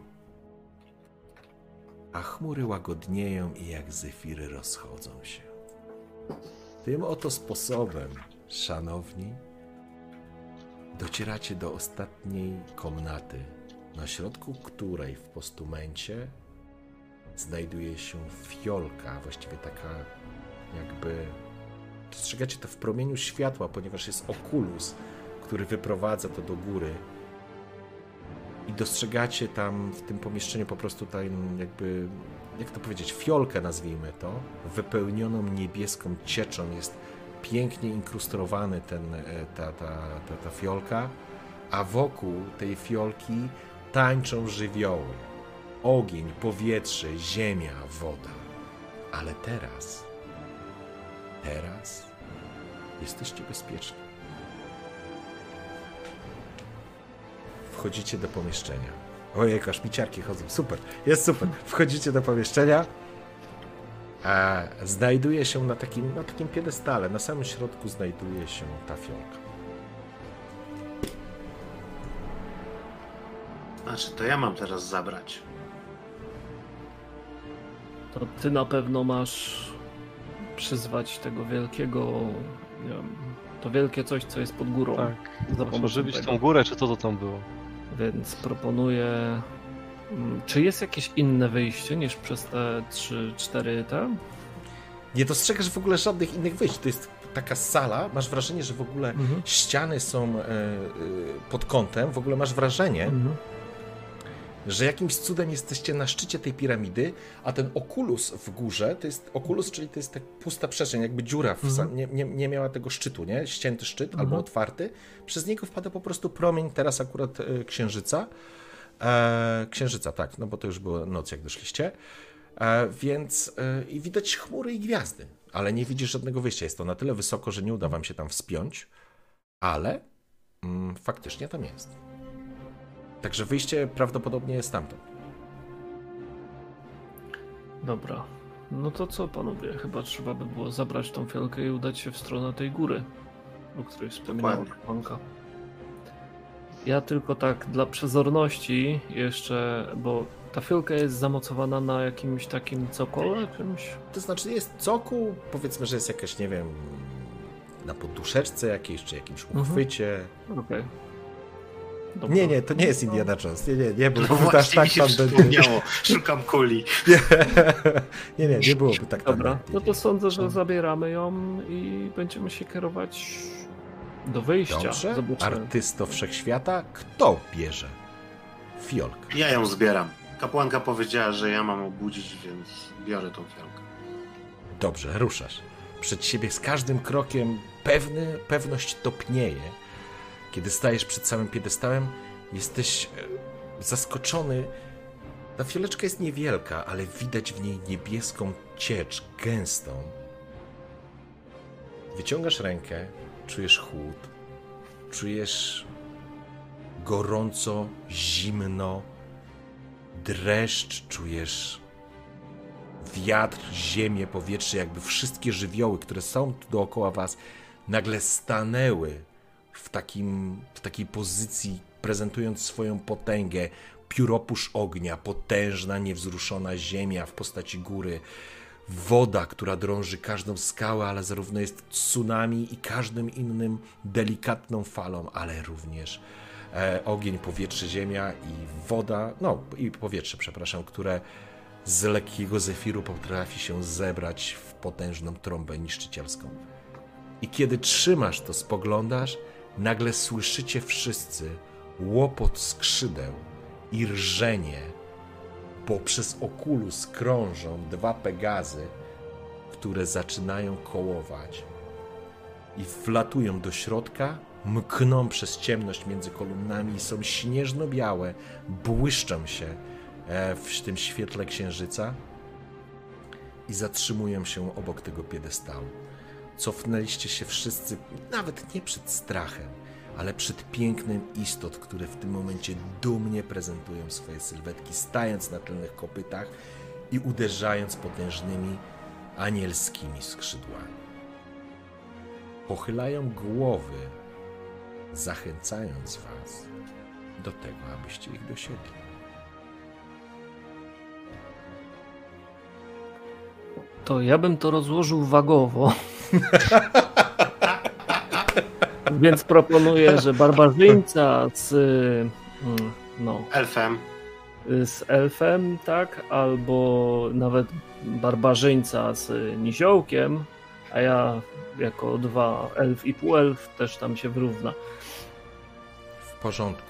Speaker 2: A chmury łagodnieją i jak zefiry rozchodzą się. Tym oto sposobem, szanowni, docieracie do ostatniej komnaty, na środku której w postumencie znajduje się fiolka, właściwie taka jakby... Dostrzegacie to w promieniu światła, ponieważ jest okulus, który wyprowadza to do góry. I dostrzegacie tam w tym pomieszczeniu po prostu tam jakby, jak to powiedzieć, fiolkę nazwijmy to, wypełnioną niebieską cieczą. Jest pięknie inkrustrowana ta fiolka, a wokół tej fiolki tańczą żywioły. Ogień, powietrze, ziemia, woda. Ale teraz jesteście bezpieczni. Wchodzicie do pomieszczenia. Ojej, aż mi ciarki chodzą. Super, jest super. Wchodzicie do pomieszczenia A znajduje się na takim piedestale. Na samym środku znajduje się ta fiolka.
Speaker 3: Znaczy, to ja mam teraz zabrać.
Speaker 4: To ty na pewno masz przyzwać tego wielkiego, nie wiem, to wielkie coś, co jest pod górą.
Speaker 5: Tak.
Speaker 4: Za
Speaker 5: Masz
Speaker 4: pomocą
Speaker 5: ożywić
Speaker 4: tego.
Speaker 5: tą górę, czy to tam było?
Speaker 4: Więc proponuję... Czy jest jakieś inne wyjście niż przez te 3-4 te?
Speaker 2: Nie dostrzegasz w ogóle żadnych innych wyjść. To jest taka sala, masz wrażenie, że w ogóle ściany są pod kątem, w ogóle masz wrażenie, że jakimś cudem jesteście na szczycie tej piramidy, a ten okulus w górze, to jest okulus, czyli to jest tak pusta przestrzeń, jakby dziura, nie miała tego szczytu, nie? Ścięty szczyt albo otwarty. Przez niego wpada po prostu promień, teraz akurat księżyca. Księżyca, tak, no bo to już była noc, jak doszliście. Więc i widać chmury i gwiazdy, ale nie widzisz żadnego wyjścia. Jest to na tyle wysoko, że nie uda wam się tam wspiąć, ale faktycznie tam jest. Także wyjście prawdopodobnie jest stamtąd.
Speaker 4: Dobra. No to co, panowie? Chyba trzeba by było zabrać tą fiolkę i udać się w stronę tej góry, o której wspominała kapłanka. Ja tylko tak dla przezorności jeszcze, bo ta fiolka jest zamocowana na jakimś takim cokole, czymś?
Speaker 2: To znaczy jest cokół, powiedzmy, że jest jakaś, nie wiem, na poduszeczce jakiejś, czy jakimś uchwycie.
Speaker 4: Okej.
Speaker 2: Nie, to nie jest Indiana Jones. Nie byłby
Speaker 3: No
Speaker 2: tak
Speaker 3: właśnie mi się
Speaker 2: tandetny.
Speaker 3: przypomniało. Szukam kuli.
Speaker 2: Nie byłoby tak
Speaker 4: Dobra,
Speaker 2: tandetny.
Speaker 4: no to sądzę, że zabieramy ją i będziemy się kierować do wyjścia.
Speaker 2: Dobrze,
Speaker 4: Zobaczymy.
Speaker 2: artysto wszechświata, kto bierze fiolkę?
Speaker 3: Ja ją zbieram. Kapłanka powiedziała, że ja mam obudzić, więc biorę tą fiolkę.
Speaker 2: Dobrze, ruszasz. Przed siebie z każdym krokiem pewność topnieje. Kiedy stajesz przed samym piedestałem, jesteś zaskoczony. Ta fioleczka jest niewielka, ale widać w niej niebieską ciecz, gęstą. Wyciągasz rękę, czujesz chłód, czujesz gorąco, zimno, dreszcz, czujesz wiatr, ziemię, powietrze, jakby wszystkie żywioły, które są tu dookoła was, nagle stanęły w takiej pozycji, prezentując swoją potęgę. Pióropusz ognia, potężna, niewzruszona ziemia w postaci góry, woda, która drąży każdą skałę, ale zarówno jest tsunami i każdym innym delikatną falą, ale również ogień, powietrze, ziemia i woda, i powietrze, przepraszam, które z lekkiego zefiru potrafi się zebrać w potężną trąbę niszczycielską. I kiedy trzymasz to, spoglądasz, nagle słyszycie wszyscy łopot skrzydeł i rżenie, bo przez okulus krążą dwa Pegazy, które zaczynają kołować i wlatują do środka, mkną przez ciemność między kolumnami i są śnieżno-białe, błyszczą się w tym świetle księżyca i zatrzymują się obok tego piedestału. Cofnęliście się wszyscy, nawet nie przed strachem, ale przed pięknem istot, które w tym momencie dumnie prezentują swoje sylwetki, stając na tylnych kopytach i uderzając potężnymi anielskimi skrzydłami. Pochylają głowy, zachęcając was do tego, abyście ich dosiedli.
Speaker 4: To ja bym to rozłożył wagowo. Więc proponuję, że barbarzyńca z elfem, tak, albo nawet barbarzyńca z niziołkiem, a ja jako 2 elf i półelf też tam się wyrówna.
Speaker 2: W porządku.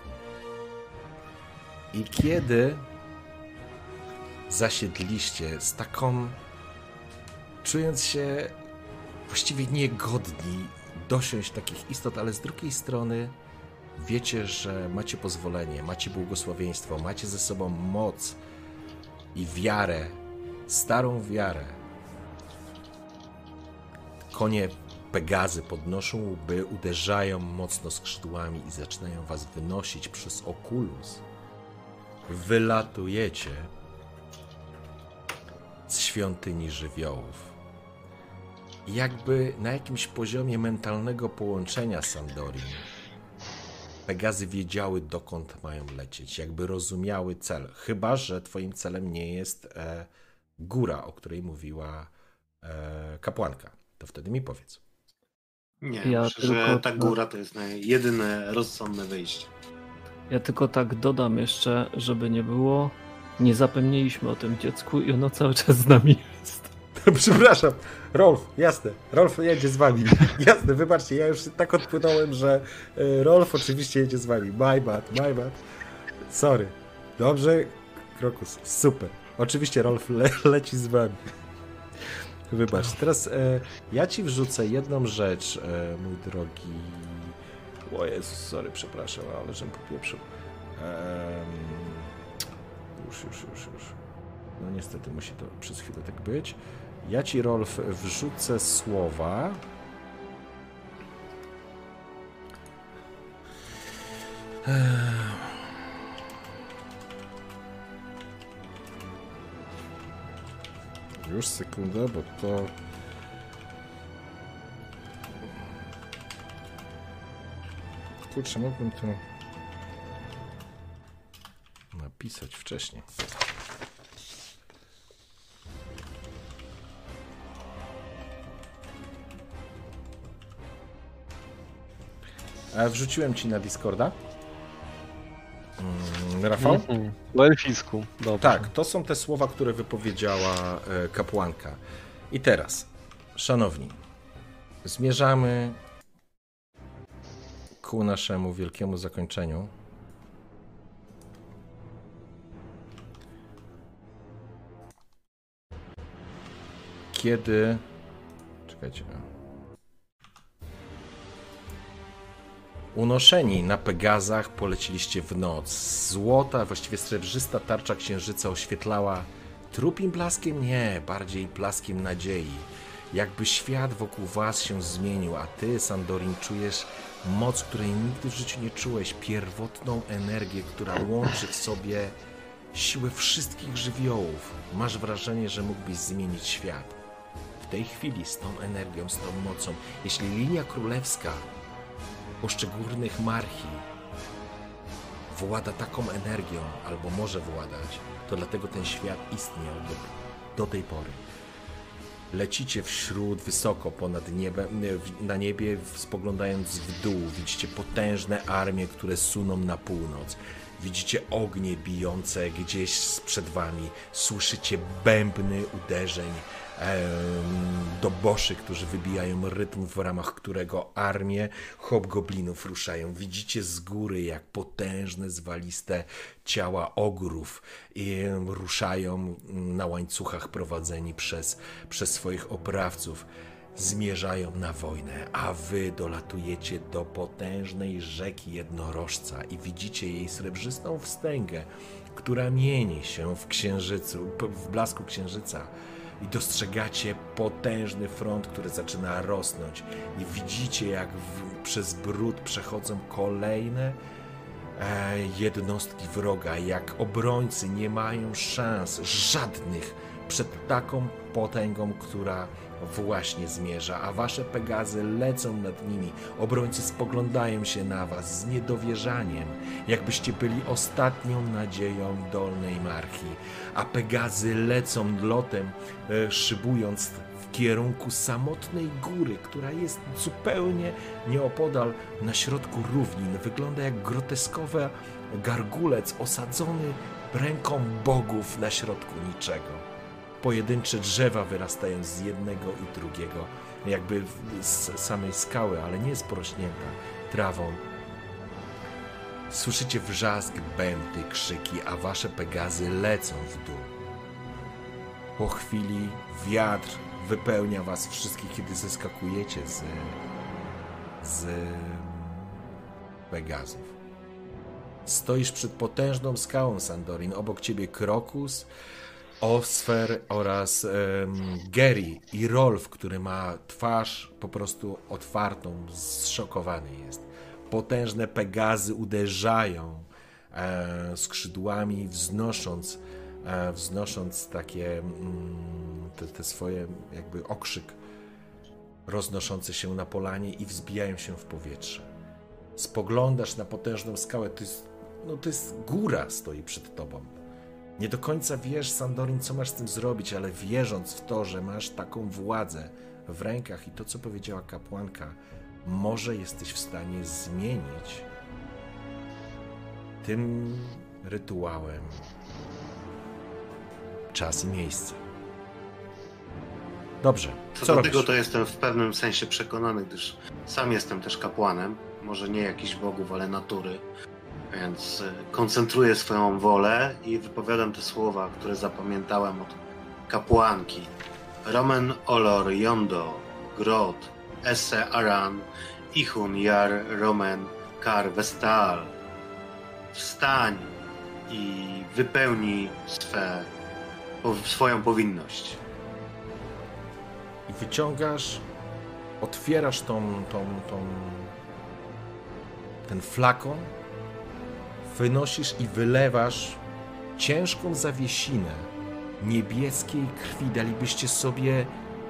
Speaker 2: I kiedy zasiedliście z taką, czując się właściwie niegodni dosiąść takich istot, ale z drugiej strony wiecie, że macie pozwolenie, macie błogosławieństwo, macie ze sobą moc i wiarę, starą wiarę. Konie Pegazy podnoszą łby, uderzają mocno skrzydłami i zaczynają was wynosić przez okulus. Wylatujecie z świątyni żywiołów. Jakby na jakimś poziomie mentalnego połączenia Sandorin Pegazy wiedziały, dokąd mają lecieć, jakby rozumiały cel. Chyba że twoim celem nie jest góra, o której mówiła kapłanka. To wtedy mi powiedz.
Speaker 3: Nie,
Speaker 4: Ja
Speaker 3: myślę,
Speaker 4: tylko-
Speaker 3: że ta góra to jest jedyne rozsądne wyjście.
Speaker 4: Ja tylko tak dodam jeszcze, żeby nie było. Nie zapomnieliśmy o tym dziecku i ono cały czas z nami jest.
Speaker 2: Przepraszam, Rolf, jasne. Rolf jedzie z wami. Jasne, wybaczcie, ja już tak odpłynąłem, że Rolf oczywiście jedzie z wami. My bad. Sorry. Dobrze, Krokus, super. Oczywiście Rolf leci z wami. Wybacz, teraz ja ci wrzucę jedną rzecz, mój drogi. O Jezus, sorry, przepraszam, ale żem popieprzył. Już. No niestety musi to przez chwilę tak być. Ja ci, Rolf, wrzucę słowa. Już sekundę, bo to... Kurczę, mógłbym to napisać wcześniej. Wrzuciłem ci na Discorda. Rafał?
Speaker 5: Po elficku. Dobrze.
Speaker 2: Tak, to są te słowa, które wypowiedziała kapłanka. I teraz, szanowni, zmierzamy ku naszemu wielkiemu zakończeniu. Kiedy... Czekajcie. Unoszeni na Pegazach poleciliście w noc. Złota, właściwie srebrzysta tarcza księżyca oświetlała trupim blaskiem? Nie, bardziej blaskiem nadziei. Jakby świat wokół was się zmienił, a ty, Sandorin, czujesz moc, której nigdy w życiu nie czułeś. Pierwotną energię, która łączy w sobie siłę wszystkich żywiołów. Masz wrażenie, że mógłbyś zmienić świat. W tej chwili z tą energią, z tą mocą, jeśli linia królewska poszczególnych marchii włada taką energią, albo może władać, to dlatego ten świat istniał do tej pory. Lecicie wśród, wysoko ponad niebem, na niebie, spoglądając w dół, widzicie potężne armie, które suną na północ. Widzicie ognie bijące gdzieś przed wami, słyszycie bębny uderzeń, doboszy, którzy wybijają rytm, w ramach którego armie hobgoblinów ruszają. Widzicie z góry, jak potężne, zwaliste ciała ogrów ruszają na łańcuchach prowadzeni przez swoich oprawców. Zmierzają na wojnę, a wy dolatujecie do potężnej rzeki jednorożca i widzicie jej srebrzystą wstęgę, która mieni się w księżycu, w blasku księżyca. I dostrzegacie potężny front, który zaczyna rosnąć. I widzicie, jak przez brud przechodzą kolejne jednostki wroga, jak obrońcy nie mają szans żadnych przed taką potęgą, która właśnie zmierza, a wasze Pegazy lecą nad nimi. Obrońcy spoglądają się na was z niedowierzaniem, jakbyście byli ostatnią nadzieją Dolnej Marchi, a Pegazy lecą lotem, szybując w kierunku samotnej góry, która jest zupełnie nieopodal na środku równin. Wygląda jak groteskowy gargulec osadzony ręką bogów na środku niczego. Pojedyncze drzewa wyrastają z jednego i drugiego, jakby z samej skały, ale nie jest porośnięta trawą. Słyszycie wrzask, bębny, krzyki, a wasze Pegazy lecą w dół. Po chwili wiatr wypełnia was wszystkich, kiedy zeskakujecie z Pegazów. Stoisz przed potężną skałą, Sandorin, obok ciebie Krokus, Osfer oraz Geri i Rolf, który ma twarz po prostu otwartą, zszokowany jest. Potężne Pegazy uderzają skrzydłami, wznosząc wznosząc takie te swoje jakby okrzyk roznoszący się na polanie i wzbijają się w powietrze. Spoglądasz na potężną skałę, to jest góra stoi przed tobą. Nie do końca wiesz, Sandorin, co masz z tym zrobić, ale wierząc w to, że masz taką władzę w rękach i to, co powiedziała kapłanka, może jesteś w stanie zmienić tym rytuałem czas i miejsce. Dobrze,
Speaker 3: Co
Speaker 2: co
Speaker 3: do
Speaker 2: robisz?
Speaker 3: tego to jestem w pewnym sensie przekonany, gdyż sam jestem też kapłanem, może nie jakichś bogów, ale natury, więc koncentruję swoją wolę i wypowiadam te słowa, które zapamiętałem od kapłanki. Romen Olor Yondo, Grot, Esse Aran, Ichun Jar Romen Kar Vestal. Wstań i wypełnij swoją powinność.
Speaker 2: I wyciągasz, otwierasz ten flakon, wynosisz i wylewasz ciężką zawiesinę niebieskiej krwi. Dalibyście sobie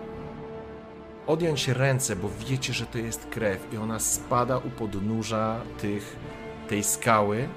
Speaker 2: odjąć ręce, bo wiecie, że to jest krew i ona spada u podnóża tej skały.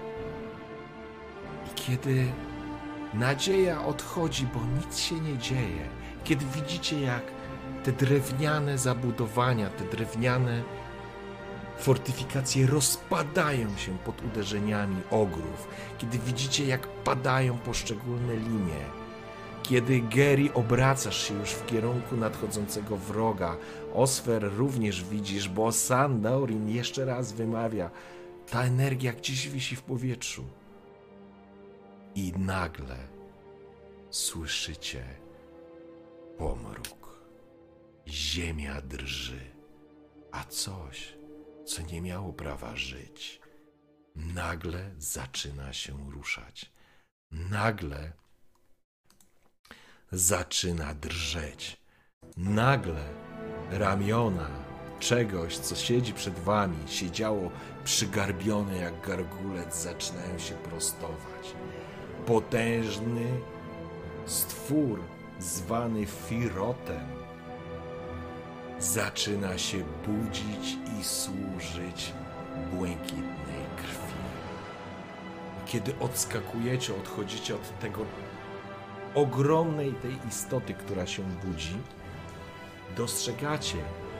Speaker 2: I kiedy nadzieja odchodzi, bo nic się nie dzieje, kiedy widzicie, jak te drewniane zabudowania, te drewniane fortyfikacje rozpadają się pod uderzeniami ogrów, kiedy widzicie, jak padają poszczególne linie, kiedy Geri obracasz się już w kierunku nadchodzącego wroga, Osfer również widzisz, bo Sandorin jeszcze raz wymawia, ta energia gdzieś wisi w powietrzu. I nagle słyszycie pomruk. Ziemia drży, a coś, co nie miało prawa żyć, nagle zaczyna się ruszać. Nagle zaczyna drżeć. Nagle ramiona czegoś, co siedzi przed wami, siedziało przygarbione jak gargulec, zaczynają się prostować. Potężny stwór zwany Firotem zaczyna się budzić i służyć błękitnej krwi. Kiedy odskakujecie, odchodzicie od tego ogromnej tej istoty, która się budzi, dostrzegacie,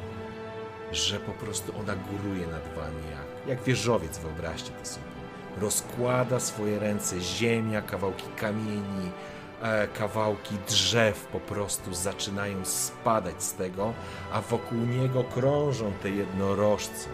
Speaker 2: że po prostu ona góruje nad wami jak wieżowiec, wyobraźcie to sobie. Rozkłada swoje ręce, ziemia, kawałki kamieni, kawałki drzew po prostu zaczynają spadać z tego, a wokół niego krążą te jednorożce.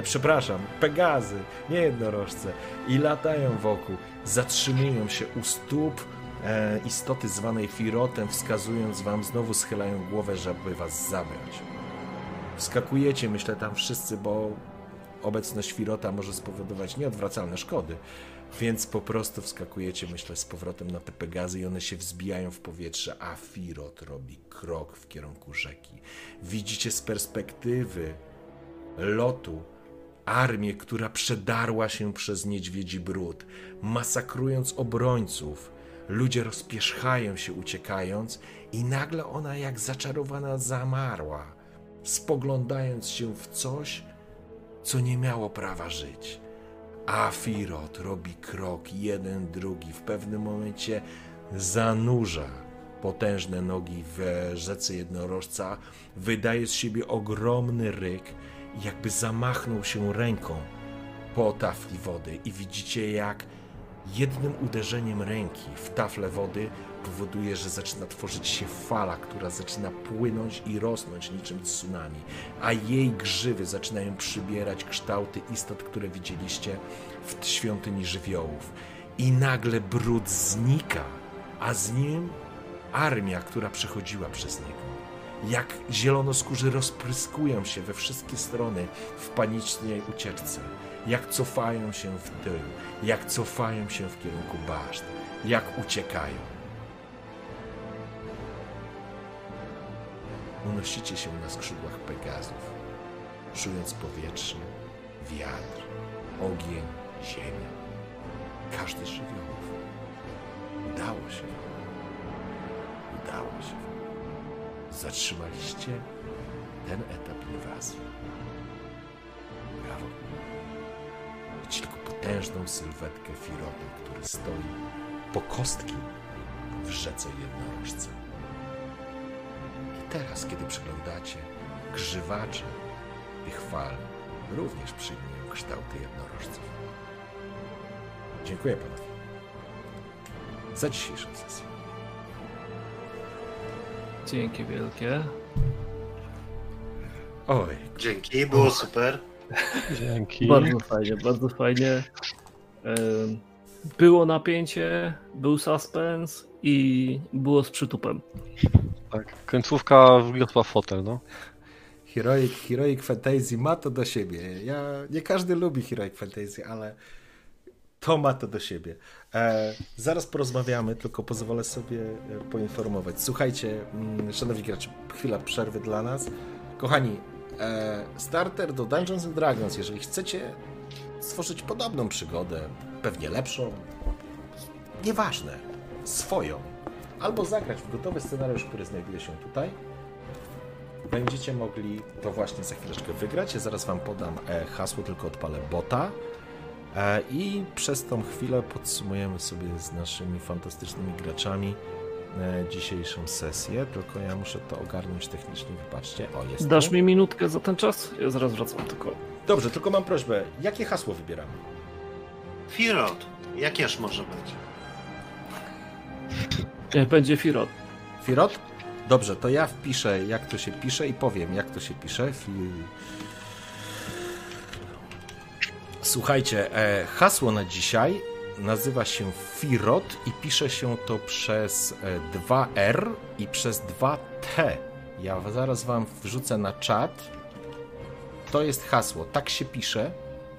Speaker 2: Pegazy, nie jednorożce. I latają wokół, zatrzymują się u stóp istoty zwanej Firotem, wskazując wam, znowu schylają głowę, żeby was zabrać. Wskakujecie, myślę, tam wszyscy, bo obecność Firota może spowodować nieodwracalne szkody, więc po prostu wskakujecie, myślę, z powrotem na te Pegazy i one się wzbijają w powietrze, a Firot robi krok w kierunku rzeki. Widzicie z perspektywy lotu armię, która przedarła się przez niedźwiedzi brud, masakrując obrońców. Ludzie rozpierzchają się, uciekając, i nagle ona jak zaczarowana zamarła, spoglądając się w coś, co nie miało prawa żyć. A Firot robi krok, jeden, drugi, w pewnym momencie zanurza potężne nogi w rzece jednorożca, wydaje z siebie ogromny ryk i jakby zamachnął się ręką po tafli wody i widzicie, jak jednym uderzeniem ręki w taflę wody powoduje, że zaczyna tworzyć się fala, która zaczyna płynąć i rosnąć niczym tsunami, a jej grzywy zaczynają przybierać kształty istot, które widzieliście w świątyni żywiołów. I nagle brud znika, a z nim armia, która przechodziła przez niego. Jak zielonoskórzy rozpryskują się we wszystkie strony w panicznej ucieczce, jak cofają się w tył, jak cofają się w kierunku baszt, jak uciekają. Unosicie się na skrzydłach Pegazów, czując powietrze, wiatr, ogień, ziemię, każdy z żywiołów. Udało się. Udało się. Zatrzymaliście ten etap inwazji. Brawo. Widzicie tylko potężną sylwetkę Firota, który stoi po kostki w rzece jednorożca. I teraz, kiedy przyglądacie, grzywacze tych fal również przyjmują kształty jednorożców. Dziękuję panowie za dzisiejszą sesję.
Speaker 4: Dzięki wielkie.
Speaker 2: Oj,
Speaker 3: Dzięki, było super.
Speaker 5: Dzięki.
Speaker 4: Bardzo fajnie, bardzo fajnie. Było napięcie, był suspens i było z przytupem.
Speaker 5: Tak, końcówka wgniotła w fotel, no.
Speaker 2: Heroic Fantasy ma to do siebie. Nie każdy lubi Heroic Fantasy, ale to ma to do siebie. Zaraz porozmawiamy, tylko pozwolę sobie poinformować. Słuchajcie, szanowni gracze, chwila przerwy dla nas. Kochani, starter do Dungeons & Dragons, jeżeli chcecie stworzyć podobną przygodę, pewnie lepszą, nieważne, swoją, albo zagrać w gotowy scenariusz, który znajduje się tutaj, będziecie mogli to właśnie za chwileczkę wygrać. Ja zaraz wam podam hasło, tylko odpalę bota i przez tą chwilę podsumujemy sobie z naszymi fantastycznymi graczami dzisiejszą sesję, tylko ja muszę to ogarnąć technicznie, wybaczcie. O, jest
Speaker 4: Dasz
Speaker 2: tu.
Speaker 4: mi minutkę za ten czas? Ja zaraz wracam tylko.
Speaker 2: Dobrze, tylko mam prośbę, jakie hasło wybieramy?
Speaker 3: Firot, jakież może być?
Speaker 4: Będzie Firot.
Speaker 2: Firot? Dobrze, to ja wpiszę, jak to się pisze i powiem, jak to się pisze. Słuchajcie, hasło na dzisiaj nazywa się Firot i pisze się to przez 2R i przez 2T. Ja zaraz wam wrzucę na czat. To jest hasło, tak się pisze.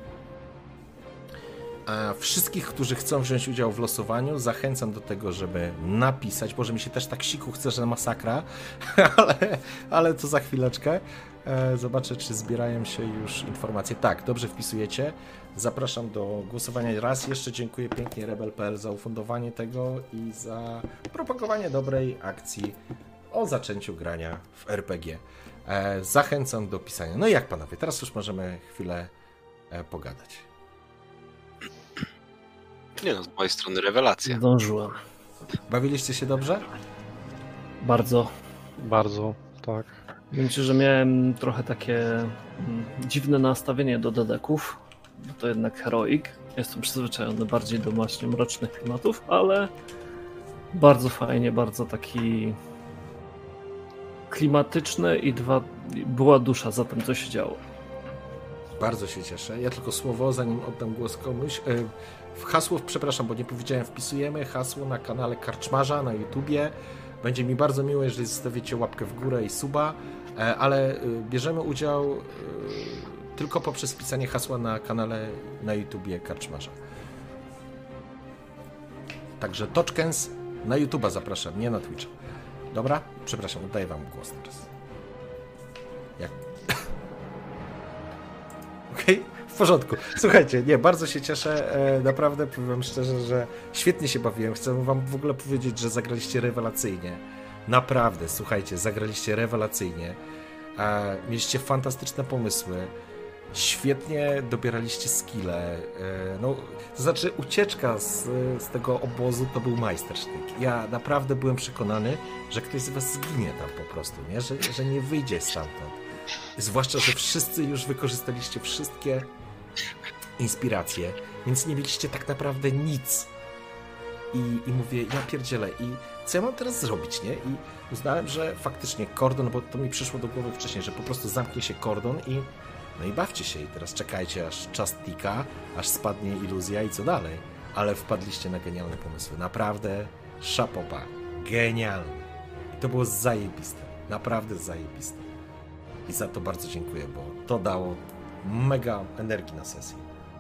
Speaker 2: A wszystkich, którzy chcą wziąć udział w losowaniu, zachęcam do tego, żeby napisać. Boże, mi się też tak siku chce, że masakra, ale to za chwileczkę. Zobaczę, czy zbierają się już informacje. Tak, dobrze wpisujecie. Zapraszam do głosowania. Raz jeszcze dziękuję pięknie Rebel.pl za ufundowanie tego i za propagowanie dobrej akcji o zaczęciu grania w RPG. Zachęcam do pisania. No i jak panowie, teraz już możemy chwilę pogadać.
Speaker 6: Nie no, z mojej strony rewelacja.
Speaker 4: Zdążyłem.
Speaker 2: Bawiliście się dobrze?
Speaker 4: Bardzo.
Speaker 5: Bardzo, tak.
Speaker 4: Myślę, że miałem trochę takie dziwne nastawienie do dedeków. To jednak Heroic. Jestem przyzwyczajony bardziej do właśnie mrocznych klimatów, ale bardzo fajnie, bardzo taki klimatyczny i była dusza za tym, co się działo.
Speaker 2: Bardzo się cieszę. Ja tylko słowo, zanim oddam głos komuś. Hasło, przepraszam, bo nie powiedziałem, wpisujemy hasło na kanale Karczmarza na YouTubie. Będzie mi bardzo miło, jeżeli zostawicie łapkę w górę i suba, ale bierzemy udział tylko poprzez wpisanie hasła na kanale na YouTubie Karczmarza. Także Toczkens na YouTuba zapraszam, nie na Twitcha. Dobra? Przepraszam, oddaję wam głos teraz. Jak? Okej? W porządku. Słuchajcie, nie, bardzo się cieszę, naprawdę powiem szczerze, że świetnie się bawiłem. Chcę wam w ogóle powiedzieć, że zagraliście rewelacyjnie. Naprawdę, słuchajcie, zagraliście rewelacyjnie. Mieliście fantastyczne pomysły. Świetnie dobieraliście skille. No, to znaczy ucieczka z tego obozu to był majstersztyk. Ja naprawdę byłem przekonany, że ktoś z was zginie tam po prostu, nie? Że nie wyjdzie stamtąd. Zwłaszcza, że wszyscy już wykorzystaliście wszystkie inspiracje, więc nie mieliście tak naprawdę nic. I mówię, ja pierdzielę, i co ja mam teraz zrobić, nie? I uznałem, że faktycznie kordon, bo to mi przyszło do głowy wcześniej, że po prostu zamknie się kordon i no i bawcie się. I teraz czekajcie, aż czas tika, aż spadnie iluzja i co dalej. Ale wpadliście na genialne pomysły. Naprawdę szapoba. Genialne. I to było zajebiste. Naprawdę zajebiste. I za to bardzo dziękuję, bo to dało mega energii na sesję.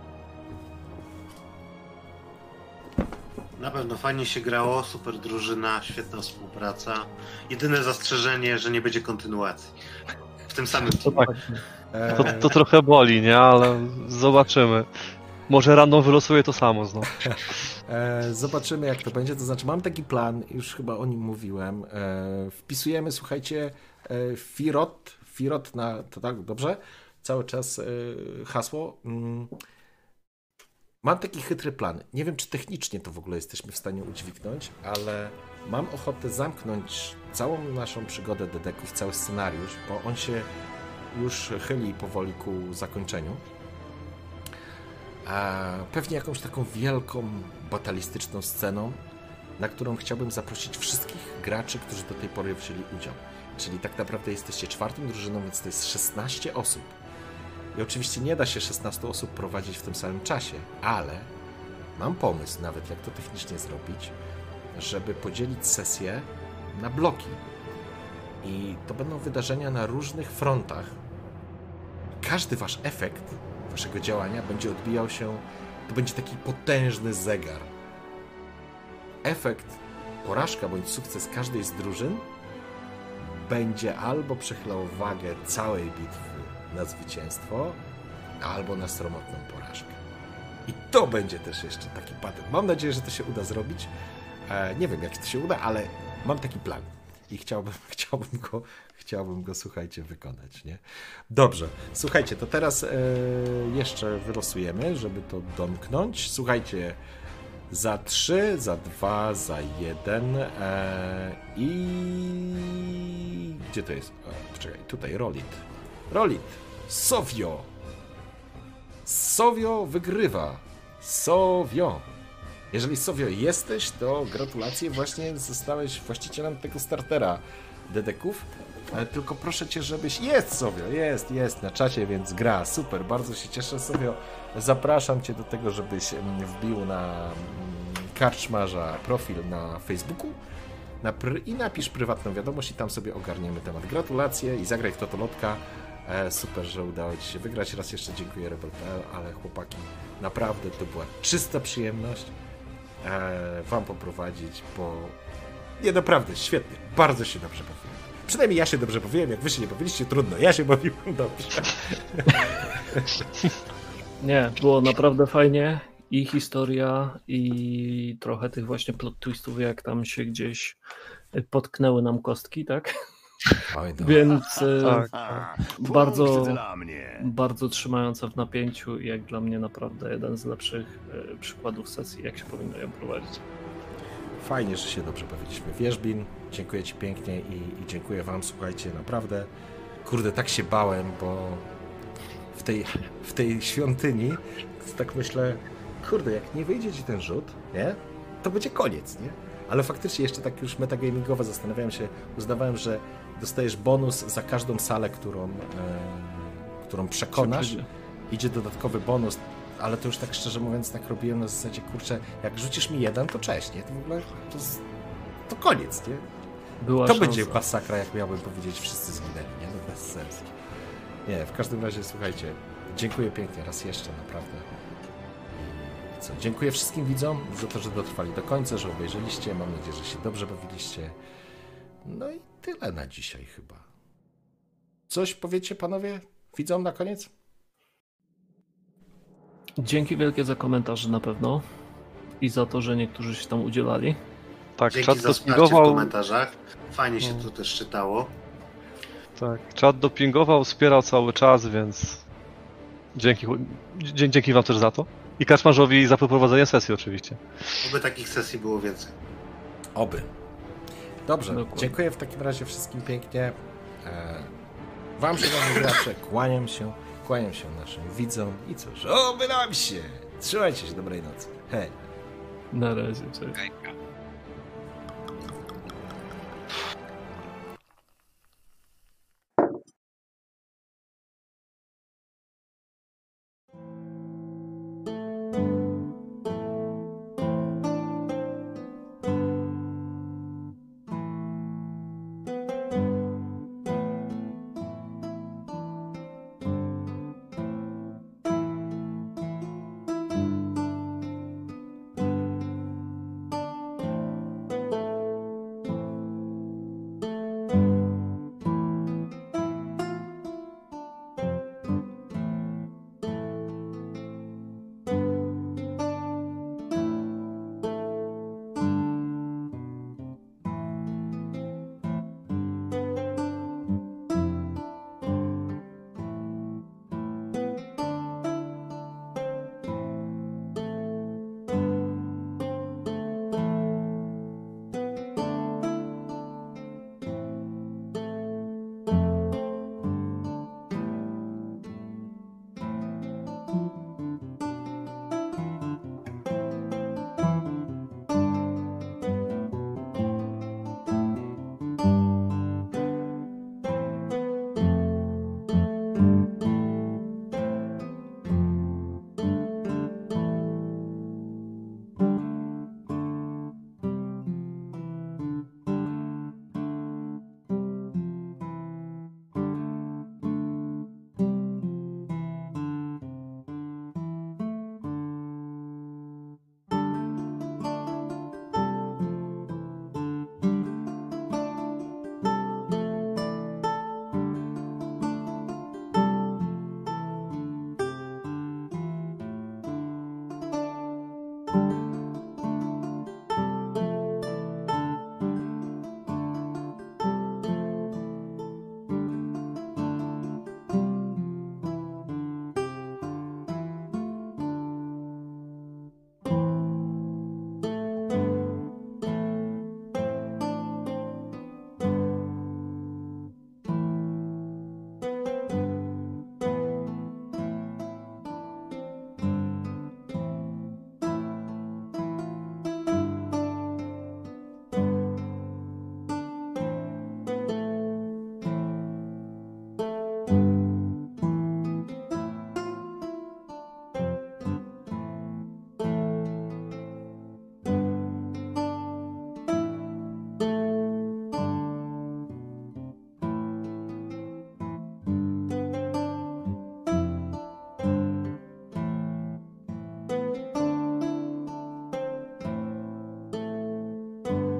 Speaker 3: Na pewno fajnie się grało, super drużyna, świetna współpraca. Jedyne zastrzeżenie, że nie będzie kontynuacji. W tym samym
Speaker 5: To tak. To trochę boli, nie? Ale zobaczymy. Może random wylosuje to samo znowu.
Speaker 2: Zobaczymy, jak to będzie. To znaczy, mam taki plan, już chyba o nim mówiłem. Wpisujemy, słuchajcie, Firot na... To tak, dobrze? Cały czas hasło. Mam taki chytry plan. Nie wiem, czy technicznie to w ogóle jesteśmy w stanie udźwignąć, ale mam ochotę zamknąć całą naszą przygodę Dedeków, cały scenariusz, bo on się już chyli powoli ku zakończeniu. A pewnie jakąś taką wielką, batalistyczną sceną, na którą chciałbym zaprosić wszystkich graczy, którzy do tej pory wzięli udział. Czyli tak naprawdę jesteście 4. drużyną, więc to jest 16 osób. I oczywiście nie da się 16 osób prowadzić w tym samym czasie, ale mam pomysł nawet, jak to technicznie zrobić, żeby podzielić sesję na bloki. I to będą wydarzenia na różnych frontach. Każdy wasz efekt waszego działania będzie odbijał się, to będzie taki potężny zegar. Efekt, porażka bądź sukces każdej z drużyn będzie albo przechylał wagę całej bitwy na zwycięstwo, albo na sromotną porażkę. I to będzie też jeszcze taki patent. Mam nadzieję, że to się uda zrobić. Nie wiem, jak to się uda, ale mam taki plan. I chciałbym go, słuchajcie, wykonać, nie? Dobrze, słuchajcie, to teraz jeszcze wylosujemy, żeby to domknąć. Słuchajcie, za 3, za 2, za 1 i... Gdzie to jest? Poczekaj, tutaj, Rolit. Sowio wygrywa. Sowio. Jeżeli Sowio jesteś, to gratulacje, właśnie zostałeś właścicielem tego startera Dedeków. Tylko proszę cię, żebyś... Jest Sowio, jest na czacie, więc gra. Super, bardzo się cieszę, Sowio. Zapraszam cię do tego, żebyś wbił na Karczmarza profil na Facebooku i napisz prywatną wiadomość i tam sobie ogarniemy temat. Gratulacje i zagraj w Totolotka. Super, że udało ci się wygrać. Raz jeszcze dziękuję Rebel.pl, ale chłopaki, naprawdę to była czysta przyjemność wam poprowadzić, bo nie, naprawdę, świetnie, bardzo się dobrze bawiłem. Przynajmniej ja się dobrze bawiłem, jak wy się nie bawiliście, trudno, ja się bawiłem dobrze.
Speaker 4: Nie, było naprawdę fajnie i historia, i trochę tych właśnie plot twistów, jak tam się gdzieś potknęły nam kostki, tak?
Speaker 2: Oj, no.
Speaker 4: Więc bardzo,
Speaker 7: dla mnie.
Speaker 4: bardzo trzymająca w napięciu i jak dla mnie naprawdę jeden z lepszych przykładów sesji, jak się powinno ją prowadzić.
Speaker 2: Fajnie, że się dobrze bawiliśmy. Wierzbin, dziękuję ci pięknie i dziękuję wam, słuchajcie, naprawdę. Kurde, tak się bałem, bo w tej świątyni tak myślę, kurde, jak nie wyjdzie ci ten rzut, nie? To będzie koniec, nie? Ale faktycznie jeszcze tak już metagamingowo zastanawiałem się, uznawałem, że dostajesz bonus za każdą salę, którą przekonasz. Idzie dodatkowy bonus, ale to już tak szczerze mówiąc tak robiłem na zasadzie, kurczę, jak rzucisz mi 1, to cześć, nie? To w ogóle to koniec, nie?
Speaker 4: Była
Speaker 2: to
Speaker 4: szansa.
Speaker 2: będzie masakra, jak miałbym powiedzieć, wszyscy zginęli, nie? No bez sensu. Nie, w każdym razie, słuchajcie, dziękuję pięknie raz jeszcze, naprawdę. I co? Dziękuję wszystkim widzom za to, że dotrwali do końca, że obejrzeliście. Mam nadzieję, że się dobrze bawiliście. No i tyle na dzisiaj chyba. Coś powiecie, panowie, widzom na koniec?
Speaker 4: Dzięki wielkie za komentarze na pewno i za to, że niektórzy się tam udzielali.
Speaker 5: Tak,
Speaker 3: Dzięki
Speaker 5: czat
Speaker 3: za wsparcie w
Speaker 5: dopingował.
Speaker 3: komentarzach. Fajnie się to też czytało.
Speaker 5: Tak, czat dopingował, wspierał cały czas, więc dzięki wam też za to. I Kaczmarzowi za poprowadzenie sesji oczywiście.
Speaker 3: Oby takich sesji było więcej.
Speaker 2: Oby. Dobrze,
Speaker 4: Dokładnie.
Speaker 2: dziękuję w takim razie wszystkim pięknie. Wam, szanowni gracze, kłaniam się naszym widzom i cóż, oby nam się! Trzymajcie się, dobrej nocy. Hej!
Speaker 4: Na razie, cześć.
Speaker 6: Hejka.